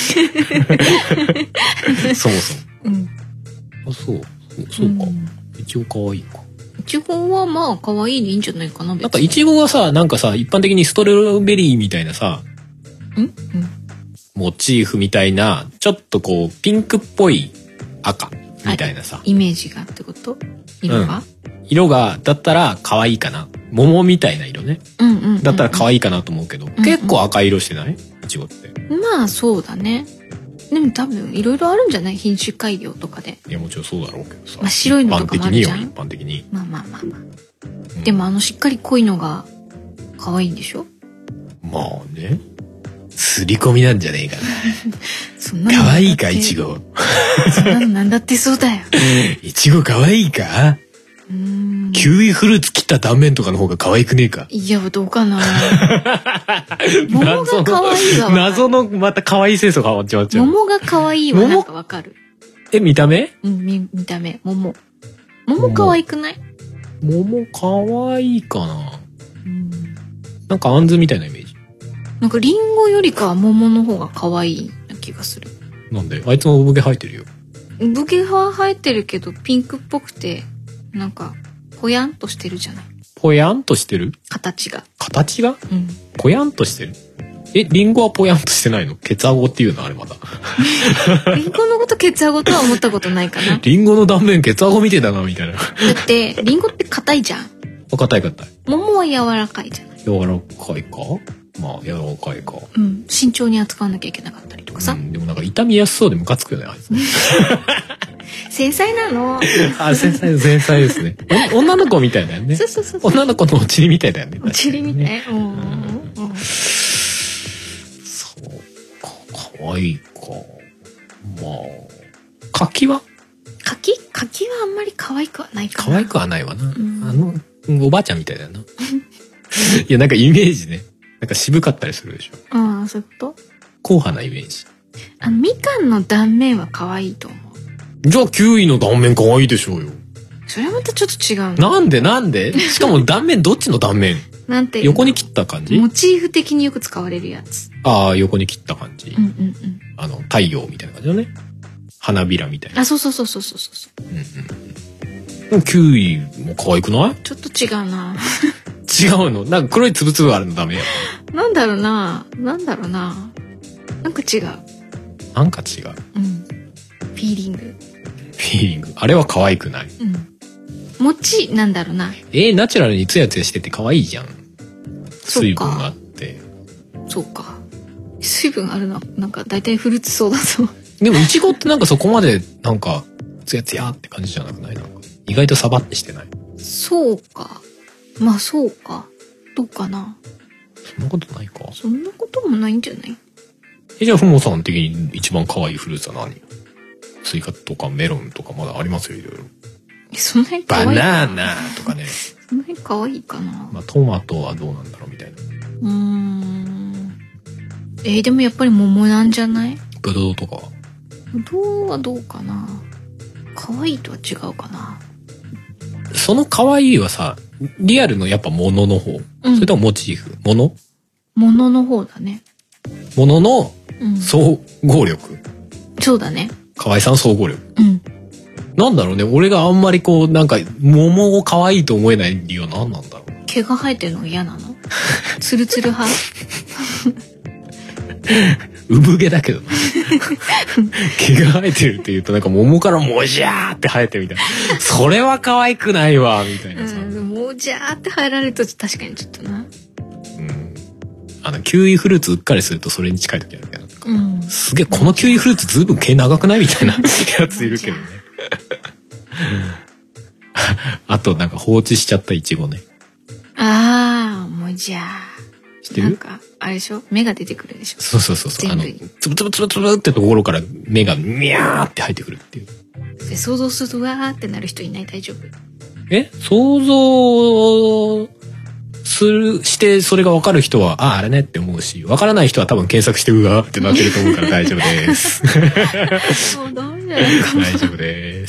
そもそも。うん。あそうそうか。いちご可愛いか。 いちごはまあ可愛いでいいんじゃないかな。 なんかいちごはさなんかさ一般的にストロベリーみたいなさ、 ん？うん。 モチーフみたいなちょっとこうピンクっぽい赤みたいなさ、 イメージがってこと？色が？ う色がだったら可愛いかな。桃みたいな色ね。 うんうんうんうん、 だったら可愛いかなと思うけど、うんうん、結構赤い色してない？いちごって。 まあそうだね。でも多分いろいろあるんじゃない？品種改良とかで。 いやもちろんそうだろうけどさ。 まあ白いのとかもあるじゃん。 一般的によ、一般的に。 まあまあまあまあ。うん、でもあのしっかり濃いのが可愛いんでしょ？ まあね。すり込みなんじゃねえかな。 そんな可愛いかいちご。 そんなのなんだってそうだよ。 いちご可愛いか？うーん、キウイフルーツ切った断面とかの方が可愛くねえか？ いやどうかな。桃が可愛いわ。 謎のまた可愛いセンスが変わっちまっちゃう。 桃が可愛いわなんかわかる。 え見た目？ うん見見た目桃。桃可愛くない？ 桃可愛いかな。うん。なんかあんずみたいなイメージ。 なんかリンゴよりかは桃の方が可愛いな気がする。 なんで？あいつも産毛生えてるよ。 産毛は生えてるけどピンクっぽくてなんかぽやんとしてるじゃない。 ぽやんとしてる？ 形が。 形が？ うん。 ぽやんとしてる？え、リンゴはぽやんとしてないの？ケツアゴっていうのあれまだ。 リンゴのことケツアゴとは思ったことないかな。 リンゴの断面ケツアゴみてえだなみたいな。だってリンゴって硬いじゃん。 硬い硬い。 桃は柔らかいじゃない。 柔らかいか？まあ柔らかいか。 うん。慎重に扱わなきゃいけなかったりとかさ。うん、 でもなんか傷みやすそうでムカつくよねあいつ。 繊細なの。 あ、繊細繊細ですね。女の子みたいだよね。 そうそうそう。 女の子のおちりみたいだよね。 おちりみたい。うん。 そうか可愛いか。まあ柿は？柿？ 柿はあんまり可愛くはないかな。 可愛くはないわな。うん、あのおばあちゃんみたいだよな。いやなんかイメージね。なんか渋かったりするでしょ。 ああそういうこと？ 硬派なイメージ。 あのみかんの断面は可愛いと思う。 じゃあキウイの断面可愛いでしょうよ。 それはまたちょっと違う。 なんでなんで？しかも断面どっちの断面？ なんて横に切った感じ？ モチーフ的によく使われるやつ。 ああ横に切った感じ。 うんうんうん。 あの太陽みたいな感じだね。花びらみたいな。 あそうそうそうそうそうそう。うんうん。でもキウイも可愛くない？ ちょっと違うな。 違うの？なんか黒いつぶつぶあるのダメや。 なんだろうな。なんだろうな。なんか違う。 なんか違う。 うん。フィーリング。フィーリング。あれは可愛くない。 うん。餅なんだろうな。 えー、ナチュラルにツヤツヤしてて可愛いじゃん。水分があって。 そうか。水分あるな。なんか大体フルーツそうだと。 でもイチゴってなんかそこまでなんかツヤツヤって感じじゃなくない？なんか意外とサバってしてない？ そうか。まあそうか。どうかな。 そんなことないか。 そんなこともないんじゃない？ えじゃあふもさん的に一番可愛いフルーツは何？スイカとかメロンとかまだありますよいろいろ。 その辺可愛い。 バナナとかね。 その辺可愛いかな。 まあトマトはどうなんだろうみたいな。 うーん。えー、でもやっぱり桃なんじゃない？ ブドウとかは？ ブドウはどうかな。可愛いとは違うかな。 その可愛いはさ、リアルのやっぱものの方、うん、それともモチーフ？もの？ ものの方だね。 ものの総合力、うん、 そうだね。 可愛さの総合力。 うん。 なんだろうね。俺があんまりこうなんか桃を可愛いと思えない理由は何なんだろう。 毛が生えてるのが嫌なの？ツルツル派？ 産毛だけどな。毛が生えてるって言うとなんか桃からもじゃーって生えてるみたいな。それは可愛くないわみたいなさ。うん、 もじゃーって生えられると確かにちょっとな。うん。 あのキウイフルーツうっかりするとそれに近い時あるけど。うん、すげえこのキウイフルーツずいぶん毛長くないみたいなやついるけどね。あとなんか放置しちゃったイチゴね。 ああ、もうじゃあ。 知ってる？ なんかあれでしょ？芽が出てくるでしょ？ そうそうそうそう。あのつぶつぶつぶつぶってところから芽がミャーって生えてくるっていう。 で想像するとわーってなる人いない？大丈夫？ え？想像するしてそれが分かる人はあああれねって思うし、分からない人は多分検索してうわーってなってると思うから大丈夫です。 もうダメじゃないか。 大丈夫です。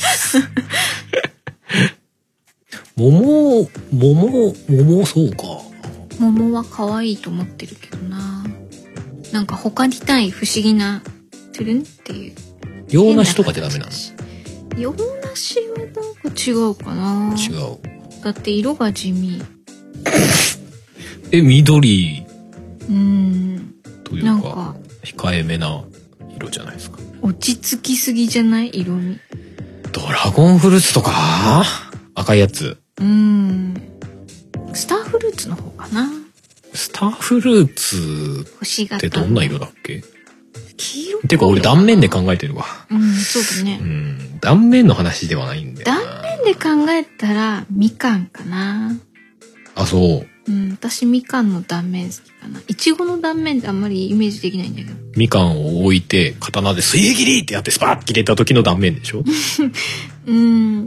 桃桃桃そうか。 桃は可愛いと思ってるけどな。なんか他にない不思議なトゥルンっていう。 洋梨とかじゃダメなの？ 洋梨はなんか違うかな。 違う。 だって色が地味。 え緑。 うーん。 というか、なんか控えめな色じゃないですか。 落ち着きすぎじゃない色味。 ドラゴンフルーツとか赤いやつ。 うん。スターフルーツの方かな。 スターフルーツってどんな色だっけ？ 黄色。 てか俺断面で考えてるわ。 うん、そうだね。 うん、断面の話ではないんだよな。 断面で考えたらみかんかな。 あ、そう。 うん、私みかんの断面好きかな。いちごの断面ってあんまりイメージできないんだけど。 みかんを置いて刀で水切りってやってスパッて切れた時の断面でしょ。 うん。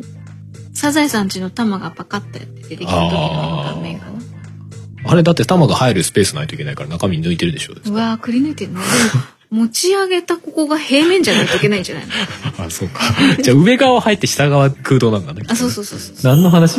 サザエさんちの玉がパカッとやって出てきた時の断面かな。 あれだって玉が入るスペースないといけないから中身抜いてるでしょ。 うわー、くり抜いてるの。持ち上げたここが平面じゃないといけないんじゃないの？ あ、そうか。じゃあ上側入って下側空洞なんだね。 あ、そうそうそうそう。 何の話？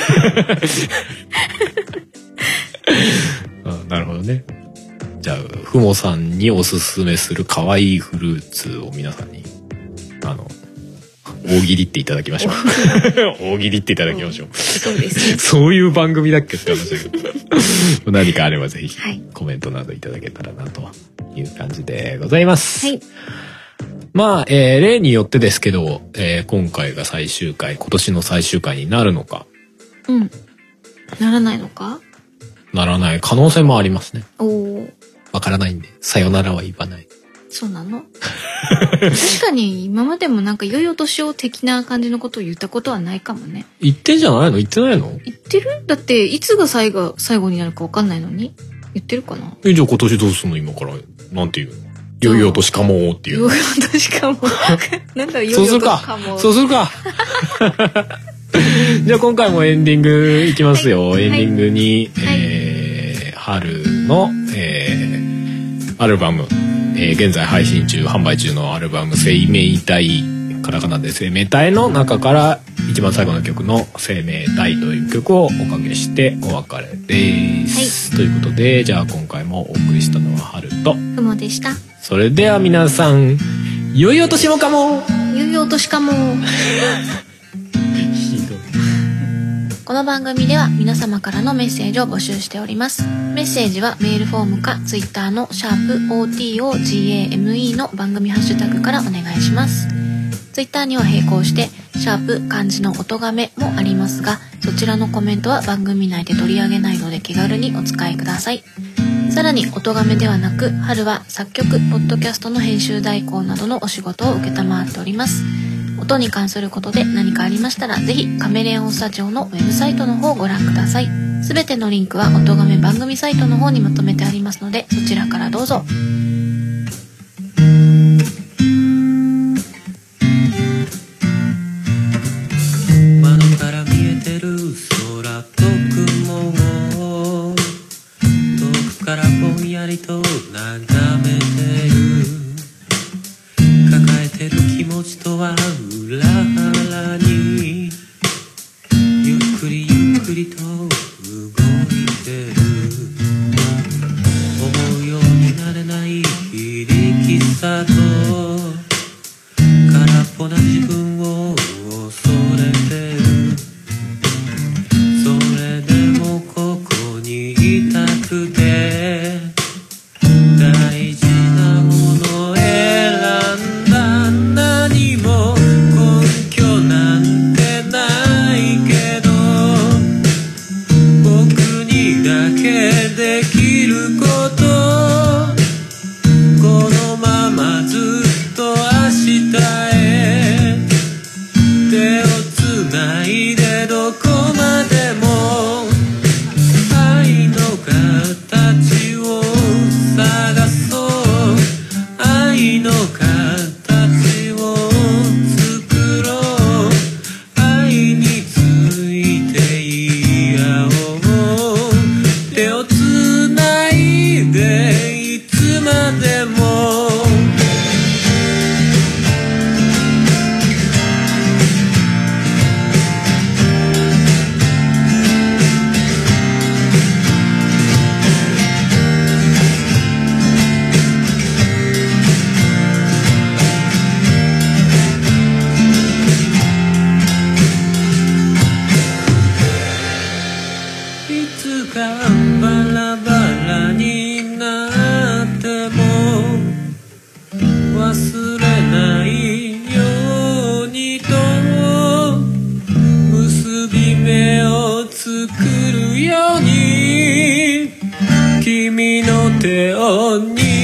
あ、なるほどね。じゃあふもさんにおすすめする可愛いフルーツを皆さんにあの大喜利っていただきましょう。大喜利っていただきましょう。 そうですね。 そういう番組だっけって話だけど。何かあればぜひコメントなどいただけたらなという感じでございます。はい。まあ、えー、例によってですけど、えー、今回が最終回、今年の最終回になるのか。 うん。ならないのか？ ならない可能性もありますね。 おお。 わからないんで、さよならは言わない。 そうなの？確かに今までもなんか良いお年を的な感じのことを言ったことはないかもね。 言ってんじゃないの？言ってないの？ 言ってる？だっていつが最後最後になるかわかんないのに言ってるかな？ え、じゃあ今年どうすんの？今からなんていうの？良いお年かもっていう。 良いお年かも。なんだ良いお年かも。 そうするか。じゃあ今回もエンディングいきますよ。はい、エンディングに、はい、えー、春の、えー、アルバム。えー、現在配信中販売中のアルバム「生命体」カタカナで「生命体」の中から一番最後の曲の「生命体」という曲をおかけしてお別れです、はい、ということでじゃあ今回もお送りしたのは春とふもでした。 それでは皆さん良いお年もかも。 良いお年かも。この番組では皆様からのメッセージを募集しております。メッセージはメールフォームかツイッターのシャープ オーティーオージーエーエムイー の番組ハッシュタグからお願いします。ツイッターには並行してシャープ漢字の音がめもありますが、そちらのコメントは番組内で取り上げないので気軽にお使いください。さらに音がめではなく春は作曲、ポッドキャストの編集代行などのお仕事を承っております。音に関することで何かありましたらぜひカメレオンスタジオのウェブサイトの方をご覧ください。すべてのリンクは音がめ番組サイトの方にまとめてありますのでそちらからどうぞ。 窓から見えてる空と雲を遠くからぼんやりと眺めてる。抱えてる気持ちとは裏腹にゆっくりゆっくりと動いてる。思うようになれない非力さと空っぽな自分を恐れてる。それでもここにいたくて大事なものを選んだ。何も根拠なんてないけど僕にだけできることこのままずっと明日へ手をつないでどこまでも愛の形を探そう。愛の形を作ろう。愛について言い合おう。手をつないでいつまでも結び目を作るように君の手を握る。今日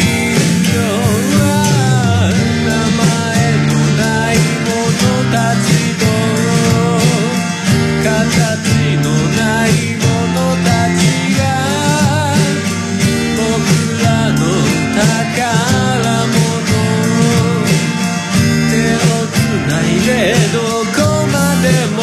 は名前のないものたちと形のないものたちが僕らの宝物。手をつないでどこまでも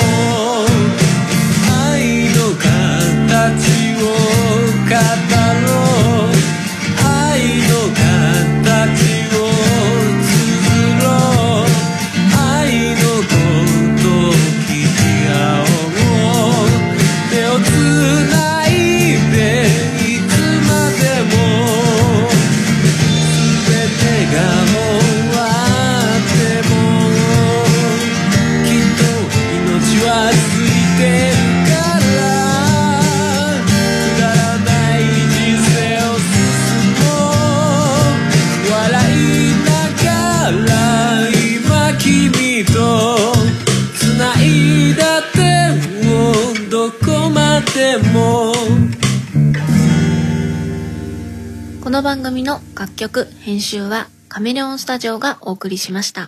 愛の形を語ろう。愛の形を綴ろう。愛のことを聞き合おう。手をつないでいつまでも全てが終わってもきっと命はついてるからくだらない人生を進もう。笑いながら今君と繋いだ手をどこまでも。 この番組の楽曲編集はカメレオンスタジオがお送りしました。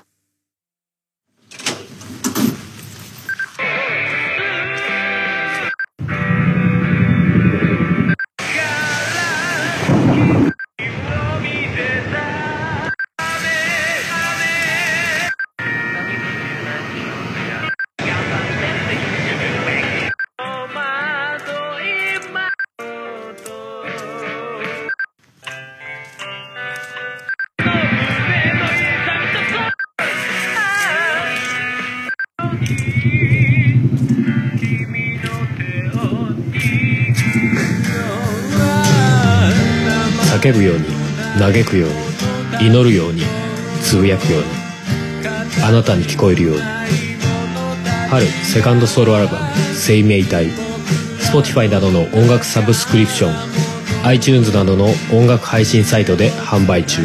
叫ぶように嘆くように祈るようにつぶやくようにあなたに聞こえるように。春セカンドソロアルバム生命体 Spotify などの音楽サブスクリプション iTunes などの音楽配信サイトで販売中。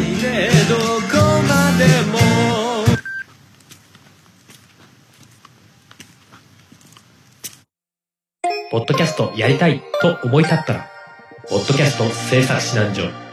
ポッドキャストやりたいと思い立ったらポッドキャスト制作指南所